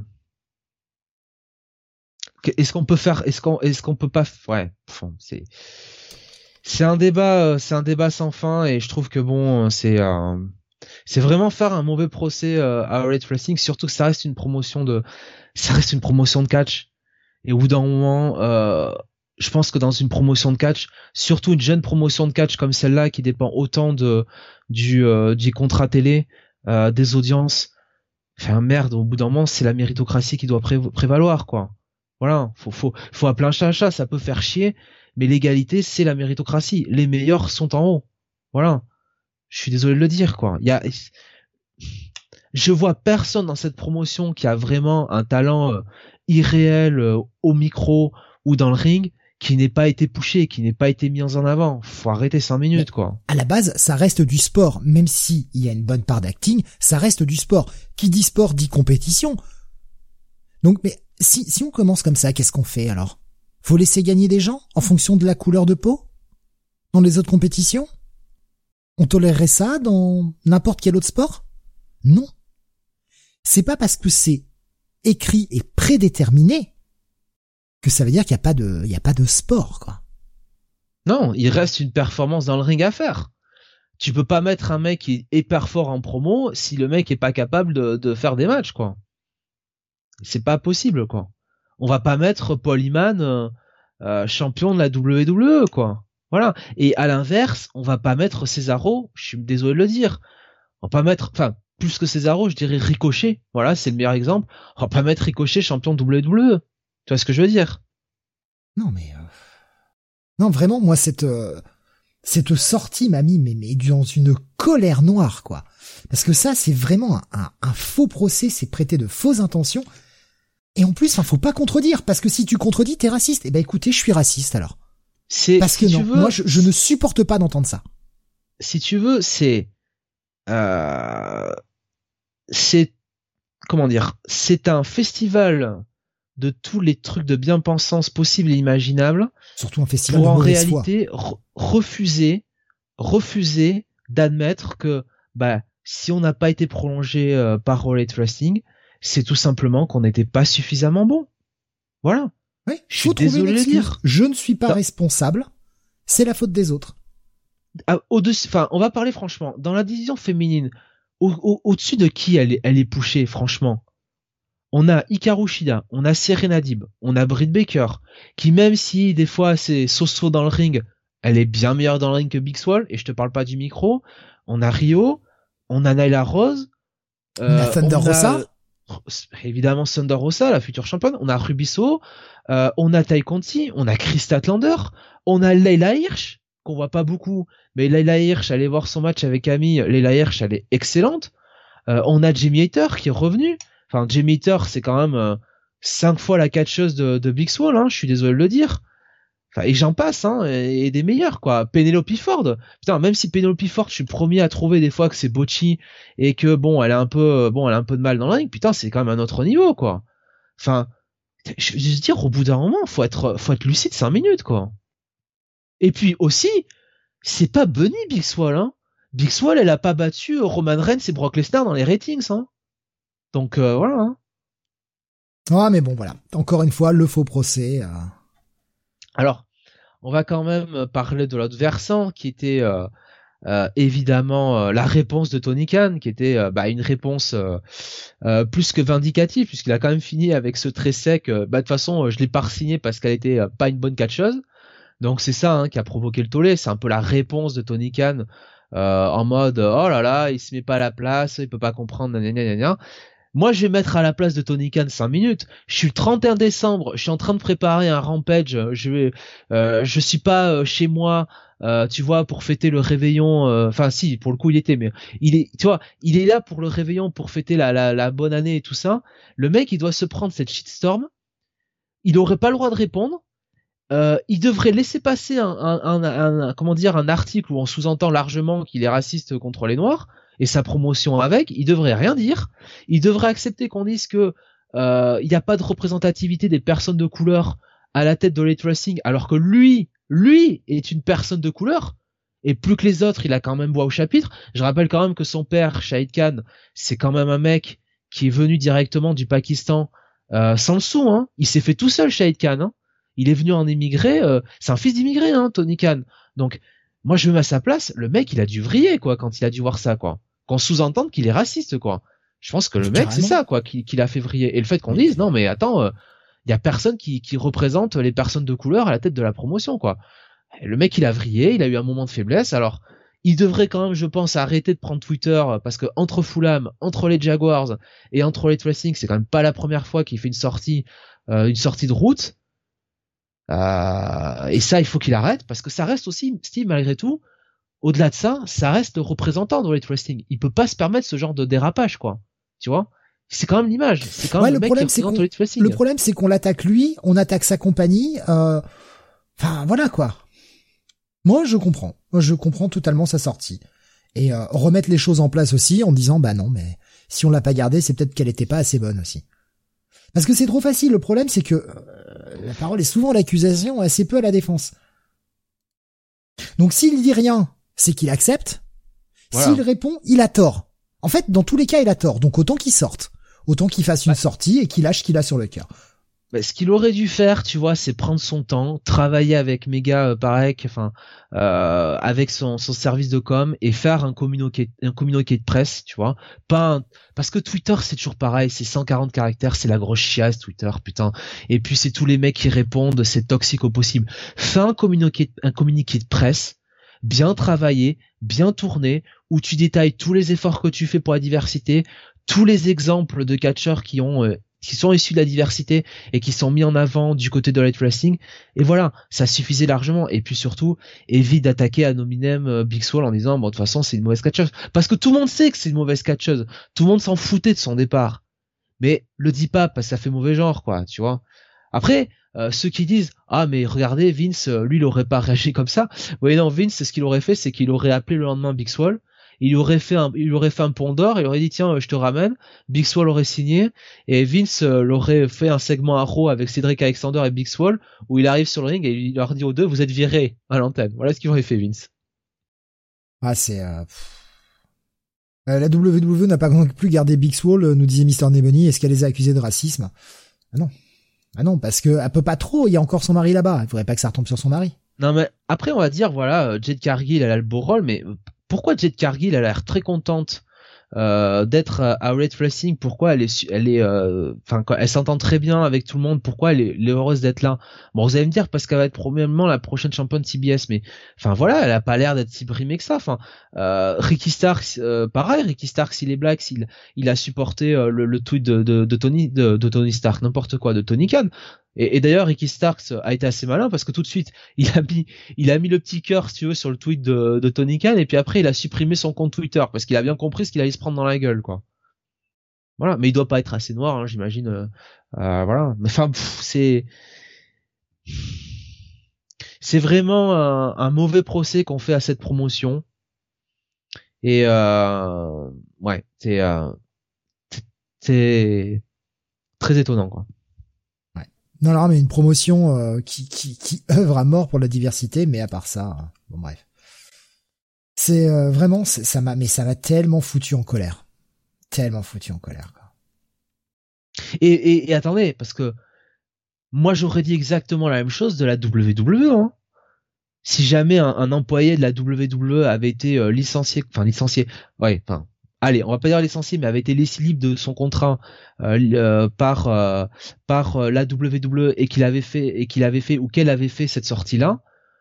S3: Est-ce qu'on peut faire, est-ce qu'on, est-ce qu'on peut pas, ouais, c'est, c'est un débat, c'est un débat sans fin et je trouve que bon, c'est, euh... c'est vraiment faire un mauvais procès euh, à All Elite Wrestling, surtout que ça reste une promotion de, ça reste une promotion de catch. Et au bout d'un moment, euh, je pense que dans une promotion de catch, surtout une jeune promotion de catch comme celle-là qui dépend autant de du euh, du contrat télé, euh, des audiences, enfin merde, au bout d'un moment, c'est la méritocratie qui doit pré- prévaloir, quoi. Voilà, faut faut faut appeler un chat un chat, ça peut faire chier, mais l'égalité, c'est la méritocratie. Les meilleurs sont en haut. Voilà. Je suis désolé de le dire, quoi. Il y a, je vois personne dans cette promotion qui a vraiment un talent euh, irréel euh, au micro ou dans le ring qui n'ait pas été poussé, qui n'ait pas été mis en avant. Faut arrêter cinq minutes, quoi.
S2: À la base, ça reste du sport, même si il y a une bonne part d'acting, ça reste du sport. Qui dit sport dit compétition. Donc, mais si si on commence comme ça, qu'est-ce qu'on fait alors? Faut laisser gagner des gens en fonction de la couleur de peau dans les autres compétitions? On tolérerait ça dans n'importe quel autre sport? Non. C'est pas parce que c'est écrit et prédéterminé que ça veut dire qu'il y a pas de, il y a pas de sport, quoi.
S3: Non, il reste une performance dans le ring à faire. Tu peux pas mettre un mec qui est hyper fort en promo si le mec est pas capable de, de faire des matchs, quoi. C'est pas possible, quoi. On va pas mettre Paul Heyman euh, euh, champion de la W W E, quoi. Voilà. Et à l'inverse, on va pas mettre Cesaro, je suis désolé de le dire. On va pas mettre, enfin, plus que Cesaro, je dirais Ricochet. Voilà, c'est le meilleur exemple. On va pas mettre Ricochet champion de W W E. Tu vois ce que je veux dire?
S2: Non, mais euh... non, vraiment, moi cette euh... cette sortie m'a mis mais, mais dans une colère noire, quoi. Parce que ça, c'est vraiment un, un, un faux procès, c'est prêter de fausses intentions. Et en plus, enfin, faut pas contredire, parce que si tu contredis, t'es raciste. Eh ben, écoutez, je suis raciste alors.
S3: C'est
S2: parce que
S3: si
S2: non,
S3: veux,
S2: moi, je, je ne supporte pas d'entendre ça.
S3: Si tu veux, c'est euh, c'est comment dire, c'est un festival de tous les trucs de bien-pensance possibles et imaginables.
S2: Surtout un festival
S3: pour
S2: de
S3: en
S2: mauvaise
S3: réalité re- refuser, refuser d'admettre que bah si on n'a pas été prolongé euh, par All Elite Wrestling, c'est tout simplement qu'on n'était pas suffisamment bon. Voilà.
S2: Oui,
S3: je suis désolé de le dire.
S2: Je ne suis pas
S3: Dans...
S2: responsable. C'est la faute des autres.
S3: Ah, au-dessus, enfin, on va parler franchement. Dans la division féminine, au, au, au-dessus de qui elle est, elle est pushée, franchement. On a Hikaru Shida, on a Serena Deeb, on a Britt Baker, qui même si des fois c'est so-so dans le ring, elle est bien meilleure dans le ring que Big Swole, et je te parle pas du micro. On a Rio, on a Nyla Rose,
S2: euh, on a Thunder on a, Rosa,
S3: évidemment Thunder Rosa, la future championne. On a Rubiso, euh, on a Tay Conti, on a Chris Statlander, on a Layla Hirsch, qu'on voit pas beaucoup, mais Layla Hirsch, allez voir son match avec Amy, Layla Hirsch, elle est excellente. Euh, on a Jamie Hayter qui est revenu. Enfin, Jamie Hayter, c'est quand même euh, cinq fois la catcheuse de, de Big Swole, hein, je suis désolé de le dire. Enfin, et j'en passe, hein, et, et des meilleurs, quoi. Penelope Ford. Putain, même si Penelope Ford, je suis le premier à trouver des fois que c'est botchy et que bon, elle a un peu, bon, elle a un peu de mal dans le ring. Putain, c'est quand même un autre niveau, quoi. Enfin, je veux juste dire, au bout d'un moment, faut être, faut être lucide cinq minutes, quoi. Et puis aussi, c'est pas Bunny Big Swole, hein. Big Swole, elle a pas battu Roman Reigns et Brock Lesnar dans les ratings, hein. Donc euh, voilà. Hein.
S2: Ah mais bon voilà. Encore une fois le faux procès. Euh...
S3: Alors, on va quand même parler de l'autre versant qui était euh, euh, évidemment euh, la réponse de Tony Khan, qui était euh, bah, une réponse euh, euh, plus que vindicative puisqu'il a quand même fini avec ce trait sec. Euh, bah de toute façon, euh, je l'ai pas signé parce qu'elle était euh, pas une bonne catcheuse. Donc c'est ça hein, qui a provoqué le tollé. C'est un peu la réponse de Tony Khan euh, en mode oh là là, il se met pas à la place, il peut pas comprendre. Gna gna gna gna. Moi, je vais mettre à la place de Tony Khan cinq minutes. Je suis le trente et un décembre, je suis en train de préparer un Rampage. Je vais, euh, je suis pas euh, chez moi, euh, tu vois, pour fêter le réveillon. Enfin, euh, si, pour le coup, il était, mais il est, tu vois, il est là pour le réveillon, pour fêter la, la, la bonne année et tout ça. Le mec, il doit se prendre cette shitstorm. Il aurait pas le droit de répondre. Euh, il devrait laisser passer un, un, un, un, un, comment dire, un article où on sous-entend largement qu'il est raciste contre les Noirs. Et sa promotion avec, il devrait rien dire. Il devrait accepter qu'on dise que euh, il n'y a pas de représentativité des personnes de couleur à la tête de Elite Wrestling, alors que lui, lui est une personne de couleur. Et plus que les autres, il a quand même voix au chapitre. Je rappelle quand même que son père, Shahid Khan, c'est quand même un mec qui est venu directement du Pakistan euh, sans le sou. Hein. Il s'est fait tout seul, Shahid Khan. Hein. Il est venu en émigré. Euh, c'est un fils d'immigré, hein, Tony Khan. Donc, moi, je me mets à sa place. Le mec, il a dû vriller, quoi, quand il a dû voir ça, quoi. Qu'on sous-entende qu'il est raciste, quoi. Je pense que le mec, c'est ça, quoi, qui, qui l'a fait vriller. Et le fait qu'on dise, non, mais attends, il euh, y a personne qui, qui représente les personnes de couleur à la tête de la promotion, quoi. Et le mec, il a vrillé, il a eu un moment de faiblesse. Alors, il devrait quand même, je pense, arrêter de prendre Twitter, parce que entre Fulham, entre les Jaguars et entre les Wrestling, c'est quand même pas la première fois qu'il fait une sortie, euh, une sortie de route. Euh, et ça, il faut qu'il arrête, parce que ça reste aussi, Steve, malgré tout, au-delà de ça, ça reste le représentant de Elite Wrestling. Il peut pas se permettre ce genre de dérapage, quoi. Tu vois? C'est quand même l'image. C'est quand même
S2: ouais,
S3: le,
S2: le
S3: mec
S2: problème,
S3: qui
S2: c'est
S3: représente Elite Wrestling.
S2: Le problème, c'est qu'on l'attaque lui, on attaque sa compagnie. Euh... Enfin, voilà, quoi. Moi, je comprends. Moi, je comprends totalement sa sortie. Et euh, remettre les choses en place aussi en disant, bah non, mais si on l'a pas gardée, c'est peut-être qu'elle était pas assez bonne aussi. Parce que c'est trop facile. Le problème, c'est que euh, la parole est souvent l'accusation, assez peu à la défense. Donc, s'il dit rien, c'est qu'il accepte. Voilà. S'il répond, il a tort. En fait, dans tous les cas, il a tort. Donc autant qu'il sorte. Autant qu'il fasse une ouais. sortie et qu'il lâche ce qu'il a sur le cœur.
S3: Bah, ce qu'il aurait dû faire, tu vois, c'est prendre son temps, travailler avec Mega euh, Parek, enfin, euh, avec son, son service de com et faire un communiqué, un communiqué de presse, tu vois. Pas un... Parce que Twitter, c'est toujours pareil, c'est cent quarante caractères, c'est la grosse chiasse, Twitter, putain. Et puis c'est tous les mecs qui répondent, c'est toxique au possible. Fais un communiqué, un communiqué de presse, bien travaillé, bien tourné, où tu détailles tous les efforts que tu fais pour la diversité, tous les exemples de catcheurs qui ont euh, qui sont issus de la diversité et qui sont mis en avant du côté de Elite Wrestling. Et voilà, ça suffisait largement. Et puis surtout, évite d'attaquer à nominem euh, Big Swole en disant bon, de toute façon c'est une mauvaise catcheuse, parce que tout le monde sait que c'est une mauvaise catcheuse. Tout le monde s'en foutait de son départ, mais le dis pas parce que ça fait mauvais genre, quoi, tu vois. Après, euh, ceux qui disent ah mais regardez Vince, euh, lui il aurait pas réagi comme ça. Oui non, Vince, ce qu'il aurait fait, c'est qu'il aurait appelé le lendemain Big Swole. Il aurait fait un, il aurait fait un pont d'or, il aurait dit tiens, je te ramène. Big Swole aurait signé et Vince euh, l'aurait fait un segment à Raw avec Cedric Alexander et Big Swole où il arrive sur le ring et il leur dit aux deux vous êtes virés à l'antenne. Voilà ce qu'il aurait fait Vince.
S2: Ah c'est euh... Euh, la W W E n'a pas non plus gardé Big Swole, nous disait Mister Nebony. Est-ce qu'elle les a accusés de racisme? Ah non, ah non parce que elle peut pas trop. Il y a encore son mari là-bas. Il faudrait pas que ça retombe sur son mari.
S3: Non mais après on va dire voilà, Jade Cargill elle a le beau rôle, mais pourquoi Jade Cargill elle a l'air très contente euh, d'être à Elite Wrestling? Pourquoi elle est, elle est, enfin, euh, elle s'entend très bien avec tout le monde. Pourquoi elle est, elle est heureuse d'être là? Bon, vous allez me dire parce qu'elle va être probablement la prochaine championne T B S, mais enfin voilà, elle a pas l'air d'être si brimée que ça. Enfin, euh, Ricky Starks, euh, pareil, Ricky Starks, il est black, il, il a supporté euh, le, le tweet de, de, de Tony, de, de Tony Stark, n'importe quoi, de Tony Khan. Et, et d'ailleurs, Ricky Starks a été assez malin parce que tout de suite, il a mis, il a mis le petit cœur, si tu veux, sur le tweet de, de Tony Khan, et puis après, il a supprimé son compte Twitter parce qu'il a bien compris ce qu'il allait se prendre dans la gueule, quoi. Voilà, mais il doit pas être assez noir, hein, j'imagine. Euh, euh, voilà, mais enfin, pff, c'est, c'est vraiment un, un mauvais procès qu'on fait à cette promotion. Et euh, ouais, c'est, euh, c'est très étonnant, quoi.
S2: Non, non, mais une promotion euh, qui, qui, qui œuvre à mort pour la diversité, mais à part ça, euh, bon bref. C'est euh, vraiment, c'est, ça m'a, mais ça m'a tellement foutu en colère, tellement foutu en colère. Quoi.
S3: Et, et, et attendez, parce que moi j'aurais dit exactement la même chose de la W W E. Hein. Si jamais un, un employé de la W W E avait été euh, licencié, enfin licencié, ouais, enfin. Allez, on va pas dire licencié, mais avait été laissé libre de son contrat euh, euh, par euh, par euh, la W W E et qu'il avait fait et qu'il avait fait ou qu'elle avait fait cette sortie-là,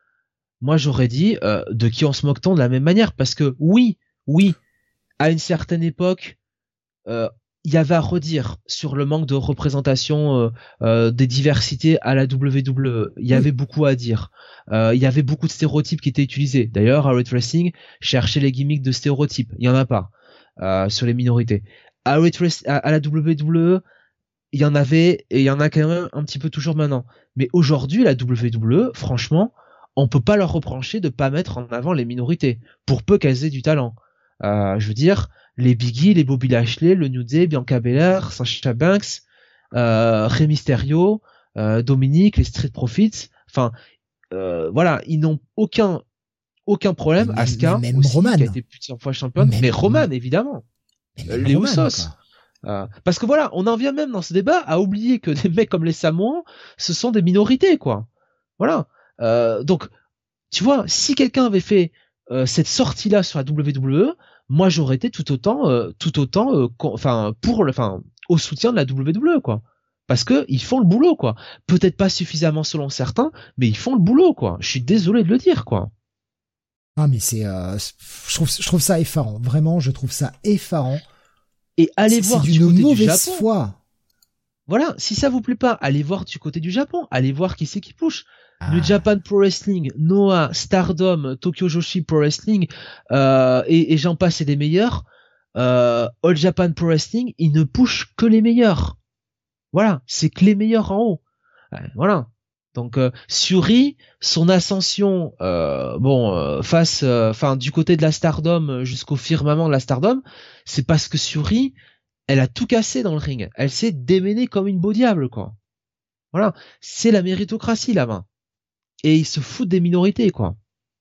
S3: moi j'aurais dit euh, de qui on se moque-t-on de la même manière, parce que oui, oui, à une certaine époque, euh, il y avait à redire sur le manque de représentation euh, euh, des diversités à la W W E. Il y avait oui. beaucoup à dire. Euh, il y avait beaucoup de stéréotypes qui étaient utilisés. D'ailleurs, Harriet Wrestling cherchait les gimmicks de stéréotypes. Il y en a pas euh, sur les minorités. À, à, à la W W E, il y en avait et il y en a quand même un petit peu toujours maintenant. Mais aujourd'hui, la W W E, franchement, on peut pas leur reprocher de pas mettre en avant les minorités, pour peu qu'elles aient du talent. Euh, je veux dire, les Biggie, les Bobby Lashley, le New Day, Bianca Belair, Sasha Banks, euh, Rey Mysterio, euh, Dominique, les Street Profits, enfin, euh, voilà, ils n'ont aucun aucun problème. Asuka,
S2: même
S3: aussi,
S2: Roman,
S3: qui a été plusieurs fois championne, même, mais Roman, évidemment. Les Usos. Euh, parce que voilà, on en vient même dans ce débat à oublier que des mecs comme les Samoans, ce sont des minorités, quoi. Voilà. Euh, donc, tu vois, si quelqu'un avait fait euh, cette sortie-là sur la W W E, moi j'aurais été tout autant, euh, tout autant, euh, enfin pour le, enfin au soutien de la W W E, quoi. Parce que ils font le boulot, quoi. Peut-être pas suffisamment selon certains, mais ils font le boulot, quoi. Je suis désolé de le dire, quoi.
S2: Ah mais c'est, euh, je trouve, je trouve ça effarant. Vraiment, je trouve ça effarant.
S3: Et allez
S2: c'est,
S3: voir
S2: c'est
S3: du côté
S2: mauvaise
S3: du Japon.
S2: foi.
S3: Voilà, si ça vous plaît pas, allez voir du côté du Japon, allez voir qui c'est qui push.
S2: Ah.
S3: New Japan Pro Wrestling, Noah, Stardom, Tokyo Joshi Pro Wrestling, euh, et, et j'en passe et des meilleurs. Euh, All Japan Pro Wrestling, ils ne pushent que les meilleurs. Voilà, c'est que les meilleurs en haut. Voilà. Donc euh, Syuri, son ascension, euh, bon, euh, face, enfin, euh, du côté de la Stardom jusqu'au firmament de la Stardom, c'est parce que Syuri, elle a tout cassé dans le ring. Elle s'est démenée comme une beau diable, quoi. Voilà, c'est la méritocratie là-bas. Et ils se foutent des minorités, quoi.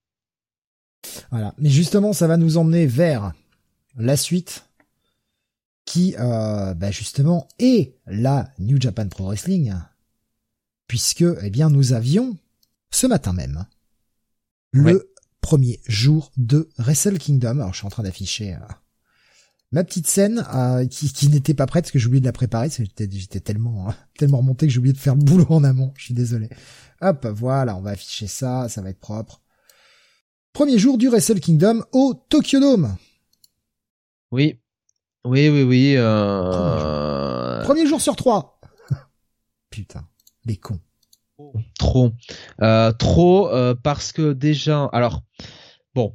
S2: Voilà, mais justement, ça va nous emmener vers la suite, qui, euh, bah justement, est la New Japan Pro Wrestling, puisque, eh bien, nous avions, ce matin même, le ouais. premier jour de Wrestle Kingdom. Alors, je suis en train d'afficher euh, ma petite scène euh, qui, qui n'était pas prête parce que j'ai oublié de la préparer. J'étais, j'étais tellement, euh, tellement remonté que j'ai oublié de faire le boulot en amont. Je suis désolé. Hop, voilà, on va afficher ça, ça va être propre. Premier jour du Wrestle Kingdom au Tokyo Dome.
S3: Oui, oui, oui, oui. Euh...
S2: Premier, jour. Premier jour sur trois. Putain, les cons.
S3: Trop, euh, trop, euh, parce que déjà, alors, bon,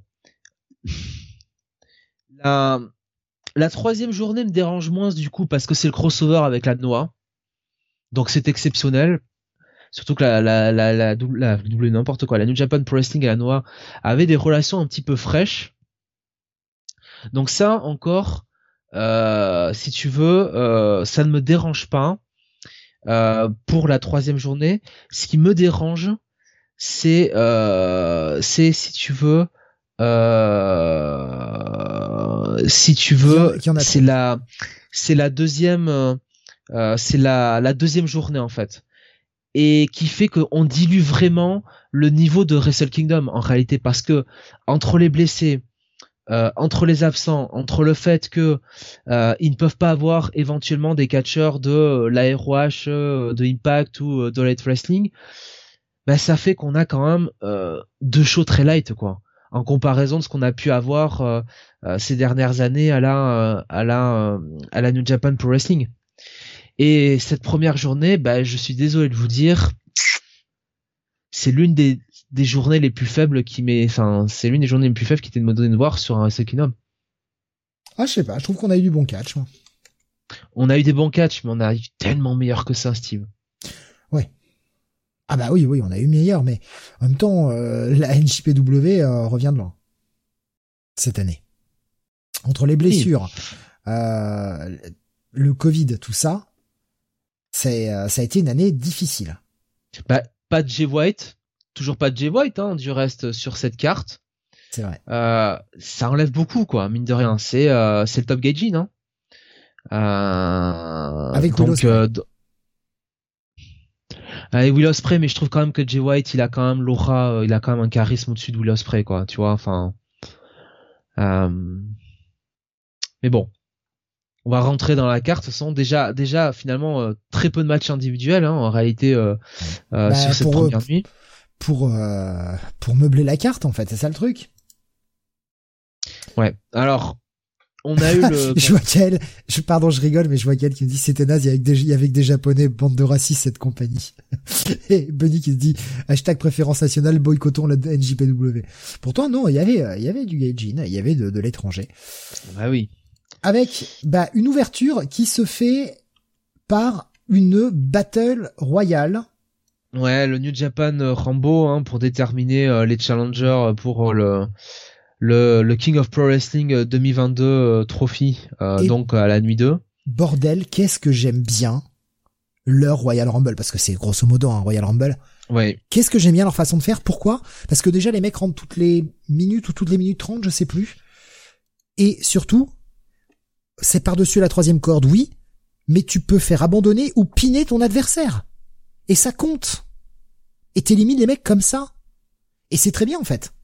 S3: la, la troisième journée me dérange moins du coup parce que c'est le crossover avec la Noah, donc c'est exceptionnel. Surtout que la, la, la, la, double, la double n'importe quoi, la New Japan Pro Wrestling et la Noah avaient des relations un petit peu fraîches. Donc ça, encore, euh, si tu veux, euh, ça ne me dérange pas euh, pour la troisième journée. Ce qui me dérange, c'est, euh, c'est si tu veux, euh, si tu veux, c'est la, c'est la deuxième, euh, c'est la, la deuxième journée en fait. Et qui fait qu'on dilue vraiment le niveau de Wrestle Kingdom en réalité, parce que entre les blessés, euh, entre les absents, entre le fait que euh, ils ne peuvent pas avoir éventuellement des catcheurs de euh, l'A R O H, euh, de Impact ou euh, de Elite Wrestling, bah ça fait qu'on a quand même euh, deux shows très light, quoi, en comparaison de ce qu'on a pu avoir euh, euh, ces dernières années à la euh, à la euh, à la New Japan Pro Wrestling. Et cette première journée, bah, je suis désolé de vous dire, c'est l'une des, des journées les plus faibles qui m'est, enfin, c'est l'une des journées les plus faibles qui était de me donner de voir sur un Wrestle Kingdom.
S2: Ah, je sais pas, je trouve qu'on a eu du bon catch, moi.
S3: On a eu des bons catchs, mais on a eu tellement meilleur que ça, Steve.
S2: Ouais. Ah bah oui, oui, on a eu meilleur, mais en même temps, euh, la N J P W euh, revient de loin. Cette année. Entre les blessures, oui. euh, le Covid, tout ça, c'est, euh, ça a été une année difficile.
S3: Bah, pas de Jay White, toujours pas de Jay White, hein, du reste sur cette carte.
S2: C'est vrai.
S3: Euh, ça enlève beaucoup, quoi, mine de rien. C'est, euh, c'est le top Gaijin, hein. Euh,
S2: avec
S3: donc,
S2: Will Ospreay.
S3: Euh, d- avec Will Ospreay, mais je trouve quand même que Jay White, il a quand même l'aura, euh, il a quand même un charisme au-dessus de Will Ospreay, quoi, tu vois, enfin. Euh, mais bon. On va rentrer dans la carte. Ce sont déjà, déjà finalement euh, très peu de matchs individuels, hein, en réalité, euh, euh,
S2: bah,
S3: sur cette
S2: pour,
S3: première nuit.
S2: pour euh, pour meubler la carte en fait, c'est ça le truc.
S3: Ouais. Alors, on a eu le.
S2: je vois qu'elle, je, pardon, je rigole, mais je vois qu'elle qui me dit c'était naze, avec des, avec des japonais, bande de racistes cette compagnie. Et Bunny qui se dit hashtag préférence nationale, boycottons la N J P W. Pourtant non, il y avait, il y avait du gaijin, il y avait de, de l'étranger.
S3: Bah oui.
S2: Avec bah une ouverture qui se fait par une battle royale.
S3: Ouais, le New Japan Rambo hein, pour déterminer euh, les challengers pour euh, le. Le, le King of Pro Wrestling deux mille vingt-deux euh, Trophy, euh, donc à la nuit deux.
S2: Bordel, qu'est-ce que j'aime bien leur Royal Rumble, parce que c'est grosso modo un Royal Rumble.
S3: Ouais.
S2: Qu'est-ce que j'aime bien leur façon de faire, pourquoi? Parce que déjà les mecs rentrent toutes les minutes ou toutes les minutes trente, je sais plus. Et surtout, c'est par-dessus la troisième corde, oui, mais tu peux faire abandonner ou piner ton adversaire. Et ça compte. Et t'élimines les mecs comme ça. Et c'est très bien en fait.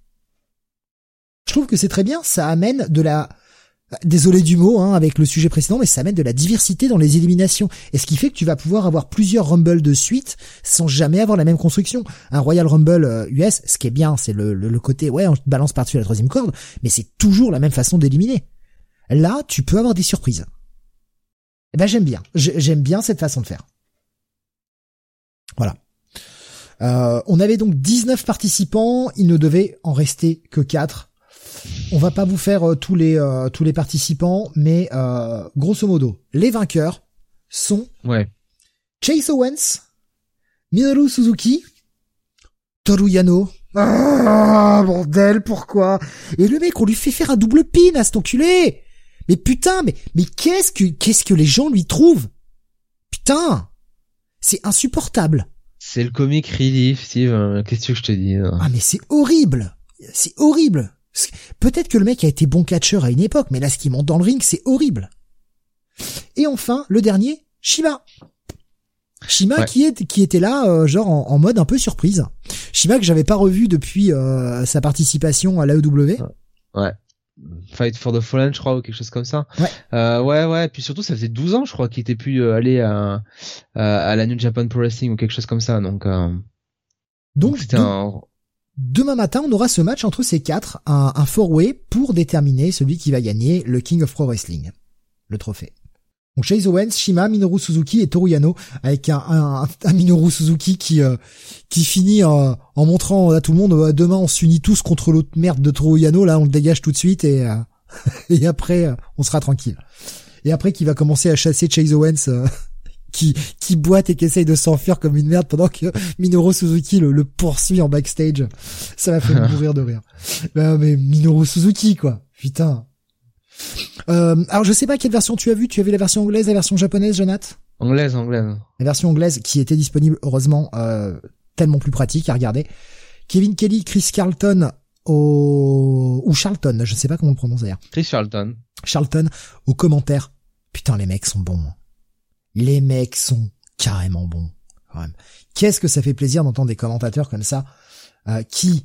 S2: Je trouve que c'est très bien, ça amène de la, désolé du mot, hein, avec le sujet précédent, mais ça amène de la diversité dans les éliminations. Et ce qui fait que tu vas pouvoir avoir plusieurs Rumble de suite sans jamais avoir la même construction. Un Royal Rumble euh, U S, ce qui est bien, c'est le, le, le côté, ouais, on te balance par-dessus la troisième corde, mais c'est toujours la même façon d'éliminer. Là, tu peux avoir des surprises. Eh ben, j'aime bien. J'aime bien cette façon de faire. Voilà. Euh, on avait donc dix-neuf participants, il ne devait en rester que quatre. On va pas vous faire euh, tous les euh, tous les participants, mais euh, grosso modo, les vainqueurs sont
S3: ouais.
S2: Chase Owens, Minoru Suzuki, Toru Yano. Ah, bordel, pourquoi? Et le mec, on lui fait faire un double pin à cet enculé. Mais putain, mais mais qu'est-ce que qu'est-ce que les gens lui trouvent? Putain, c'est insupportable.
S3: C'est le comic relief, Steve. Qu'est-ce que je te dis?
S2: Ah mais c'est horrible, c'est horrible. Peut-être que le mec a été bon catcheur à une époque, mais là, ce qui monte dans le ring, c'est horrible. Et enfin, le dernier, Shima. Shima ouais. qui est qui était là, euh, genre en, en mode un peu surprise. Shima que j'avais pas revu depuis euh, sa participation à l'A E W.
S3: Ouais. Fight for the Fallen, je crois, ou quelque chose comme ça.
S2: Ouais.
S3: Euh, ouais, ouais. Et puis surtout, ça faisait douze ans, je crois, qu'il était plus euh, allé à, à à la New Japan Pro Wrestling ou quelque chose comme ça. Donc. Euh,
S2: donc,
S3: donc c'était
S2: de...
S3: un.
S2: Demain matin, on aura ce match entre ces quatre, un, un four-way pour déterminer celui qui va gagner le King of Pro Wrestling, le trophée. Donc Chase Owens, Shima, Minoru Suzuki et Toru Yano, avec un, un, un Minoru Suzuki qui euh, qui finit euh, en montrant à tout le monde euh, demain on s'unit tous contre l'autre merde de Toru Yano, là on le dégage tout de suite et euh, et après euh, on sera tranquille. Et après qui va commencer à chasser Chase Owens. Euh, qui qui boite et qui essaye de s'enfuir comme une merde pendant que Minoru Suzuki le, le poursuit en backstage. Ça m'a fait mourir de rire. Ben, mais Minoru Suzuki, quoi. Putain. Euh, alors, je sais pas quelle version tu as vu. Tu as vu la version anglaise, la version japonaise, Jonathan?
S3: Anglaise, anglaise.
S2: La version anglaise qui était disponible, heureusement, euh, tellement plus pratique à regarder. Kevin Kelly, Chris Charlton au... ou Charlton, je sais pas comment on le prononce d'ailleurs.
S3: Chris Charlton.
S2: Charlton aux commentaires. Putain, les mecs sont bons. Les mecs sont carrément bons. Quand même. Qu'est-ce que ça fait plaisir d'entendre des commentateurs comme ça euh, qui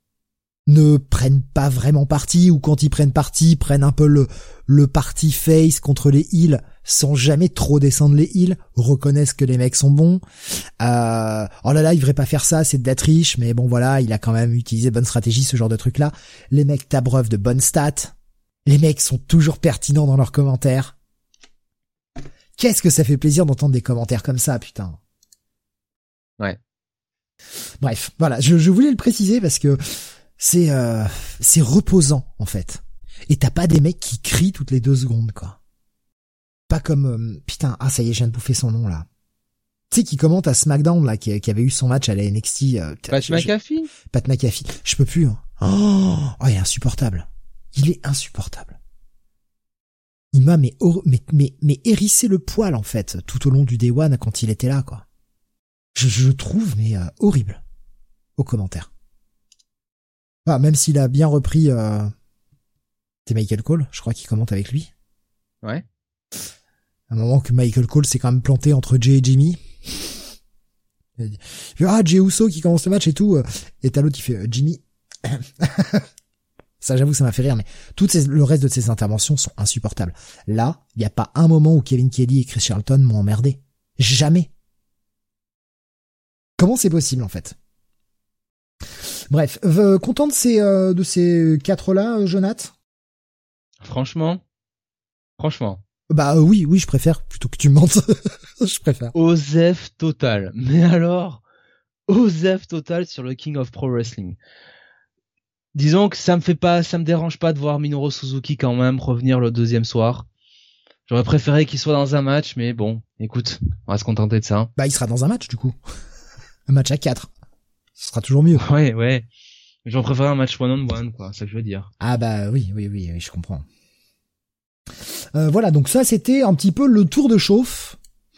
S2: ne prennent pas vraiment parti, ou quand ils prennent parti, prennent un peu le le parti face contre les heels sans jamais trop descendre les heels, reconnaissent que les mecs sont bons. Euh, oh là là, il devrait pas faire ça, c'est de la triche, mais bon voilà, il a quand même utilisé bonne stratégie, ce genre de truc là. Les mecs t'abreuvent de bonnes stats. Les mecs sont toujours pertinents dans leurs commentaires. Qu'est-ce que ça fait plaisir d'entendre des commentaires comme ça, putain.
S3: Ouais.
S2: Bref, voilà, je, je voulais le préciser parce que c'est euh, c'est reposant en fait. Et t'as pas des mecs qui crient toutes les deux secondes, quoi. Pas comme euh, putain, ah ça y est, je viens de bouffer son nom là. Tu sais qui commente à SmackDown là, qui, qui avait eu son match à la N X T. Euh,
S3: Pat je, McAfee.
S2: Je, Pat McAfee. Je peux plus. Hein. Oh, oh, il est insupportable. Il est insupportable. Il m'a mais, mais mais mais hérissé le poil en fait tout au long du Day One quand il était là, quoi. Je je trouve mais euh, horrible aux commentaires. Ah, même s'il a bien repris euh, c'est Michael Cole, je crois qu'il commente avec lui.
S3: Ouais.
S2: À un moment que Michael Cole s'est quand même planté entre Jay et Jimmy. Il fait, ah, Jey Uso qui commence le match et tout, et t'as l'autre qui fait euh, Jimmy. Ça, j'avoue, ça m'a fait rire, mais tout ces, le reste de ses interventions sont insupportables. Là, il n'y a pas un moment où Kevin Kelly et Chris Charlton m'ont emmerdé. Jamais. Comment c'est possible, en fait? Bref, euh, content de ces euh, de ces quatre là, Jonath.
S3: Franchement, franchement.
S2: Bah euh, oui, oui, je préfère plutôt que tu me mentes. Je préfère.
S3: Osef total. Mais alors, Osef total sur le King of Pro Wrestling. Disons que ça me fait pas, ça me dérange pas de voir Minoru Suzuki quand même revenir le deuxième soir. J'aurais préféré qu'il soit dans un match, mais bon, écoute, on va se contenter de ça.
S2: Bah il sera dans un match du coup. Un match à quatre. Ce sera toujours mieux.
S3: Ouais, ouais. J'en préfère un match one on one, quoi, c'est ça que je veux dire.
S2: Ah bah oui, oui, oui, oui, je comprends. Euh, voilà, donc ça c'était un petit peu le tour de chauffe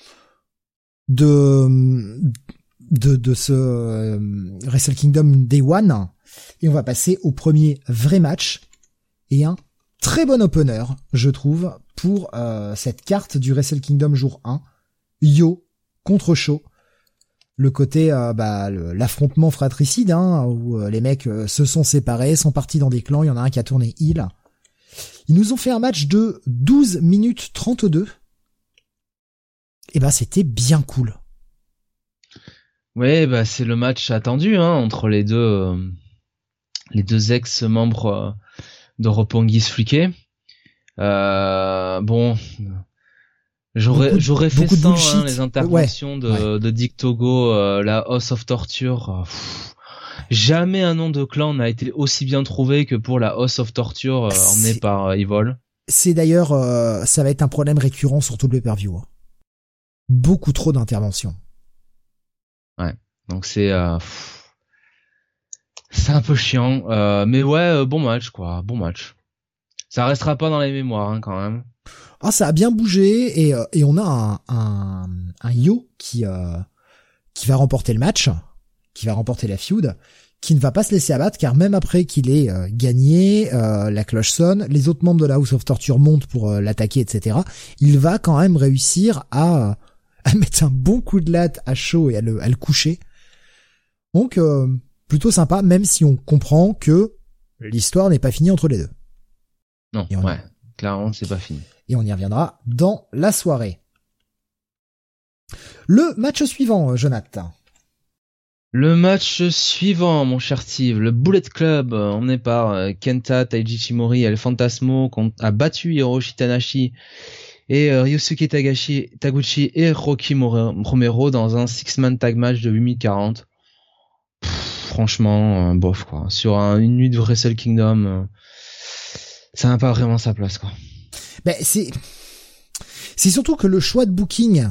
S2: de de, de ce euh, Wrestle Kingdom Day One, et on va passer au premier vrai match et un très bon opener, je trouve, pour euh, cette carte du Wrestle Kingdom jour un, Yo contre Sho. Le côté euh, bah le, l'affrontement fratricide, hein, où euh, les mecs euh, se sont séparés, sont partis dans des clans, il y en a un qui a tourné heel. Ils nous ont fait un match de douze minutes trente-deux. Et ben c'était bien cool.
S3: Ouais, bah c'est le match attendu, hein, entre les deux euh, les deux ex-membres euh, de Roppongi's Friquet. Euh, bon, j'aurais
S2: Beaucoup de-
S3: j'aurais fait
S2: beaucoup de
S3: sans
S2: bullshit.
S3: hein, les interventions
S2: Ouais,
S3: de
S2: ouais.
S3: de Dick Togo, euh, la House of Torture. euh, pff, jamais un nom de clan n'a été aussi bien trouvé que pour la House of Torture euh, emmenée
S2: C'est-
S3: par euh, Evil.
S2: C'est d'ailleurs, euh, ça va être un problème récurrent sur tout le pay-per-view. Hein. Beaucoup trop d'interventions.
S3: Ouais, donc c'est euh, pff, c'est un peu chiant, euh, mais ouais, euh, bon match quoi, bon match. Ça restera pas dans les mémoires hein, quand même.
S2: Ah, ça a bien bougé et, euh, et on a un, un, un Yo qui euh, qui va remporter le match, qui va remporter la feud, qui ne va pas se laisser abattre car même après qu'il ait euh, gagné, euh, la cloche sonne, les autres membres de la House of Torture montent pour euh, l'attaquer, et cetera. Il va quand même réussir à, à mettre un bon coup de latte à Sho et à le, à le coucher. Donc euh, plutôt sympa, même si on comprend que l'histoire n'est pas finie entre les deux.
S3: Non,
S2: Et on-
S3: ouais, clairement c'est pas fini.
S2: Et on y reviendra dans la soirée. Le match suivant, Jonathan.
S3: Le match suivant, mon cher Steve, le Bullet Club, euh, emmené par euh, Kenta, Taiji Ishimori et El Fantasmo, qu'on a battu Hiroshi Tanahashi et euh, Ryosuke Tagashi, Taguchi et Rocky More- Romero dans un six-man tag match de huit minutes quarante. Pff, franchement, euh, bof quoi. Sur un, une nuit de Wrestle Kingdom, euh, ça n'a pas vraiment sa place quoi.
S2: Ben, c'est, c'est surtout que le choix de booking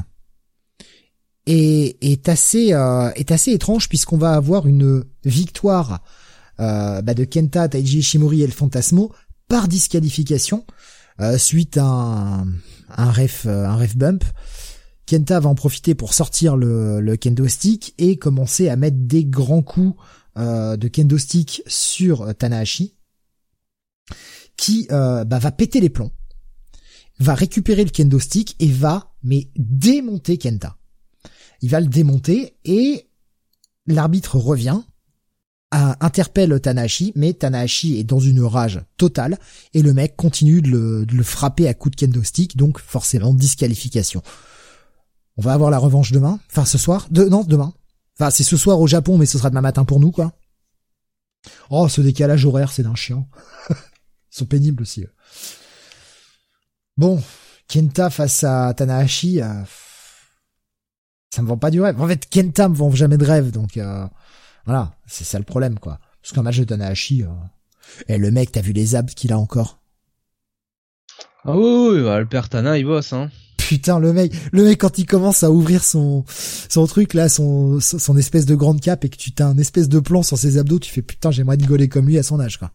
S2: est, est assez, euh, est assez étrange puisqu'on va avoir une victoire, euh, bah, de Kenta, Taiji Ishimori et El Fantasmo par disqualification, euh, suite à un, un ref, un ref bump. Kenta va en profiter pour sortir le, le kendo stick et commencer à mettre des grands coups, euh, de kendo stick sur Tanahashi, qui, euh, bah, va péter les plombs, va récupérer le kendo stick et va, mais démonter Kenta. Il va le démonter et l'arbitre revient, à, interpelle Tanahashi, mais Tanahashi est dans une rage totale et le mec continue de le, de le frapper à coups de kendo stick, donc forcément disqualification. On va avoir la revanche demain, enfin ce soir, de, non demain. Enfin c'est ce soir au Japon, mais ce sera demain matin pour nous quoi. Oh ce décalage horaire c'est d'un chiant. Ils sont pénibles aussi. Eux. Bon, Kenta face à Tanahashi, euh, ça me vend pas du rêve. En fait, Kenta me vend jamais de rêve, donc euh, voilà, c'est ça le problème, quoi. Parce qu'un match de Tanahashi, euh, et le mec, t'as vu les abs qu'il a encore?
S3: Ah oui, oui, bah, le père Tana, il bosse, hein.
S2: Putain, le mec, le mec quand il commence à ouvrir son son truc là, son son espèce de grande cape et que tu t'as un espèce de plan sur ses abdos, tu fais putain, j'aimerais te gauler comme lui à son âge, quoi.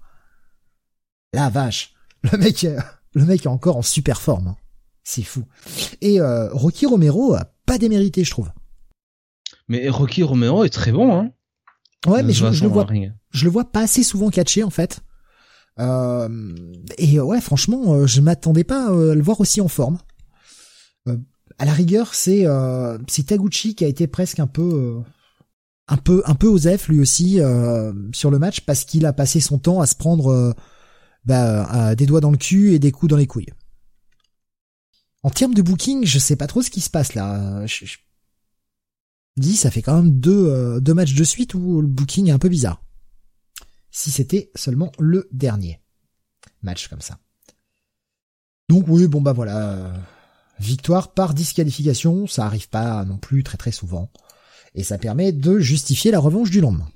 S2: La vache, le mec, euh, le mec est encore en super forme. Hein. C'est fou. Et euh, Rocky Romero a pas démérité, je trouve.
S3: Mais Rocky Romero est très bon, hein.
S2: Ouais, mais je, je le vois,
S3: ring.
S2: je le vois pas assez souvent catcher en fait. Euh, et ouais, franchement, euh, je m'attendais pas euh, à le voir aussi en forme. Euh, à la rigueur, c'est euh, c'est Taguchi qui a été presque un peu, euh, un peu, un peu osef lui aussi euh, sur le match parce qu'il a passé son temps à se prendre euh, bah, euh, des doigts dans le cul et des coups dans les couilles. En termes de booking, je sais pas trop ce qui se passe là. Je, je dis, ça fait quand même deux, euh, deux matchs de suite où le booking est un peu bizarre. si c'était seulement le dernier match comme ça. Donc oui, bon bah voilà, euh, victoire par disqualification, ça arrive pas non plus très très souvent, et ça permet de justifier la revanche du lendemain.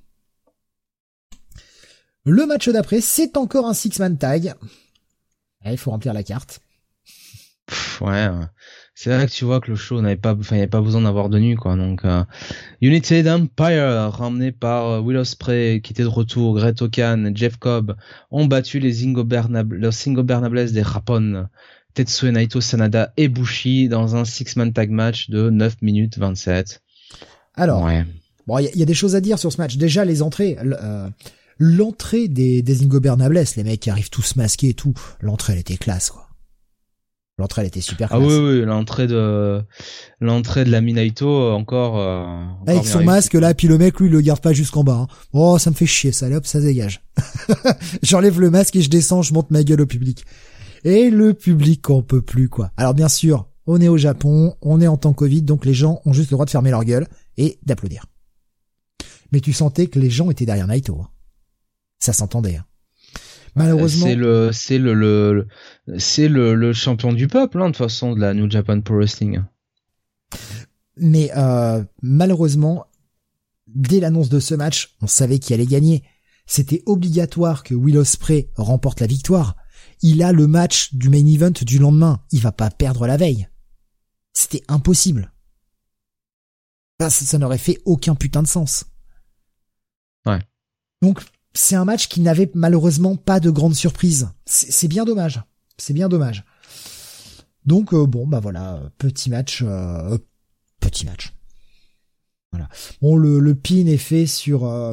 S2: Le match d'après, c'est encore un six-man tag. Il faut remplir la carte.
S3: Pff, ouais, c'est vrai que tu vois que le show n'avait pas, enfin, il n'y avait pas besoin d'avoir de nu, quoi. Donc, euh, United Empire, ramené par euh, Will Ospreay, qui était de retour, Great Khan, Jeff Cobb, ont battu les Ingobernab- les Ingobernables des Japon, Tetsuya Naito, Sanada et Bushi dans un six-man tag match de neuf minutes vingt-sept.
S2: Alors,
S3: ouais.
S2: bon, il y, y a des choses à dire sur ce match. Déjà, les entrées, euh, l'entrée des, des Ingobernables, les mecs qui arrivent tous masqués et tout, l'entrée, elle était classe, quoi. L'entrée, elle était super classe.
S3: Ah oui, oui, l'entrée de, l'entrée de la Minaito, encore, euh, encore
S2: avec son masque, là, puis le mec, lui, il le garde pas jusqu'en bas, hein. Oh, ça me fait chier, ça, allez, hop, ça dégage. J'enlève le masque et je descends, je monte ma gueule au public. Et le public, on peut plus, quoi. Alors, bien sûr, on est au Japon, on est en temps Covid, donc les gens ont juste le droit de fermer leur gueule et d'applaudir. Mais tu sentais que les gens étaient derrière Naito, hein. Ça s'entendait, hein. Malheureusement,
S3: c'est le c'est le, le c'est le, le champion du peuple, hein, de toute façon, de la New Japan Pro Wrestling.
S2: Mais euh, malheureusement, dès l'annonce de ce match, on savait qu'il allait gagner. C'était obligatoire que Will Ospreay remporte la victoire. Il a le match du main event du lendemain. Il va pas perdre la veille. C'était impossible. Ça, ça n'aurait fait aucun putain de sens.
S3: Ouais.
S2: Donc c'est un match qui n'avait malheureusement pas de grande surprise. C'est, c'est bien dommage. C'est bien dommage. Donc euh, bon bah voilà, petit match, euh, petit match. Voilà. Bon le, le pin est fait sur euh,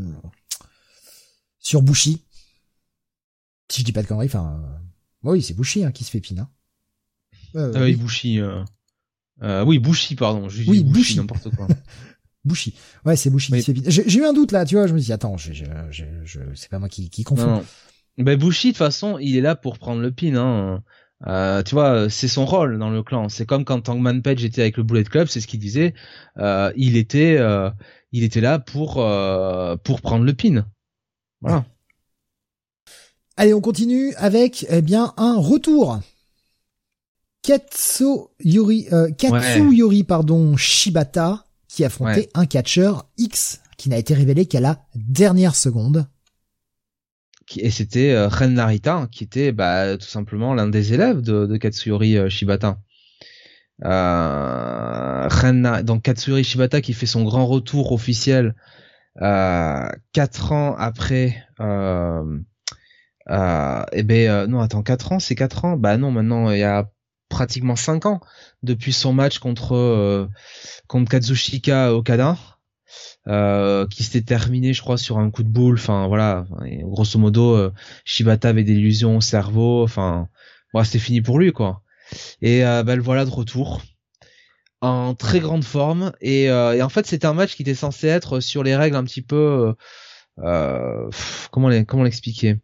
S2: sur Bushi. Si je dis pas de conneries, enfin euh, oui c'est Bushi hein, qui se fait pin. Hein.
S3: Euh, ah oui, oui. Bushi. Euh... Euh, oui Bushi pardon. Je
S2: oui
S3: dis Bushi,
S2: Bushi
S3: n'importe quoi.
S2: Bushi. Ouais, c'est Bushi oui. qui se fait pin. J'ai, j'ai eu un doute là, tu vois, je me dis attends, je, je, je, je c'est pas moi qui, qui confonds.
S3: Non, non. Ben Bushi de toute façon, il est là pour prendre le pin. Hein. Euh, tu vois, c'est son rôle dans le clan. C'est comme quand Hangman Page était avec le Bullet Club, c'est ce qu'il disait. Euh, il était, euh, il était là pour euh, pour prendre le pin. Voilà.
S2: Ouais. Allez, on continue avec eh bien un retour. Katsuyori, euh, Katsuyori ouais. pardon, Shibata qui affrontait ouais. un catcheur X qui n'a été révélé qu'à la dernière seconde.
S3: Et c'était euh, Ren Narita qui était bah, tout simplement l'un des élèves de, de Katsuyori euh, Shibata. Euh, Ren, donc Katsuyori Shibata qui fait son grand retour officiel euh, quatre ans après. Euh, euh, et ben euh, non attends quatre ans c'est quatre ans bah non maintenant il y a pratiquement cinq ans depuis son match contre euh, contre Kazuchika Okada. Euh, qui s'était terminé je crois sur un coup de boule, enfin voilà, et, grosso modo euh, Shibata avait des illusions au cerveau, enfin bon, c'était fini pour lui quoi. Et euh, bah, le voilà de retour en très grande forme et, euh, et en fait c'était un match qui était censé être sur les règles un petit peu euh, comment les, comment l'expliquer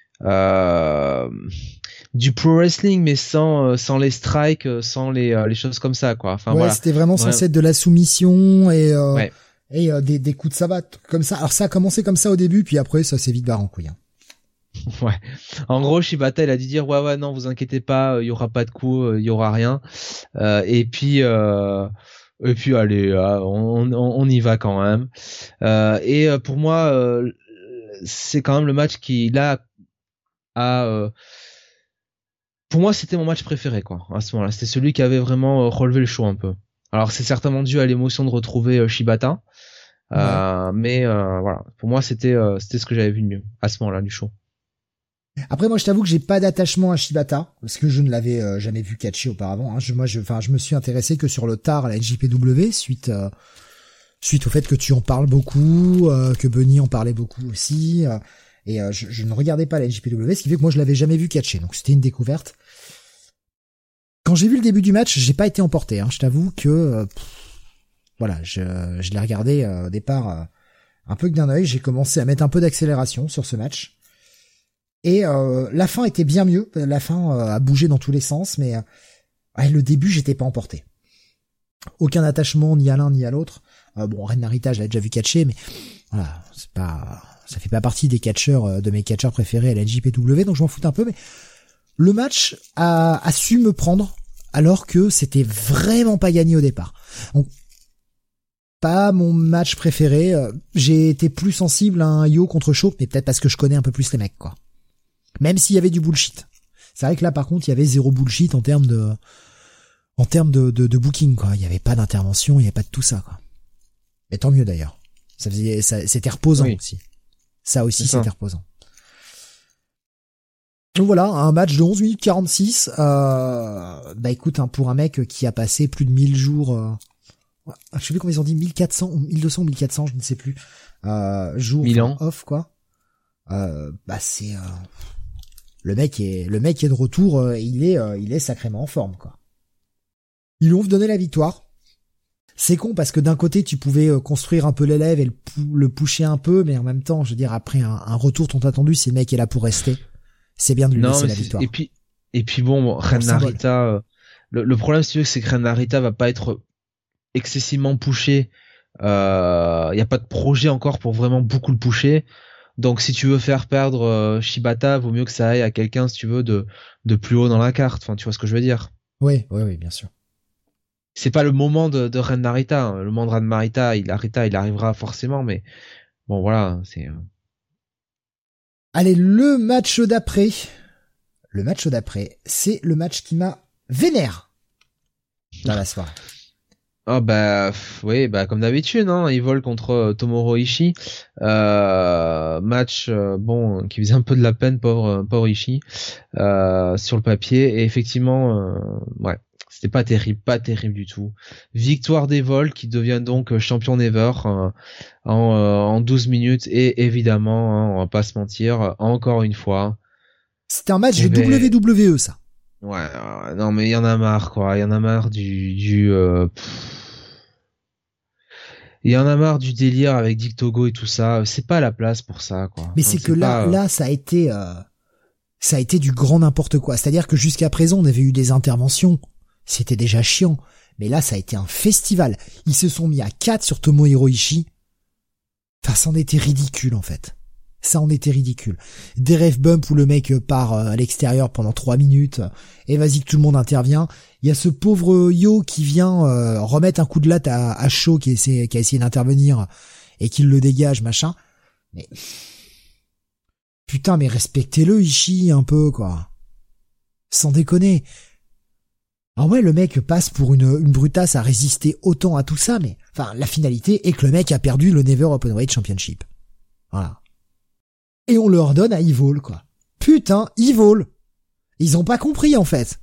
S3: euh, du pro wrestling mais sans sans les strikes, sans les les choses comme ça quoi. Enfin
S2: ouais,
S3: voilà,
S2: c'était vraiment censé être de la soumission et euh...
S3: ouais.
S2: Et euh, des, des coups de savate comme ça. Alors ça a commencé comme ça au début, puis après ça s'est vite barré en couille. Hein.
S3: Ouais. En gros, Shibata, il a dû dire ouais ouais non, vous inquiétez pas, il y aura pas de coups, il y aura rien. Euh, et puis euh, et puis allez, on, on, on y va quand même. Euh, et pour moi, euh, c'est quand même le match qui là a. Euh, pour moi, c'était mon match préféré quoi. À ce moment-là, c'était celui qui avait vraiment relevé le show un peu. Alors c'est certainement dû à l'émotion de retrouver euh, Shibata, euh, ouais. mais euh, voilà, pour moi c'était euh, c'était ce que j'avais vu de mieux à ce moment-là du show.
S2: Après moi je t'avoue que j'ai pas d'attachement à Shibata parce que je ne l'avais euh, jamais vu catcher auparavant. Hein. Je, moi je, enfin je me suis intéressé que sur le tard à la N J P W suite euh, suite au fait que tu en parles beaucoup, euh, que Bunny en parlait beaucoup aussi, euh, et euh, je, je ne regardais pas la N J P W, ce qui fait que moi je l'avais jamais vu catcher, donc c'était une découverte. Quand j'ai vu le début du match, j'ai pas été emporté. Hein. Je t'avoue que euh, pff, voilà, je, je l'ai regardé euh, au départ euh, un peu que d'un œil. J'ai commencé à mettre un peu d'accélération sur ce match. Et euh, la fin était bien mieux. La fin euh, a bougé dans tous les sens, mais euh, ouais, le début, j'étais pas emporté. Aucun attachement ni à l'un ni à l'autre. Euh, bon, Ren Narita, je l'avais déjà vu catcher, mais voilà, c'est pas, ça fait pas partie des catcheurs, de mes catcheurs préférés à la J P W, donc je m'en fous un peu, mais le match a, a su me prendre, alors que c'était vraiment pas gagné au départ. Donc, pas mon match préféré. J'ai été plus sensible à un Yo contre Show, mais peut-être parce que je connais un peu plus les mecs, quoi. Même s'il y avait du bullshit. C'est vrai que là, par contre, il y avait zéro bullshit en termes de, en termes de, de, de booking, quoi. Il y avait pas d'intervention, il y avait pas de tout ça, quoi. Mais tant mieux d'ailleurs. Ça faisait, ça, c'était reposant oui. aussi. Ça aussi, c'est c'était ça. reposant. Donc voilà, un match de onze minutes quarante-six. Euh, bah écoute, hein, pour un mec qui a passé plus de mille jours. Euh, je sais plus combien ils ont dit, mille quatre cents ou mille deux cents ou mille quatre cents, je ne sais plus. Euh, jours off, quoi. Euh, bah c'est euh, le mec est le mec est de retour, euh, il est euh, il est sacrément en forme, quoi. Ils lui ont donné la victoire. C'est con parce que d'un côté tu pouvais euh, construire un peu l'élève et le, pou- le pusher un peu, mais en même temps, je veux dire, après un, un retour tant attendu, si le mec est là pour rester, c'est bien de lui non, laisser la victoire.
S3: Et puis et puis bon, bon Ren Narita, euh, le, le problème si tu veux, c'est que Ren Narita va pas être excessivement pusher. Il euh, y a pas de projet encore pour vraiment beaucoup le pusher. Donc si tu veux faire perdre euh, Shibata, vaut mieux que ça aille à quelqu'un, si tu veux, de de plus haut dans la carte. Enfin, tu vois ce que je veux dire.
S2: Oui, oui, oui, bien sûr.
S3: C'est pas le moment de, de Ren Narita. Hein. Le moment de Ren Narita, il Narita, il arrivera forcément, mais bon, voilà, c'est.
S2: Allez, le match d'après. Le match d'après, c'est le match qui m'a vénère dans la soirée.
S3: Ah oh bah oui, bah comme d'habitude, hein, il vole contre euh, Tomohiro Ishii. Euh, match euh, bon qui faisait un peu de la peine, pauvre pauvre Ishii, euh, sur le papier. Et effectivement, euh, ouais, c'était pas terrible, pas terrible du tout. Victoire des vols qui devient donc champion never euh, en euh, en douze minutes et évidemment, hein, on va pas se mentir, encore une fois.
S2: C'était un match de avait... W W E, ça.
S3: Ouais, euh, non mais il y en a marre, quoi. Il y en a marre du du. Euh, Il y en a marre du délire avec Dick Togo et tout ça. C'est pas la place pour ça, quoi.
S2: Mais enfin, c'est que c'est là, pas... là, ça a été, euh, ça a été du grand n'importe quoi. C'est-à-dire que jusqu'à présent, on avait eu des interventions. C'était déjà chiant. Mais là, ça a été un festival. Ils se sont mis à quatre sur Tomohiro Ishii. Enfin, ça en était ridicule, en fait. Ça en était ridicule. Des ref bump où le mec part à l'extérieur pendant trois minutes et vas-y que tout le monde intervient. Il y a ce pauvre Yo qui vient euh, remettre un coup de latte à, à Shaw qui, essaie, qui a essayé d'intervenir et qui le dégage, machin. Mais putain, mais respectez-le Ishii un peu, quoi. Sans déconner. Ah ouais, le mec passe pour une, une brutasse à résister autant à tout ça, mais enfin la finalité est que le mec a perdu le Never Openweight Championship. Voilà. Et on leur donne à Evil, quoi. Putain, Evil. Ils ont pas compris, en fait.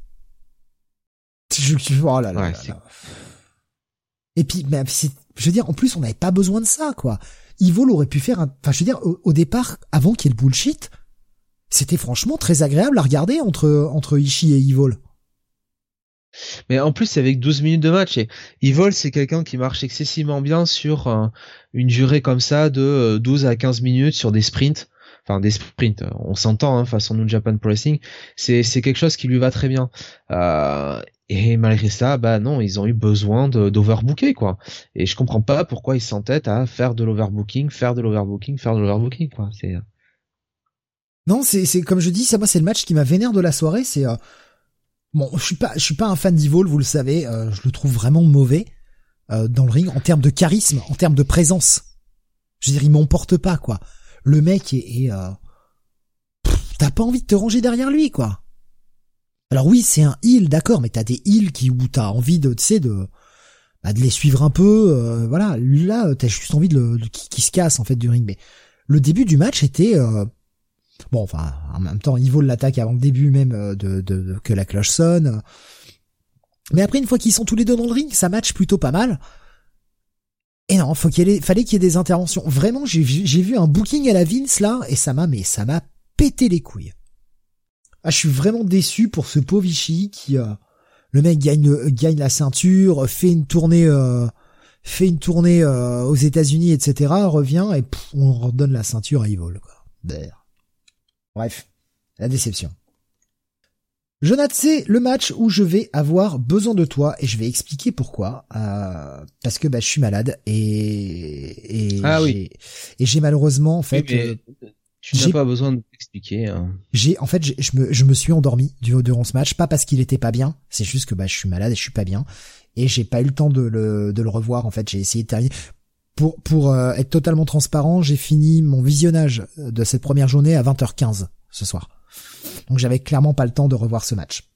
S2: Je, oh là là, ouais, là, là. Et puis, bah, c'est, je veux dire, en plus, on n'avait pas besoin de ça, quoi. Evil aurait pu faire un, enfin, je veux dire, au, au départ, avant qu'il y ait le bullshit, c'était franchement très agréable à regarder entre, entre Ishii et Evil.
S3: Mais en plus, c'est avec douze minutes de match, et Evil, c'est quelqu'un qui marche excessivement bien sur euh, une durée comme ça de douze à quinze minutes sur des sprints. Enfin, des sprints, on s'entend, hein, façon New Japan Pro Wrestling, c'est, c'est quelque chose qui lui va très bien. Euh, et malgré ça, bah non, ils ont eu besoin de, d'overbooker, quoi. Et je comprends pas pourquoi ils s'entêtent à faire de l'overbooking, faire de l'overbooking, faire de l'overbooking, quoi. C'est...
S2: Non, c'est, c'est, comme je dis, ça, moi, c'est le match qui m'a vénère de la soirée, c'est, euh... bon, je suis pas, je suis pas un fan d'Evil, vous le savez, euh, je le trouve vraiment mauvais, euh, dans le ring, en termes de charisme, en termes de présence. Je veux dire, il m'emporte pas, quoi. Le mec est, est euh... Pff, t'as pas envie de te ranger derrière lui, quoi. Alors oui, c'est un heel, d'accord, mais t'as des heels qui où t'as envie de, tu sais, de, bah, de les suivre un peu, euh, voilà. Là, t'as juste envie de le, de, qui, qui se casse en fait du ring. Mais le début du match était, euh... bon, enfin, en même temps, Evil l'attaque avant le début même de, de, de que la cloche sonne. Mais après, une fois qu'ils sont tous les deux dans le ring, ça match plutôt pas mal. Et non, faut qu'il y ait, fallait qu'il y ait des interventions. Vraiment, j'ai vu, j'ai vu un booking à la Vince, là, et ça m'a, mais ça m'a pété les couilles. Ah, je suis vraiment déçu pour ce pauvre Ishii qui, euh, le mec gagne, gagne la ceinture, fait une tournée, euh, fait une tournée, euh, aux États-Unis, et cetera, revient, et pff, on redonne la ceinture à Evil, quoi. Bref. La déception. Jonathan, c'est le match où je vais avoir besoin de toi et je vais expliquer pourquoi. Euh, parce que bah je suis malade et et
S3: ah,
S2: j'ai
S3: oui.
S2: et j'ai malheureusement en fait.
S3: Oui, mais
S2: euh,
S3: tu n'as pas besoin de t'expliquer. Hein.
S2: J'ai en fait je me je me suis endormi du durant ce match, pas parce qu'il était pas bien, c'est juste que bah je suis malade et je suis pas bien et j'ai pas eu le temps de le de le revoir en fait. J'ai essayé de terminer. Pour pour euh, être totalement transparent, j'ai fini mon visionnage de cette première journée à vingt heures quinze ce soir. Donc j'avais clairement pas le temps de revoir ce match.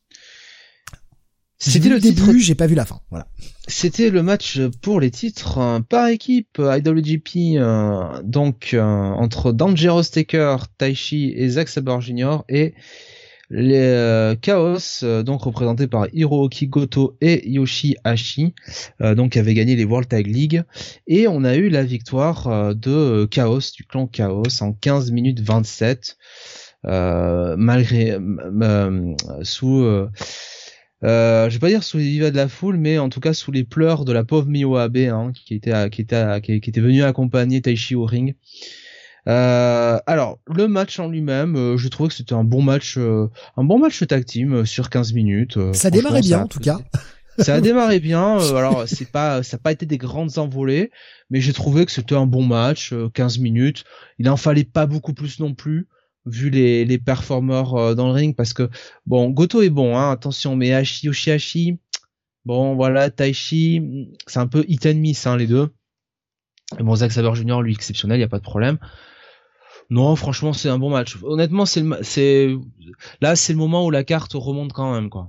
S2: J'ai vu le, le début, titre... j'ai pas vu la fin. Voilà.
S3: C'était le match pour les titres euh, par équipe I W G P, euh, donc euh, entre Dangerous Taker, Taichi et Zack Sabre Junior et les euh, Chaos, euh, donc représentés par Hiroki Goto et Yoshi-Hashi, euh, donc qui avaient gagné les World Tag League. Et on a eu la victoire euh, de Chaos, du clan Chaos, en quinze minutes vingt-sept. Euh, malgré euh, sous euh, euh, je vais pas dire sous les vivas de la foule, mais en tout cas sous les pleurs de la pauvre Miho Abe, hein, qui était qui était qui, qui était venue accompagner Taichi au ring. Euh, alors le match en lui-même, euh, je trouvais que c'était un bon match, euh, un bon match tag team euh, sur quinze minutes. Euh,
S2: ça démarrait bien en tout cas.
S3: Ça a démarré bien. Euh, alors c'est pas, ça a pas été des grandes envolées, mais j'ai trouvé que c'était un bon match, euh, quinze minutes. Il en fallait pas beaucoup plus non plus, vu les les performeurs euh, dans le ring, parce que bon, Goto est bon, hein, attention, mais Hashi, Yoshi-Hashi, bon voilà, Taichi, c'est un peu hit and miss, hein, les deux. Et bon, Zack Sabre Junior, lui, exceptionnel, y a pas de problème. Non, franchement, c'est un bon match. Honnêtement, c'est le, c'est là, c'est le moment où la carte remonte quand même, quoi.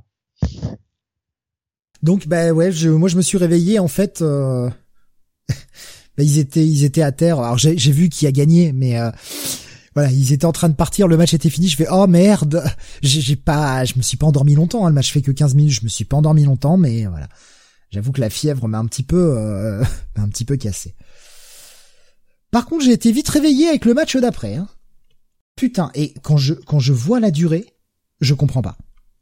S2: Donc bah ouais, je, moi je me suis réveillé en fait. Euh... bah, ils étaient, ils étaient à terre. Alors j'ai, j'ai vu qui a gagné, mais euh... voilà, ils étaient en train de partir, le match était fini, je fais oh merde, j'ai, j'ai pas, je me suis pas endormi longtemps, hein, le match fait que quinze minutes, je me suis pas endormi longtemps, mais voilà, j'avoue que la fièvre m'a un petit peu, euh, m'a un petit peu cassé. Par contre, j'ai été vite réveillé avec le match d'après, hein. Putain, et quand je, quand je vois la durée, je comprends pas.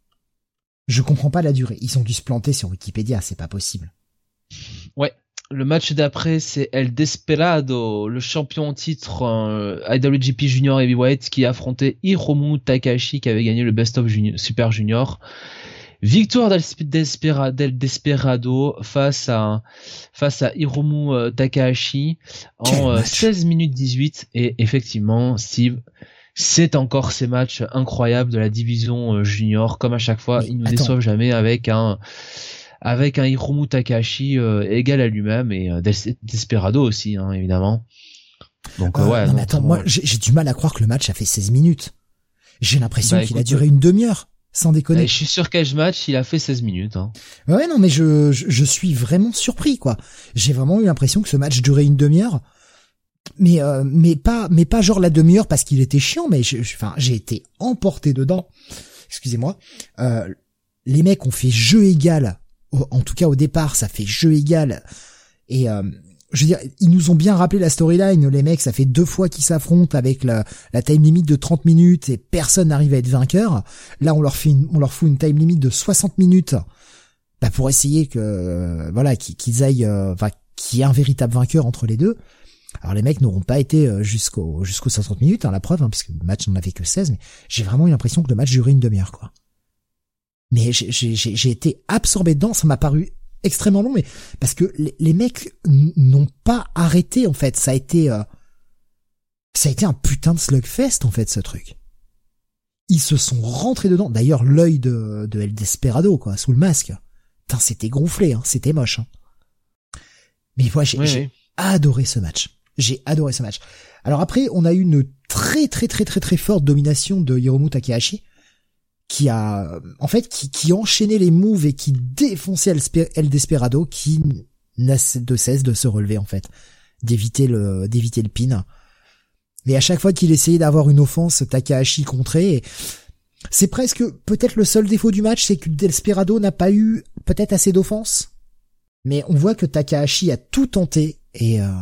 S2: Je comprends pas la durée. Ils ont dû se planter sur Wikipédia, c'est pas possible.
S3: Ouais. Le match d'après, c'est El Desperado, le champion en titre euh, I W G P Junior Heavyweight, qui a affronté Hiromu Takahashi, qui avait gagné le Best of Junior, Super Junior. Victoire d'El Despera, del Desperado face à face à Hiromu euh, Takahashi en euh, seize minutes dix-huit. Et effectivement, Steve, c'est encore ces matchs incroyables de la division euh, junior. Comme à chaque fois,
S2: Mais,
S3: ils nous
S2: attends.
S3: déçoivent jamais avec un avec un Hiromu Takahashi euh, égal à lui-même, et euh, Des- Desperado aussi, hein, évidemment. Donc euh,
S2: Euh,
S3: ouais.
S2: non
S3: non,
S2: mais attends,
S3: vraiment,
S2: moi j'ai, j'ai du mal à croire que le match a fait seize minutes. J'ai l'impression
S3: Bah,
S2: qu'il a
S3: écoute,
S2: duré une demi-heure, sans déconner.
S3: euh, je suis sûr qu'Edge match, il a fait seize minutes. Hein.
S2: Ouais, non, mais je, je, je suis vraiment surpris, quoi. J'ai vraiment eu l'impression que ce match durait une demi-heure. Mais, euh, mais pas, mais pas genre la demi-heure parce qu'il était chiant, mais je, je- enfin, j'ai été emporté dedans. Excusez-moi. Euh, les mecs ont fait jeu égal. Au- En tout cas, au départ, ça fait jeu égal. Et, euh, je veux dire, ils nous ont bien rappelé la storyline. Les mecs, ça fait deux fois qu'ils s'affrontent avec la, la time limit de trente minutes et personne n'arrive à être vainqueur. Là, on leur fait une, on leur fout une time limit de soixante minutes. Bah, pour essayer que, euh, voilà, qu'ils, qu'ils aillent, euh, enfin, qu'il y ait un véritable vainqueur entre les deux. Alors les mecs n'auront pas été euh, jusqu'au jusqu'aux soixante minutes, hein, la preuve, hein, parce que le match n'en avait que seize, mais j'ai vraiment eu l'impression que le match durait une demi-heure, quoi. Mais j'ai, j'ai, j'ai, j'ai été absorbé dedans, ça m'a paru extrêmement long, mais parce que les, les mecs n- n'ont pas arrêté, en fait. Ça a été, euh, ça a été un putain de slugfest, en fait, ce truc. Ils se sont rentrés dedans. D'ailleurs, l'œil de, de El Desperado, quoi, sous le masque. Putain, c'était gonflé, hein, c'était moche. Hein. Mais voilà, j'ai,
S3: Oui,
S2: j'ai
S3: oui.
S2: adoré ce match. J'ai adoré ce match. Alors après, on a eu une très très très très très forte domination de Hiromu Takahashi, qui a, en fait, qui, qui enchaînait les moves et qui défonçait El, Spe- El Desperado, qui n'a de cesse de se relever, en fait, d'éviter le, d'éviter le pin. Et à chaque fois qu'il essayait d'avoir une offense, Takahashi contrait. Et c'est presque peut-être le seul défaut du match, c'est que Desperado n'a pas eu peut-être assez d'offense. Mais on voit que Takahashi a tout tenté et euh,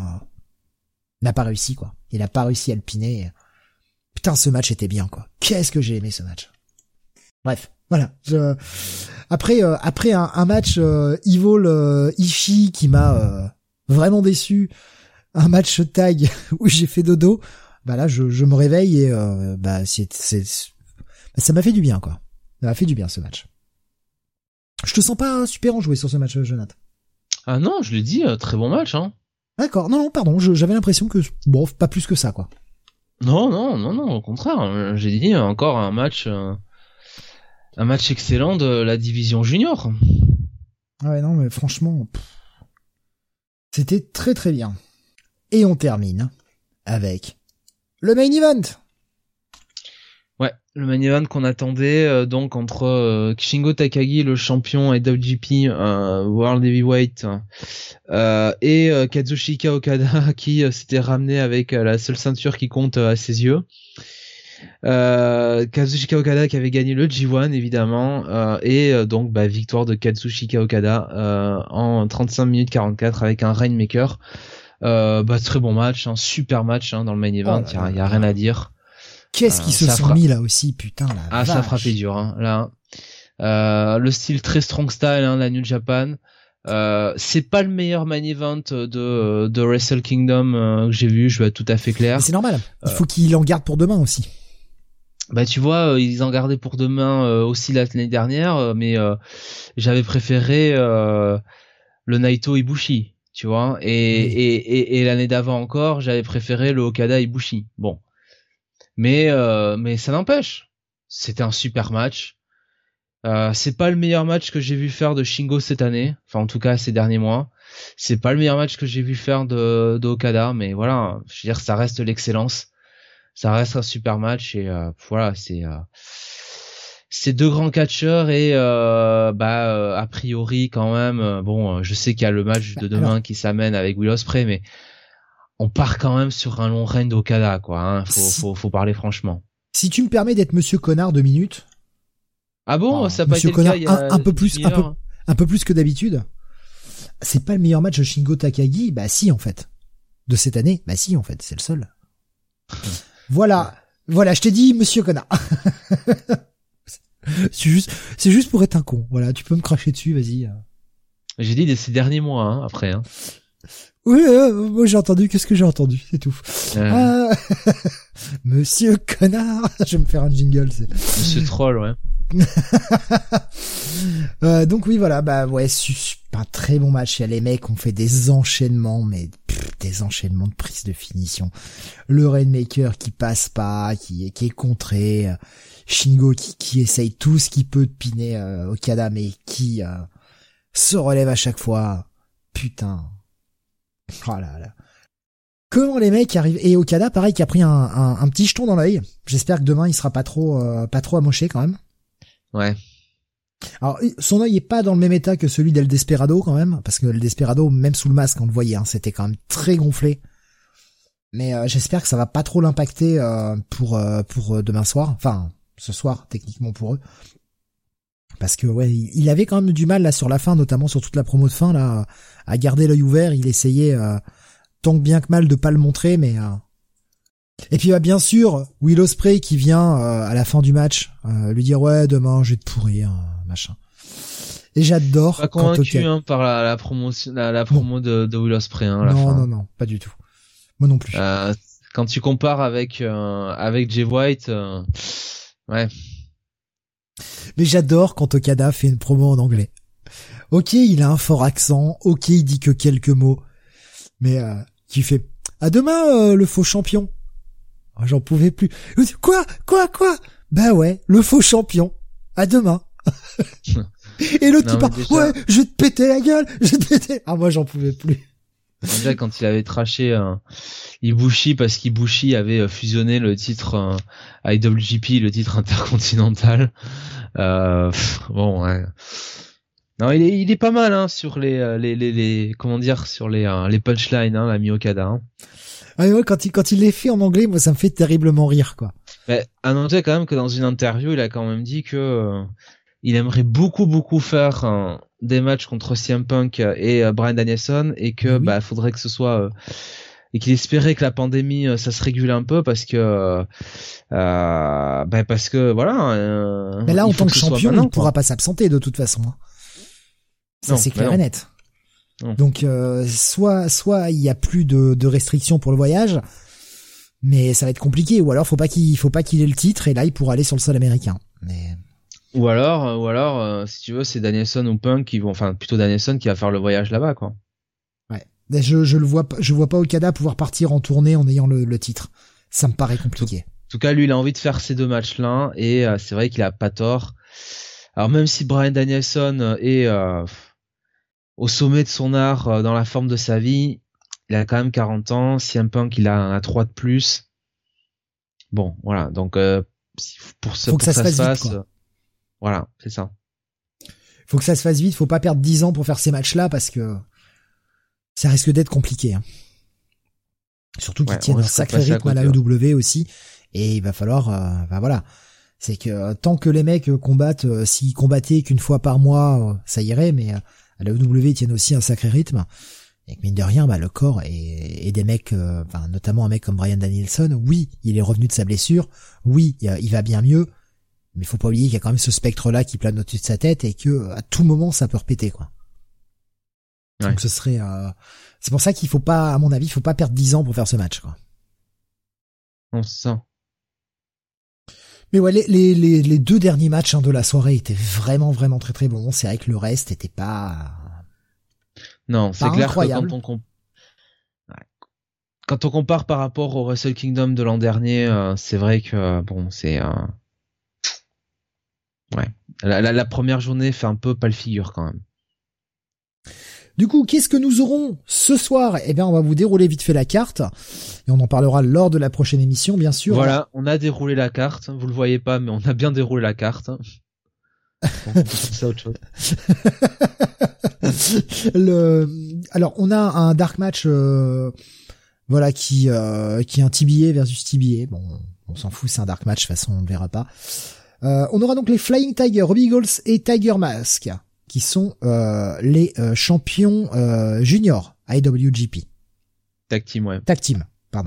S2: n'a pas réussi, quoi. Il a pas réussi à le piner. Putain, ce match était bien, quoi. Qu'est-ce que j'ai aimé ce match. Bref, voilà. Je... Après, euh, après un, un match euh, Evil euh, Ishii qui m'a euh, vraiment déçu, un match tag où j'ai fait dodo. Bah là, je, je me réveille et euh, bah c'est, c'est, ça m'a fait du bien, quoi. Ça m'a fait du bien ce match. Je te sens pas super enjoué sur ce match, Jonathan.
S3: Ah non, je l'ai dit, euh, très bon match, hein.
S2: D'accord, non, non, pardon, je, j'avais l'impression que, bon, pas plus que ça, quoi.
S3: Non, non, non, non, au contraire, j'ai dit encore un match, euh, un match excellent de la division junior.
S2: Ah ouais, non, mais franchement, pff, c'était très très bien. Et on termine avec le main event.
S3: Ouais, le main event qu'on attendait euh, donc entre euh, Shingo Takagi, le champion I W G P euh, World Heavyweight, euh, et euh, Kazuchika Okada qui euh, s'était ramené avec euh, la seule ceinture qui compte euh, à ses yeux. Euh, Kazuchika Okada qui avait gagné le G un évidemment, euh, et euh, donc bah, victoire de Kazuchika Okada euh, en trente-cinq minutes quarante-quatre avec un Rainmaker. Euh, bah très bon match, un hein, super match hein, dans le main event, il oh y, y a rien à dire.
S2: Qu'est-ce qu'ils euh, se sont fra... mis là aussi, putain la
S3: Ah, vache. Ça frappait dur, hein, là. Euh, le style très strong style, hein, la New Japan. Euh, c'est pas le meilleur main event de, de Wrestle Kingdom euh, que j'ai vu, je vais être tout à fait clair.
S2: Mais c'est normal, il faut euh... qu'il en garde pour demain aussi.
S3: Bah tu vois, euh, ils en gardaient pour demain euh, aussi l'année dernière, euh, mais euh, j'avais préféré euh, le Naito Ibushi, tu vois, et, oui. et, et, et l'année d'avant encore, j'avais préféré le Okada Ibushi. Bon. Mais euh, mais ça n'empêche, c'était un super match. Euh, c'est pas le meilleur match que j'ai vu faire de Shingo cette année, enfin en tout cas ces derniers mois. C'est pas le meilleur match que j'ai vu faire de, de Okada, mais voilà, je veux dire ça reste l'excellence, ça reste un super match et euh, voilà c'est euh, c'est deux grands catcheurs et euh, bah euh, a priori quand même euh, bon je sais qu'il y a le match de demain Alors... qui s'amène avec Will Ospreay mais on part quand même sur un long règne d'Okada, quoi. Hein. Faut, si, faut, faut parler franchement.
S2: Si tu me permets d'être Monsieur Connard deux minutes.
S3: Ah bon,
S2: enfin,
S3: ça a pas
S2: Monsieur
S3: été
S2: Connard,
S3: le cas, il y a
S2: un, un peu plus, un peu, un peu plus que d'habitude. C'est pas le meilleur match de Shingo Takagi, bah si en fait. De cette année, bah si en fait, c'est le seul. Voilà, voilà, je t'ai dit Monsieur Connard. c'est juste, c'est juste pour être un con. Voilà, tu peux me cracher dessus, vas-y.
S3: J'ai dit de ces derniers mois, hein, après. Hein.
S2: Oui, euh, moi j'ai entendu, qu'est-ce que j'ai entendu, c'est tout. Euh... Ah, Monsieur Connard, je vais me faire un jingle. C'est...
S3: Monsieur Troll, ouais.
S2: euh, donc oui, voilà, bah ouais, c'est un très bon match. Il y a les mecs ont fait des enchaînements, mais pff, des enchaînements de prise de finition. Le Rainmaker qui passe pas, qui, qui est contré. Shingo qui, qui essaye tout ce qu'il peut de piner euh, Okada, mais qui euh, se relève à chaque fois. Putain. Oh là là. Comment les mecs arrivent, et Okada pareil qui a pris un, un, un petit jeton dans l'œil. J'espère que demain il sera pas trop euh, pas trop amoché quand même.
S3: Ouais.
S2: Alors son œil est pas dans le même état que celui d'El Desperado quand même, parce que El Desperado même sous le masque on le voyait, hein, c'était quand même très gonflé. Mais euh, j'espère que ça va pas trop l'impacter euh, pour euh, pour euh, demain soir, enfin ce soir techniquement pour eux. Parce que ouais, il avait quand même du mal là sur la fin, notamment sur toute la promo de fin là, à garder l'œil ouvert. Il essayait euh, tant que bien que mal de pas le montrer, mais euh... et puis bah, bien sûr Will Ospreay qui vient euh, à la fin du match euh, lui dire ouais demain je vais te pourrir euh, machin. Et j'adore.
S3: Pas convaincu quand hein, par la, la promotion, la, la promo de, de Will Ospreay. Hein, à la
S2: non
S3: fin.
S2: non non pas du tout. Moi non plus.
S3: Euh, quand tu compares avec euh, avec Jay White, euh, ouais.
S2: Mais j'adore quand Okada fait une promo en anglais. Ok, il a un fort accent, ok, il dit que quelques mots, mais euh, qui fait « À demain, euh, le faux champion !» oh, j'en pouvais plus. « Quoi Quoi Quoi ?» Bah ouais, le faux champion. À demain. Et l'autre qui part déjà... « Ouais, je vais te péter la gueule, je vais te péter... » Ah moi j'en pouvais plus.
S3: Déjà quand il avait traché euh, Ibushi parce qu'Ibushi avait fusionné le titre euh, I W G P, le titre intercontinental. Euh, pff, bon ouais. Non, il est il est pas mal hein sur les les les, les comment dire sur les euh, les punchlines hein, l'ami Okada. Hein.
S2: Ah ouais, quand il quand il les fait en anglais, moi ça me fait terriblement rire quoi.
S3: Mais à noter quand même que dans une interview, il a quand même dit que euh, il aimerait beaucoup beaucoup faire euh, des matchs contre C M Punk et euh, Bryan Danielson et que oui. bah faudrait que ce soit euh, et qu'il espérait que la pandémie euh, ça se régule un peu parce que euh, bah parce que voilà euh,
S2: mais là en tant que, que champion maintenant, il pourra quoi. Pas s'absenter de toute façon hein. Ça non, c'est clair et net non. Donc euh, soit soit il y a plus de, de restrictions pour le voyage mais ça va être compliqué ou alors faut pas qu'il faut pas qu'il ait le titre et là il pourra aller sur le sol américain mais
S3: Ou alors, ou alors, euh, si tu veux, c'est Danielson ou Punk qui vont, enfin plutôt Danielson qui va faire le voyage là-bas, quoi.
S2: Ouais. Mais je je le vois pas, je vois pas Okada pouvoir partir en tournée en ayant le, le titre. Ça me paraît compliqué.
S3: En tout cas, lui, il a envie de faire ces deux matchs-là et euh, c'est vrai qu'il a pas tort. Alors même si Bryan Danielson est euh, au sommet de son art, euh, dans la forme de sa vie, il a quand même quarante ans. C M Punk, il a un trois de plus. Bon, voilà. Donc euh, pour ce,
S2: faut
S3: pour
S2: que ça,
S3: ça
S2: se fasse,
S3: se fasse,
S2: vite, quoi.
S3: euh, voilà, c'est ça.
S2: Faut que ça se fasse vite. Faut pas perdre dix ans pour faire ces matchs-là parce que ça risque d'être compliqué. Hein. Surtout qu'ils
S3: Ouais,
S2: tiennent un sacré rythme à, à la E W aussi, et il va falloir, euh, bah voilà, c'est que euh, tant que les mecs euh, combattent, euh, s'ils combattaient qu'une fois par mois, euh, ça irait, mais euh, à la E W ils tiennent aussi un sacré rythme, et que mine de rien, bah le corps et, et des mecs, euh, enfin notamment un mec comme Bryan Danielson, oui, il est revenu de sa blessure, oui, il, il va bien mieux, mais faut pas oublier qu'il y a quand même ce spectre-là qui plane au-dessus de sa tête et que à tout moment ça peut repéter, quoi. Ouais. Donc ce serait, euh, c'est pour ça qu'il faut pas, à mon avis, il faut pas perdre dix ans pour faire ce match, quoi.
S3: On sent.
S2: Mais ouais, les, les, les, les deux derniers matchs hein, de la soirée étaient vraiment, vraiment très très bons. C'est vrai que le reste était pas...
S3: Non, c'est clair
S2: incroyable.
S3: que quand on, comp... quand on compare par rapport au Wrestle Kingdom de l'an dernier, euh, c'est vrai que, bon, c'est... Euh... Ouais. La, la, la première journée fait un peu pâle figure quand même.
S2: Du coup, qu'est-ce que nous aurons ce soir? Eh bien, on va vous dérouler vite fait la carte. Et on en parlera lors de la prochaine émission, bien sûr.
S3: Voilà, Alors... on a déroulé la carte. Vous le voyez pas, mais on a bien déroulé la carte. Bon, c'est autre chose.
S2: le... Alors, on a un dark match, euh... voilà, qui, euh... qui est un T B A versus T B A. Bon, on s'en fout, c'est un dark match, de toute façon, on ne verra pas. Euh, on aura donc les Flying Tiger, Robbie Eagles et Tiger Mask, qui sont euh, les euh, champions euh, juniors I W G P.
S3: Tag team, ouais.
S2: Tag team, pardon.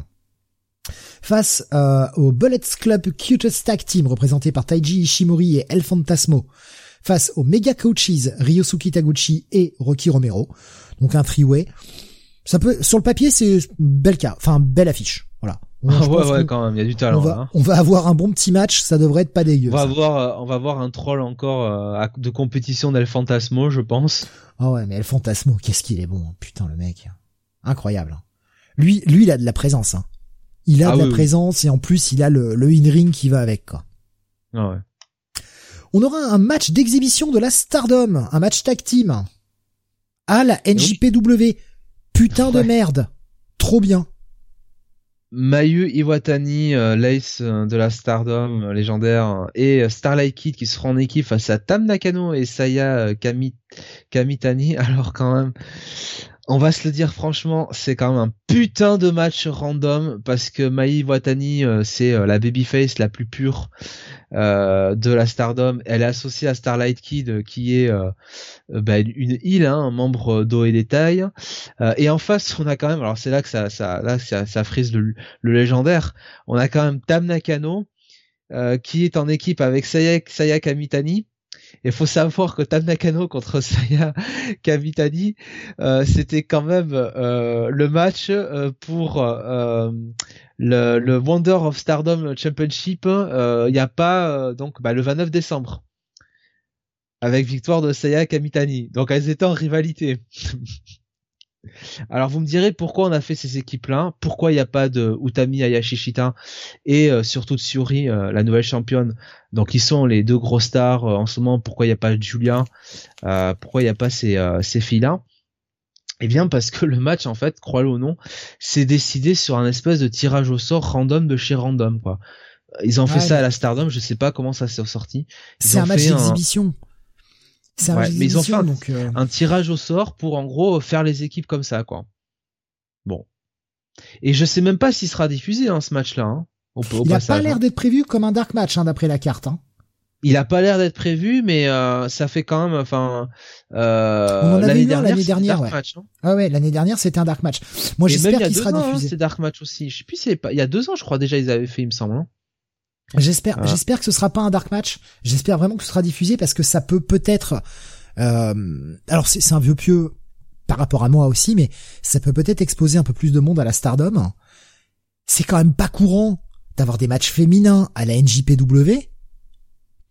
S2: Face euh, au Bullets Club Cutest Tag Team, représenté par Taiji Ishimori et El Fantasmo. Face aux Mega Coaches, Ryosuke Taguchi et Rocky Romero. Donc un three-way. Ça peut, sur le papier, c'est bel cas, enfin belle affiche. Voilà.
S3: Ah ouais, ouais, quand même, il y a du talent.
S2: On va,
S3: là, hein.
S2: on va avoir un bon petit match, ça devrait être pas dégueu.
S3: On va
S2: ça.
S3: avoir, euh, on va avoir un troll encore euh, de compétition d'El Fantasmo, je pense.
S2: Ah ouais, mais El Fantasmo, qu'est-ce qu'il est bon, hein. Putain le mec, incroyable. Hein. Lui, lui, il a de la présence. Hein. Il a
S3: ah
S2: de
S3: oui,
S2: la présence oui. Et en plus, il a le, le in-ring qui va avec, quoi.
S3: Ah ouais.
S2: On aura un match d'exhibition de la Stardom, un match tag team à la N J P W. Putain ouais. de merde, trop bien.
S3: Mayu Iwatani, euh, l'ace de la Stardom euh, légendaire, et euh, Starlight Kid qui seront en équipe face à Tam Nakano et Saya euh, Kami- Kamitani. Alors quand même, on va se le dire franchement, c'est quand même un putain de match random parce que Mayu Iwatani, euh, c'est euh, la babyface la plus pure euh, de la Stardom. Elle est associée à Starlight Kid euh, qui est euh, euh, bah, une heel, hein, un membre d'O et Détail. Euh, et en face, on a quand même, alors c'est là que ça, ça, là, ça, ça frise le, le légendaire. On a quand même Tam Nakano euh, qui est en équipe avec Saya, Saya Kamitani. Il faut savoir que Tam Nakano contre Saya Kamitani, euh, c'était quand même euh, le match euh, pour euh, le, le Wonder of Stardom Championship. Il euh, y a pas euh, donc bah, le vingt-neuf décembre avec victoire de Saya Kamitani. Donc elles étaient en rivalité. Alors vous me direz pourquoi on a fait ces équipes-là, pourquoi il n'y a pas de Utami Hayashishita et euh, surtout Tsuri, euh, la nouvelle championne. Donc ils sont les deux gros stars euh, en ce moment. Pourquoi il n'y a pas Julia, euh, pourquoi il n'y a pas ces, euh, ces filles-là? Eh bien parce que le match, en fait, crois-le ou non, c'est décidé sur un espèce de tirage au sort random de chez random, quoi. Ils ont ouais, fait ça à la Stardom, je sais pas comment ça s'est sorti. Ils
S2: c'est un match d'exhibition. Un... C'est un
S3: ouais, mais ils ont fait un,
S2: donc euh...
S3: un tirage au sort pour en gros faire les équipes comme ça, quoi. Bon. Et je sais même pas s'il sera diffusé hein, ce match-là. Hein, au, au
S2: il
S3: passage,
S2: a pas l'air
S3: hein.
S2: d'être prévu comme un dark match hein, d'après la carte. Hein.
S3: Il a pas l'air d'être prévu, mais euh, ça fait quand même, enfin, euh,
S2: on en avait
S3: l'année
S2: eu
S3: dernière,
S2: l'année dernière, ouais.
S3: Match, hein.
S2: Ah ouais, l'année dernière c'était un dark match. Moi
S3: et
S2: j'espère qu'il sera
S3: ans,
S2: diffusé.
S3: Hein, c'est dark match aussi. Je sais plus, c'est pas. Il y a deux ans, je crois déjà ils avaient fait, il me semble. Hein.
S2: J'espère, ah. j'espère que ce sera pas un dark match. J'espère vraiment que ce sera diffusé parce que ça peut peut-être. Euh, alors c'est, c'est un vieux pieu par rapport à moi aussi, mais ça peut peut-être exposer un peu plus de monde à la Stardom. C'est quand même pas courant d'avoir des matchs féminins à la N J P W.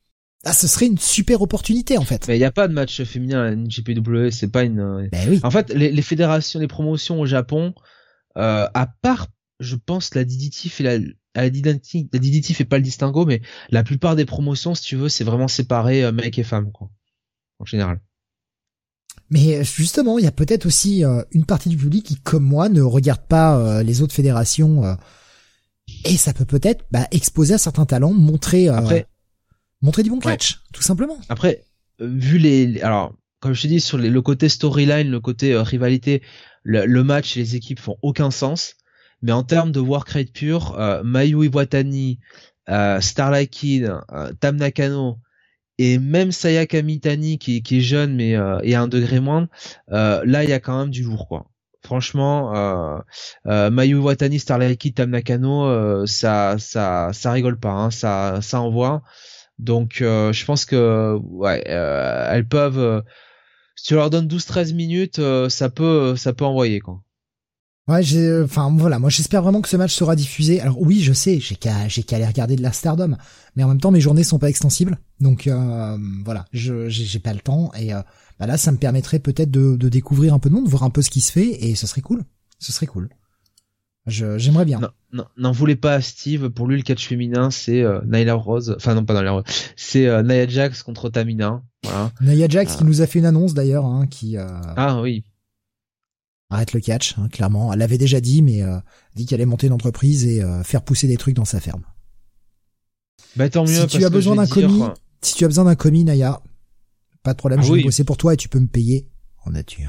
S2: Ah, ce serait une super opportunité en fait.
S3: Mais il y a pas de match féminin à la N J P W, c'est pas une.
S2: Ben oui.
S3: En fait, les, les fédérations, les promotions au Japon, euh, à part, je pense la D D T fait la, la D D T, la D D T fait pas le distinguo, mais la plupart des promotions, si tu veux, c'est vraiment séparé euh, mec et femme, quoi. En général.
S2: Mais justement, il y a peut-être aussi euh, une partie du public qui, comme moi, ne regarde pas euh, les autres fédérations, euh, et ça peut peut-être bah, exposer à certains talents, montrer. Euh,
S3: Après.
S2: Montrer du bon catch,
S3: ouais.
S2: tout simplement.
S3: Après, euh, vu les, alors, comme je te dis, sur les, le côté storyline, le côté euh, rivalité, le, le match et les équipes font aucun sens. Mais en termes de work rate pur, euh, Mayu Iwatani, euh, Starlight Kid, euh, Tam Nakano et même Sayaka Mitani qui, qui est jeune mais euh, et à un degré moindre, euh, là il y a quand même du lourd quoi. Franchement, euh, euh, Mayu Iwatani, Starlight Kid, Tam Nakano, euh, ça, ça, ça rigole pas, hein, ça, ça envoie. Donc euh, je pense que ouais, euh, elles peuvent euh, si tu leur donnes douze treize minutes, euh, ça peut ça peut envoyer quoi.
S2: Ouais, j'ai enfin voilà, moi j'espère vraiment que ce match sera diffusé. Alors oui, je sais, j'ai qu'à j'ai qu'à aller regarder de la Stardom, mais en même temps mes journées sont pas extensibles. Donc euh, voilà, je j'ai, j'ai pas le temps et euh, bah là ça me permettrait peut-être de de découvrir un peu de monde, voir un peu ce qui se fait et ce serait cool. Ce serait cool. Je, j'aimerais bien.
S3: Non, non, n'en voulez pas à Steve. Pour lui, le catch féminin, c'est euh, Nyla Rose. Enfin, non, pas Nyla Rose. C'est euh, Nia Jax contre Tamina. Voilà.
S2: Nia Jax
S3: ah.
S2: qui nous a fait une annonce d'ailleurs, hein, qui euh,
S3: ah oui.
S2: arrête le catch, hein, clairement. Elle l'avait déjà dit, mais euh, dit qu'elle allait monter une entreprise et euh, faire pousser des trucs dans sa ferme.
S3: Bah tant mieux.
S2: Si
S3: parce
S2: tu as
S3: que
S2: besoin d'un
S3: dire...
S2: commis, si tu as besoin d'un commis, Naya, pas de problème,
S3: ah,
S2: je
S3: oui.
S2: vais bosser pour toi et tu peux me payer en nature.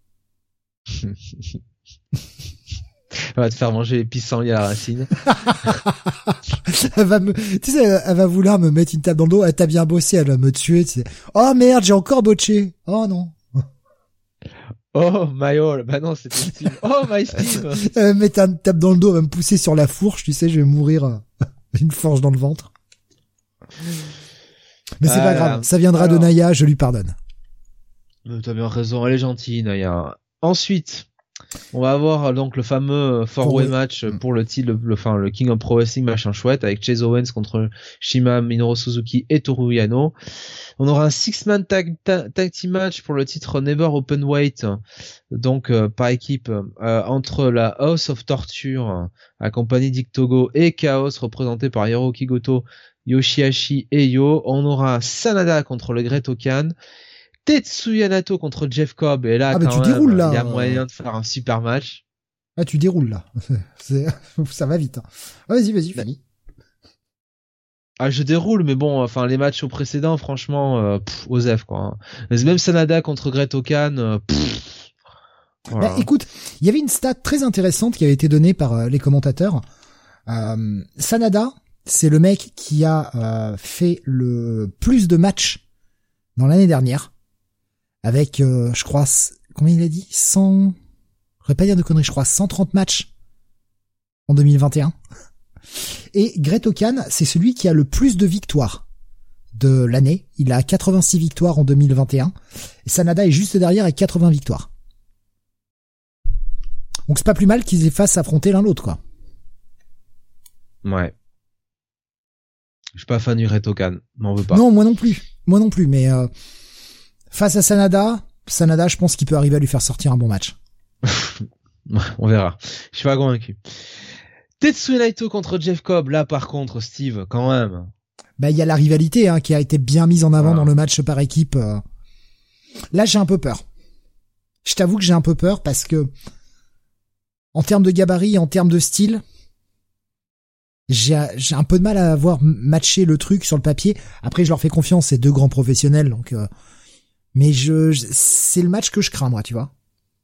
S3: Elle va te faire manger les pissenlits à la racine.
S2: Elle va me, tu sais, elle va vouloir me mettre une tape dans le dos. Elle t'a bien bossé, elle va me tuer. Tu sais. Oh merde, j'ai encore botché. Oh non.
S3: Oh my all. Bah non, c'était Steve. Oh my Steve.
S2: Elle va me mettre une tape dans le dos, elle va me pousser sur la fourche. Tu sais, je vais mourir une forge dans le ventre. Mais c'est ah, pas grave, ça viendra alors... de Naya, je lui pardonne.
S3: T'as bien raison, elle est gentille, Naya. Ensuite. On va avoir donc le fameux four-way match pour le titre, le, le, enfin le King of Pro Wrestling machin chouette avec Chase Owens contre Shima, Minoru Suzuki et Toru Yano. On aura un six-man tag, tag, tag team match pour le titre Never Openweight, donc euh, par équipe euh, entre la House of Torture accompagnée d'Ik Togo et Chaos représenté par Hiroki Goto, Yoshihashi et Yo. On aura Sanada contre le Great Okan. Tetsuya Nato contre Jeff Cobb et là
S2: ah,
S3: quand
S2: tu
S3: même
S2: déroules, là.
S3: Il y a moyen de faire un super match.
S2: Ah tu déroules là. C'est... ça va vite. Hein. Vas-y vas-y Fanny.
S3: Ah je déroule mais bon enfin les matchs au précédent franchement euh, pff, Osef quoi. Même Sanada contre Great Okan euh, pff, voilà.
S2: Bah, écoute, il y avait une stat très intéressante qui avait été donnée par euh, les commentateurs. Euh, Sanada, c'est le mec qui a euh, fait le plus de matchs dans l'année dernière. Avec, euh, je crois, combien il a dit cent, je vais pas dire de conneries, je crois cent trente matchs en deux mille vingt et un. Et Great Okan, c'est celui qui a le plus de victoires de l'année. Il a quatre-vingt-six victoires en deux mille vingt et un. Et Sanada est juste derrière avec quatre-vingts victoires. Donc c'est pas plus mal qu'ils aient face à affronter l'un l'autre, quoi.
S3: Ouais. Je suis pas fan du Great Okan, m'en veux pas.
S2: Non, moi non plus. Moi non plus, mais... Euh... Face à Sanada, Sanada, je pense qu'il peut arriver à lui faire sortir un bon match.
S3: On verra. Je suis pas convaincu. Tetsuya Naito contre Jeff Cobb, là par contre, Steve, quand même.
S2: Bah il y a la rivalité hein, qui a été bien mise en avant ah. dans le match par équipe. Là, j'ai un peu peur. Je t'avoue que j'ai un peu peur parce que en termes de gabarit, en termes de style, j'ai j'ai un peu de mal à avoir matché le truc sur le papier. Après, je leur fais confiance, c'est deux grands professionnels, donc. Euh, Mais je, je, c'est le match que je crains, moi, tu vois.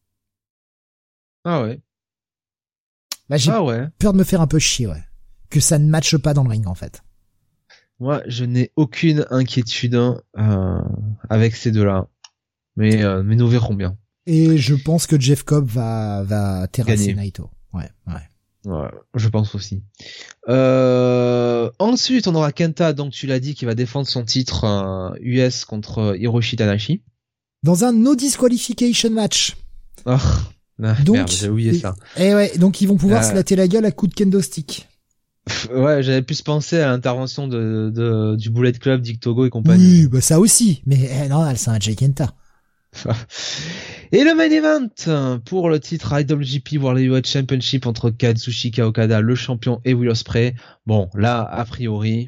S3: Ah ouais.
S2: Bah, j'ai
S3: ah ouais.
S2: peur de me faire un peu chier, ouais. Que ça ne matche pas dans le ring, en fait.
S3: Moi, je n'ai aucune inquiétude euh, avec ces deux-là. Mais, euh, mais nous verrons bien.
S2: Et je pense que Jeff Cobb va, va terrasser
S3: Gagner.
S2: Naito. Ouais, ouais.
S3: Ouais, je pense aussi. Euh, ensuite, on aura Kenta, donc tu l'as dit, qui va défendre son titre euh, U S contre Hiroshi Tanahashi.
S2: Dans un no disqualification match.
S3: Oh, ah,
S2: donc,
S3: merde, j'ai oublié ça.
S2: Et ouais, donc ils vont pouvoir euh... se latter la gueule à coups de kendo stick.
S3: Ouais, j'avais plus pensé à l'intervention de, de du Bullet Club, Dick Togo et compagnie.
S2: Oui, bah ça aussi. Mais eh, non, c'est un Jake Kenta.
S3: Et le main event pour le titre I W G P World Heavyweight Championship entre Kazuchika Okada, le champion, et Will Ospreay. Bon, là, a priori,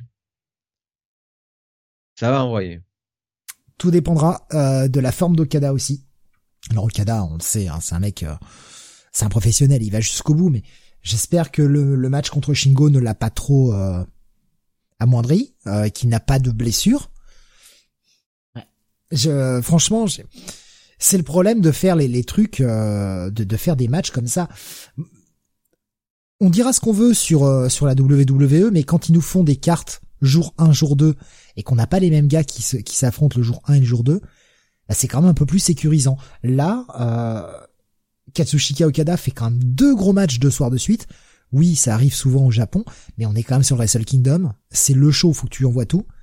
S3: ça va envoyer.
S2: Tout dépendra euh, de la forme d'Okada aussi. Alors Okada, on le sait, hein, c'est un mec, euh, c'est un professionnel, il va jusqu'au bout, mais j'espère que le, le match contre Shingo ne l'a pas trop euh, amoindri, euh, qu'il n'a pas de blessure. Ouais. Je, franchement, j'ai... c'est le problème de faire les, les trucs, euh, de, de faire des matchs comme ça. On dira ce qu'on veut sur euh, sur la W W E, mais quand ils nous font des cartes jour un, jour deux, et qu'on n'a pas les mêmes gars qui, se, qui s'affrontent le jour un et le jour deux, bah c'est quand même un peu plus sécurisant. Là, euh, Katsushika Okada fait quand même deux gros matchs deux soirs de suite. Oui, ça arrive souvent au Japon, mais on est quand même sur le Wrestle Kingdom. C'est le show, faut que tu envoies tout.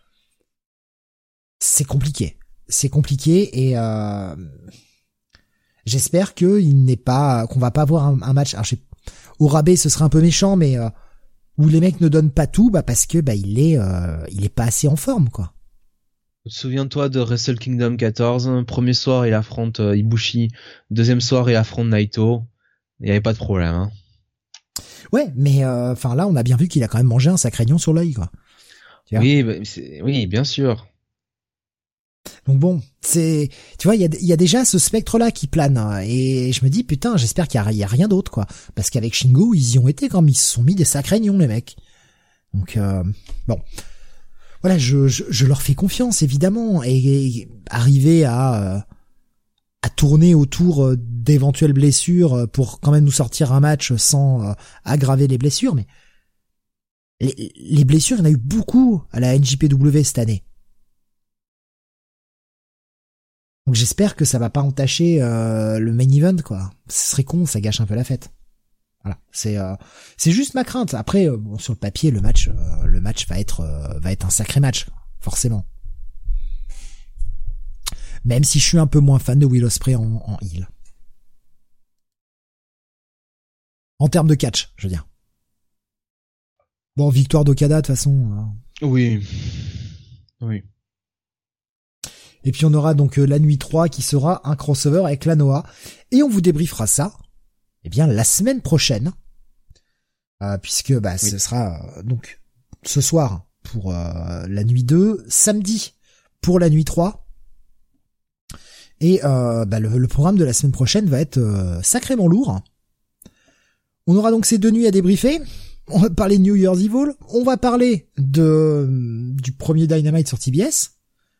S2: C'est compliqué. C'est compliqué et euh, j'espère que il n'est pas, qu'on va pas avoir un, un match. Alors, je sais, au rabais, ce serait un peu méchant, mais euh, où les mecs ne donnent pas tout, bah parce que bah il est, euh, il est pas assez en forme, quoi.
S3: Souviens-toi de Wrestle Kingdom quatorze. Premier soir, il affronte euh, Ibushi. Deuxième soir, il affronte Naito. Il y avait pas de problème. Hein.
S2: Ouais, mais enfin euh, là, on a bien vu qu'il a quand même mangé un sacré lion sur l'œil, quoi.
S3: Tu vois oui, bah, c'est, oui, bien sûr.
S2: Donc bon, c'est, tu vois, il y a, y a déjà ce spectre-là qui plane, hein, et je me dis putain, j'espère qu'il y a, y a rien d'autre, quoi, parce qu'avec Shingo, ils y ont été quand même, ils se sont mis des sacrés nions, les mecs. Donc euh, bon, voilà, je, je, je leur fais confiance évidemment, et, et arriver à euh, à tourner autour d'éventuelles blessures pour quand même nous sortir un match sans euh, aggraver les blessures, mais les, les blessures, il y en a eu beaucoup à la N J P W cette année. Donc j'espère que ça va pas entacher euh, le main event, quoi. Ce serait con, ça gâche un peu la fête. Voilà, c'est euh, c'est juste ma crainte. Après, euh, bon, sur le papier, le match, euh, le match va être euh, va être un sacré match, forcément. Même si je suis un peu moins fan de Will Ospreay en, en heel. En termes de catch, je veux dire. Bon, victoire d'Okada de toute façon. Euh...
S3: Oui, oui.
S2: Et puis on aura donc euh, la nuit trois qui sera un crossover avec la Noah. Et on vous débriefera ça, eh bien, la semaine prochaine. Euh, puisque bah, oui. ce sera euh, donc ce soir pour euh, la nuit deux, samedi pour la nuit trois. Et euh, bah, le, le programme de la semaine prochaine va être euh, sacrément lourd. On aura donc ces deux nuits à débriefer. On va parler de New Year's Evil. On va parler de du premier Dynamite sur T B S.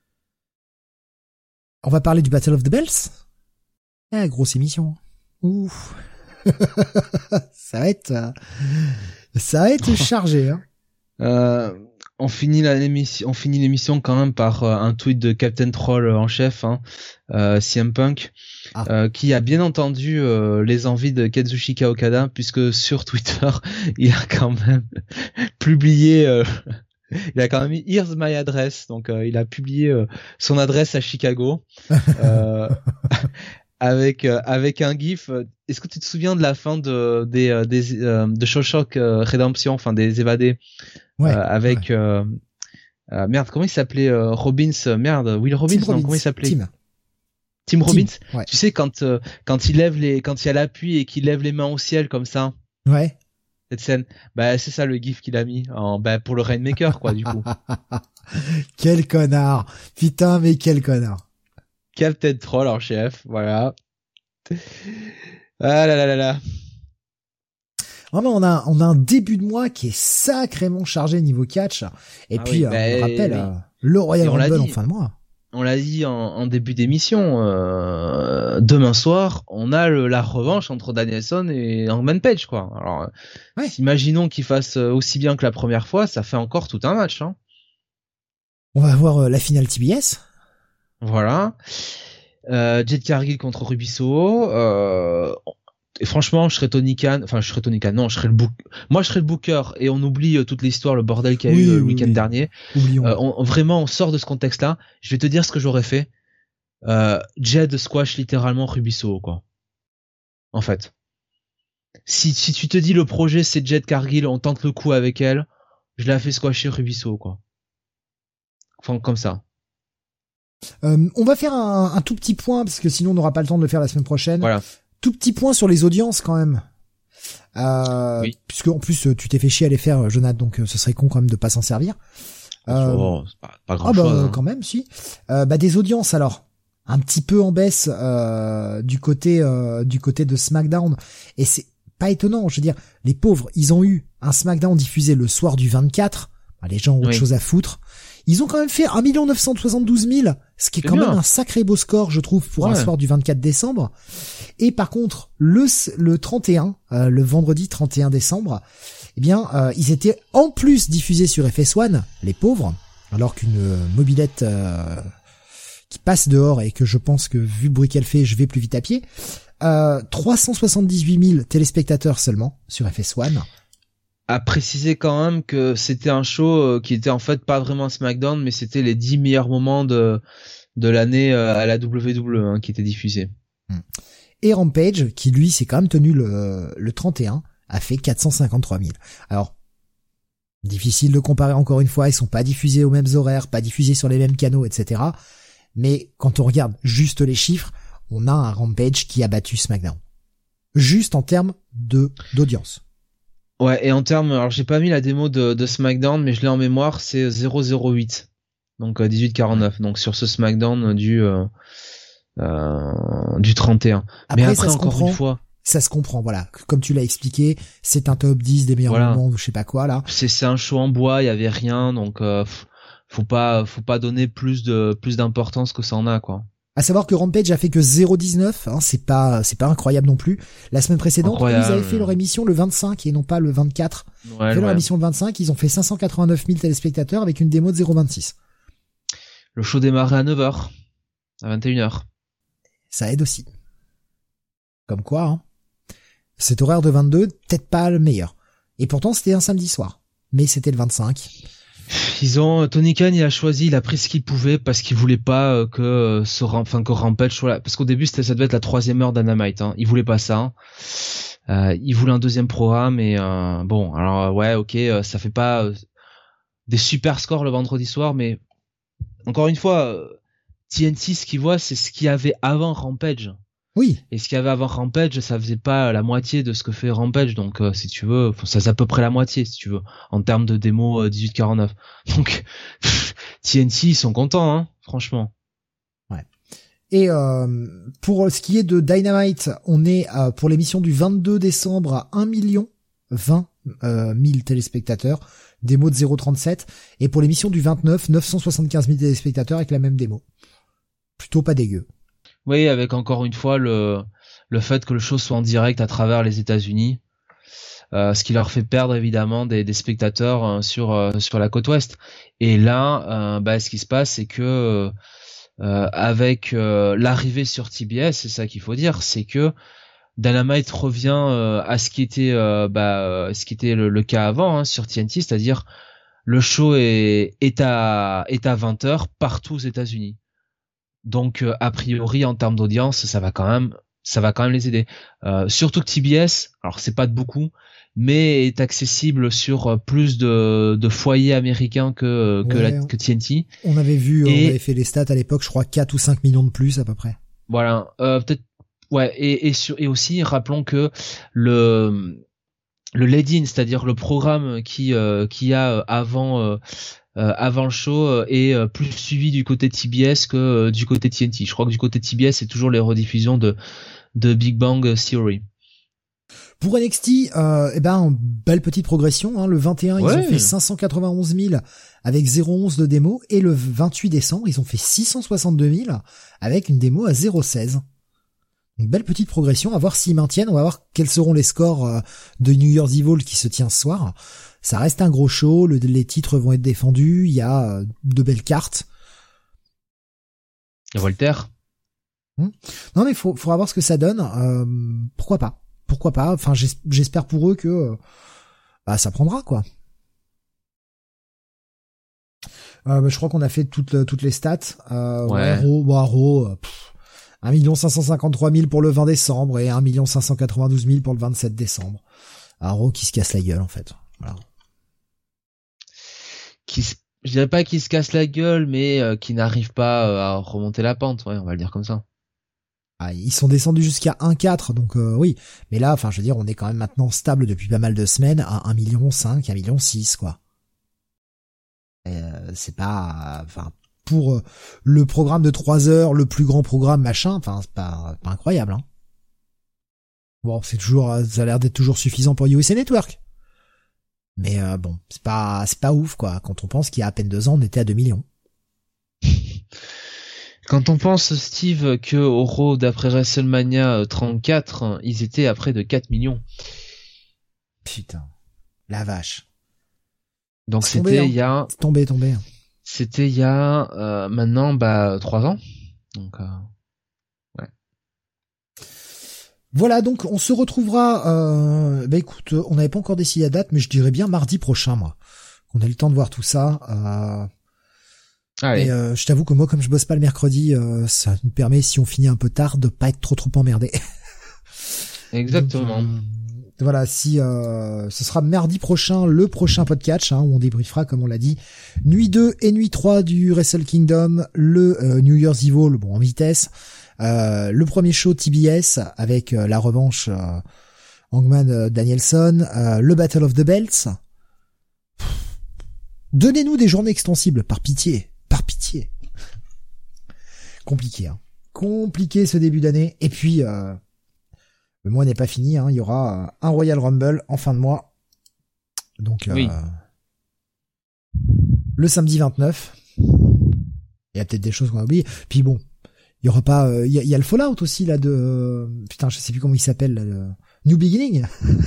S2: On va parler du Battle of the Bells. Ah, grosse émission. Ouf. ça va être, euh, ça va être chargé, hein.
S3: Euh, on finit la, l'émission, on finit l'émission quand même par euh, un tweet de Captain Troll en chef, hein, euh, C M Punk, ah. euh, qui a bien entendu euh, les envies de Kazuchika Okada, puisque sur Twitter, il a quand même publié. Euh, Il a quand même mis Here's my address, donc euh, il a publié euh, son adresse à Chicago euh, avec euh, avec un gif. Est-ce que tu te souviens de la fin de des euh, des euh, de Shawshank euh, Redemption, enfin des évadés,
S2: ouais,
S3: euh, avec
S2: ouais.
S3: Euh, euh, merde, comment il s'appelait euh, Robbins, merde, Will Robbins, non,
S2: Robbins.
S3: comment il s'appelait
S2: Tim.
S3: Tim Robbins.
S2: Tim, ouais.
S3: Tu sais quand euh, quand il lève les quand il y a l'appui et qu'il lève les mains au ciel comme ça.
S2: Ouais.
S3: Cette scène, bah c'est ça le gif qu'il a mis en bah pour le Rainmaker quoi du coup.
S2: Quel connard, putain mais quel connard.
S3: Captain Troll en chef, voilà. Ah là là là là.
S2: Vraiment on a on a un début de mois qui est sacrément chargé niveau catch et ah puis oui, euh, bah, on rappelle oui. euh, le Royal Rumble en fin de mois.
S3: On l'a dit en, en début d'émission, euh, demain soir, on a le, la revanche entre Danielson et Hangman Page, quoi. Alors, ouais. Imaginons qu'il fasse aussi bien que la première fois, ça fait encore tout un match, hein.
S2: On va avoir euh, la finale T B S.
S3: Voilà. Euh, Jade Cargill contre Ruby Soho. Euh, et franchement, je serais Tony Khan, enfin, je serais Tony Khan, non, je serais le book, moi, je serais le booker, et on oublie euh, toute l'histoire, le bordel qu'il y a oui, eu euh, le oui, week-end oui. dernier.
S2: Oublions.
S3: Euh, on, vraiment, on sort de ce contexte-là. Je vais te dire ce que j'aurais fait. Euh, Jade squash littéralement Ruby Soho, quoi. En fait. si si tu te dis le projet c'est Jade Cargill, on tente le coup avec elle, je l'ai fait squasher Rubisso quoi. Enfin comme ça.
S2: Euh, on va faire un, un tout petit point parce que sinon on n'aura pas le temps de le faire la semaine prochaine.
S3: Voilà.
S2: Tout petit point sur les audiences quand même. Euh,
S3: oui.
S2: Puisque en plus tu t'es fait chier à les faire, Jonathan, donc ce serait con quand même de pas s'en servir.
S3: Euh, oh, c'est pas, pas grand
S2: ah bah
S3: chose, hein.
S2: Quand même si. Euh, bah des audiences alors. Un petit peu en baisse euh, du côté euh, du côté de SmackDown et c'est pas étonnant, je veux dire, les pauvres, ils ont eu un SmackDown diffusé le soir du vingt-quatre, bah, les gens ont autre
S3: oui. chose
S2: à foutre. Ils ont quand même fait un million neuf cent soixante-douze mille, ce qui est, est quand bien. Même un sacré beau score, je trouve, pour ouais. un soir du vingt-quatre décembre. Et par contre, le le trente et un, euh, le vendredi trente et un décembre, eh bien, euh, ils étaient en plus diffusés sur F S un, les pauvres, alors qu'une euh, mobilette euh, qui passe dehors et que je pense que vu le bruit qu'elle fait, je vais plus vite à pied. Euh, trois cent soixante-dix-huit mille téléspectateurs seulement sur F S un.
S3: À préciser quand même que c'était un show qui était en fait pas vraiment SmackDown, mais c'était les dix meilleurs moments de de l'année à la W W E hein, qui étaient diffusés.
S2: Et Rampage, qui lui s'est quand même tenu le, le trente et un, a fait quatre cent cinquante-trois mille. Alors, difficile de comparer encore une fois, ils sont pas diffusés aux mêmes horaires, pas diffusés sur les mêmes canaux, et cetera. Mais quand on regarde juste les chiffres, on a un Rampage qui a battu SmackDown. Juste en termes de d'audience.
S3: Ouais, et en termes, alors j'ai pas mis la démo de, de SmackDown, mais je l'ai en mémoire, c'est zéro zéro huit. Donc euh, dix-huit quarante-neuf. Donc sur ce SmackDown du euh, euh, du trente et un.
S2: Après,
S3: mais après
S2: ça
S3: encore
S2: comprend,
S3: une fois,
S2: ça se comprend, voilà. Comme tu l'as expliqué, c'est un top dix des meilleurs
S3: voilà.
S2: moments ou je sais pas quoi là.
S3: C'est c'est un show en bois, il y avait rien, donc euh, faut pas faut pas donner plus de plus d'importance que ça en a quoi.
S2: À savoir que Rampage a fait que zéro dix-neuf, hein, c'est pas c'est pas incroyable non plus. La semaine précédente, eux, ils avaient fait leur émission le vingt-cinq et non pas le vingt-quatre.
S3: Ouais,
S2: ils avaient leur
S3: ouais.
S2: émission le vingt-cinq, ils ont fait cinq cent quatre-vingt-neuf mille téléspectateurs avec une démo de zéro vingt-six.
S3: Le show démarrait à neuf heures, à vingt et une heures.
S2: Ça aide aussi. Comme quoi, hein. Cet horaire de vingt-deux, peut-être pas le meilleur. Et pourtant, c'était un samedi soir. Mais c'était le vingt-cinq.
S3: Ils ont Tony Khan, il a choisi, il a pris ce qu'il pouvait parce qu'il voulait pas euh, que euh, ce enfin que Rampage soit là, parce qu'au début c'était ça devait être la troisième heure d'Dynamite, hein. Il voulait pas ça. Hein. Euh, il voulait un deuxième programme et euh, bon, alors ouais, ok, euh, ça fait pas euh, des super scores le vendredi soir, mais encore une fois, euh, T N T ce qu'il voit, c'est ce qu'il y avait avant Rampage.
S2: Oui.
S3: Et ce qu'il y avait avant Rampage, ça faisait pas la moitié de ce que fait Rampage, donc euh, si tu veux, ça c'est à peu près la moitié si tu veux, en termes de démo euh, dix-huit quarante-neuf. Donc pff, T N T ils sont contents, hein, franchement.
S2: Ouais. Et euh, pour ce qui est de Dynamite, on est euh, pour l'émission du vingt-deux décembre à un million vingt mille téléspectateurs, démo de zéro trente-sept, et pour l'émission du vingt-neuf, neuf cent soixante-quinze mille téléspectateurs avec la même démo. Plutôt pas dégueu.
S3: Oui, avec encore une fois le le fait que le show soit en direct à travers les États-Unis, euh, ce qui leur fait perdre évidemment des, des spectateurs euh, sur euh, sur la côte ouest. Et là, euh, bah, ce qui se passe, c'est que euh, avec euh, l'arrivée sur T B S, c'est ça qu'il faut dire, c'est que Dynamite revient euh, à ce qui était euh, bah ce qui était le, le cas avant hein, sur T N T, c'est-à-dire le show est est à est à vingt heures partout aux États-Unis. Donc euh, a priori en termes d'audience, ça va quand même, ça va quand même les aider. Euh, surtout que T B S, alors c'est pas de beaucoup, mais est accessible sur plus de, de foyers américains que que,
S2: ouais,
S3: la, que T N T.
S2: On avait vu,
S3: et,
S2: on avait fait les stats à l'époque, je crois quatre ou cinq millions de plus à peu près.
S3: Voilà, euh, peut-être, ouais, et et, sur, et aussi rappelons que le le lead-in, c'est-à-dire le programme qui euh, qui a avant euh, Euh, avant le show euh, est euh, plus suivi du côté T B S que euh, du côté T N T. Je crois que du côté T B S c'est toujours les rediffusions de de Big Bang Theory.
S2: Pour N X T, euh, eh ben belle petite progression. Hein. Le vingt et un,
S3: ouais.
S2: Ils ont fait cinq cent quatre-vingt-onze mille avec zéro virgule onze de démo, et le vingt-huit décembre, ils ont fait six cent soixante-deux mille avec une démo à zéro virgule seize. Une belle petite progression. À voir s'ils maintiennent. On va voir quels seront les scores euh, de New Year's Evil qui se tient ce soir. Ça reste un gros show, le, les titres vont être défendus, il y a euh, de belles cartes.
S3: Il y a Voltaire.
S2: Hum. Non mais faut, faudra voir ce que ça donne. Euh, pourquoi pas Pourquoi pas Enfin, j'espère pour eux que euh, bah ça prendra quoi. Euh, bah, je crois qu'on a fait toutes toutes les stats. Euh,
S3: ouais.
S2: Raw, bon, Raw, pff, un million cinq cent cinquante-trois mille pour le vingt décembre et un million cinq cent quatre-vingt-douze mille pour le vingt-sept décembre. Un Raw qui se casse la gueule, en fait. Voilà.
S3: Qui se... Je dirais pas qui se casse la gueule, mais euh, qui n'arrive pas euh, à remonter la pente, ouais, on va le dire comme ça.
S2: Ah, ils sont descendus jusqu'à un virgule quatre, donc euh, oui. Mais là, enfin, je veux dire, on est quand même maintenant stable depuis pas mal de semaines à un million cinq, un million six, quoi. Euh, c'est pas... Enfin, pour euh, le programme de trois heures, le plus grand programme, machin, enfin, c'est pas, pas incroyable, hein. Bon, c'est toujours... Ça a l'air d'être toujours suffisant pour U S A Network. Mais euh, bon, c'est pas c'est pas ouf, quoi. Quand on pense qu'il y a à peine deux ans, on était à deux millions.
S3: Quand on pense, Steve, que au Raw d'après WrestleMania trente-quatre, ils étaient à près de quatre millions.
S2: Putain, la vache.
S3: Donc
S2: c'est
S3: c'était
S2: tombé, hein.
S3: il y a...
S2: C'est tombé, tombé.
S3: C'était il y a euh, maintenant bah trois ans. Donc euh... ouais.
S2: Voilà, donc on se retrouvera. Euh, bah écoute, on n'avait pas encore décidé la date, mais je dirais bien mardi prochain, moi. On a eu le temps de voir tout ça. Euh...
S3: Allez.
S2: Et euh, je t'avoue que moi, comme je bosse pas le mercredi, euh, ça nous permet, si on finit un peu tard, de pas être trop trop emmerdé.
S3: Exactement.
S2: Donc, euh, voilà, si euh, ce sera mardi prochain, le prochain podcast, hein, où on débriefera, comme on l'a dit, nuit deux et nuit trois du Wrestle Kingdom, le euh, New Year's Evil, bon en vitesse, euh, le premier show T B S avec euh, la revanche euh, Hangman euh, Danielson, euh, le Battle of the Belts. Pff, donnez-nous des journées extensibles, par pitié. Par pitié. Compliqué, hein. Compliqué ce début d'année. Et puis, euh, le mois n'est pas fini, hein. Il y aura euh, un Royal Rumble en fin de mois. Donc, euh,
S3: oui.
S2: Le samedi vingt-neuf. Il y a peut-être des choses qu'on a oubliées. Puis bon, il y aura pas... Il euh, y, a, y a le Fallout aussi, là, de... Euh, putain, je sais plus comment il s'appelle, là, le New Beginning.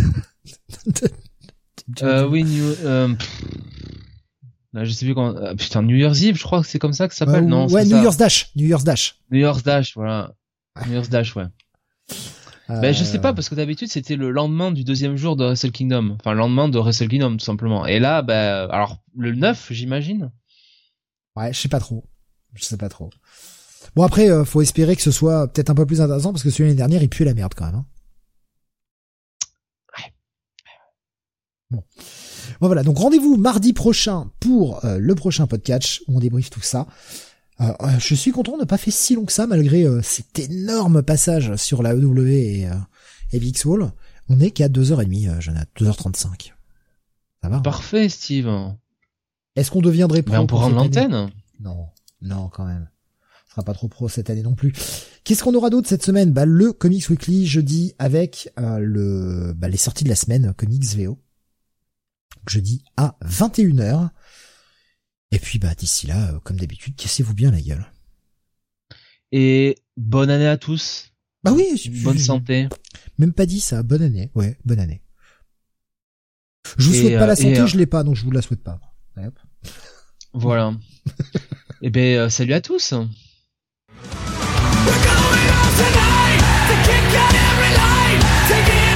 S3: euh, oui, New... Euh, Là, je sais plus comment. Euh, putain, New Year's Eve, je crois que c'est comme ça que ça s'appelle. Euh, non,
S2: ouais,
S3: c'est
S2: New
S3: ça.
S2: Year's Dash. New Year's Dash.
S3: New Year's Dash, voilà. New Year's Dash, ouais.
S2: Euh...
S3: Ben, je sais pas, parce que d'habitude, c'était le lendemain du deuxième jour de Wrestle Kingdom. Enfin, le lendemain de Wrestle Kingdom, tout simplement. Et là, ben, alors, le neuf, j'imagine.
S2: Ouais, je sais pas trop. Je sais pas trop. Bon, après, euh, faut espérer que ce soit peut-être un peu plus intéressant, parce que celui de l'année dernière, il pue la merde, quand même, hein.
S3: Ouais.
S2: Bon. Bon voilà, donc rendez-vous mardi prochain pour euh, le prochain podcast où on débriefe tout ça. Euh, je suis content de ne pas faire si long que ça malgré euh, cet énorme passage sur la E W et, euh, et Big Swole. On est qu'à deux heures trente, euh, Jonathan, deux heures trente-cinq. Ça va?
S3: Parfait, Steve.
S2: Est-ce qu'on deviendrait pro?
S3: Mais on pourra rendre l'antenne.
S2: Non, non, quand même. Ce sera pas trop pro cette année non plus. Qu'est-ce qu'on aura d'autre cette semaine? Bah le Comics Weekly jeudi avec euh, le bah, les sorties de la semaine Comics V O. Jeudi à vingt et une heures. Et puis bah d'ici là, euh, comme d'habitude, cassez-vous bien la gueule.
S3: Et bonne année à tous.
S2: Bah oui,
S3: bonne santé.
S2: Même pas dit ça, bonne année. Ouais, bonne année. Je vous
S3: et,
S2: souhaite pas la santé,
S3: euh,
S2: je l'ai pas, donc je vous la souhaite pas. Ouais, hop.
S3: Voilà. Et ben euh, salut à tous.
S4: We're going out tonight to kick out every light, taking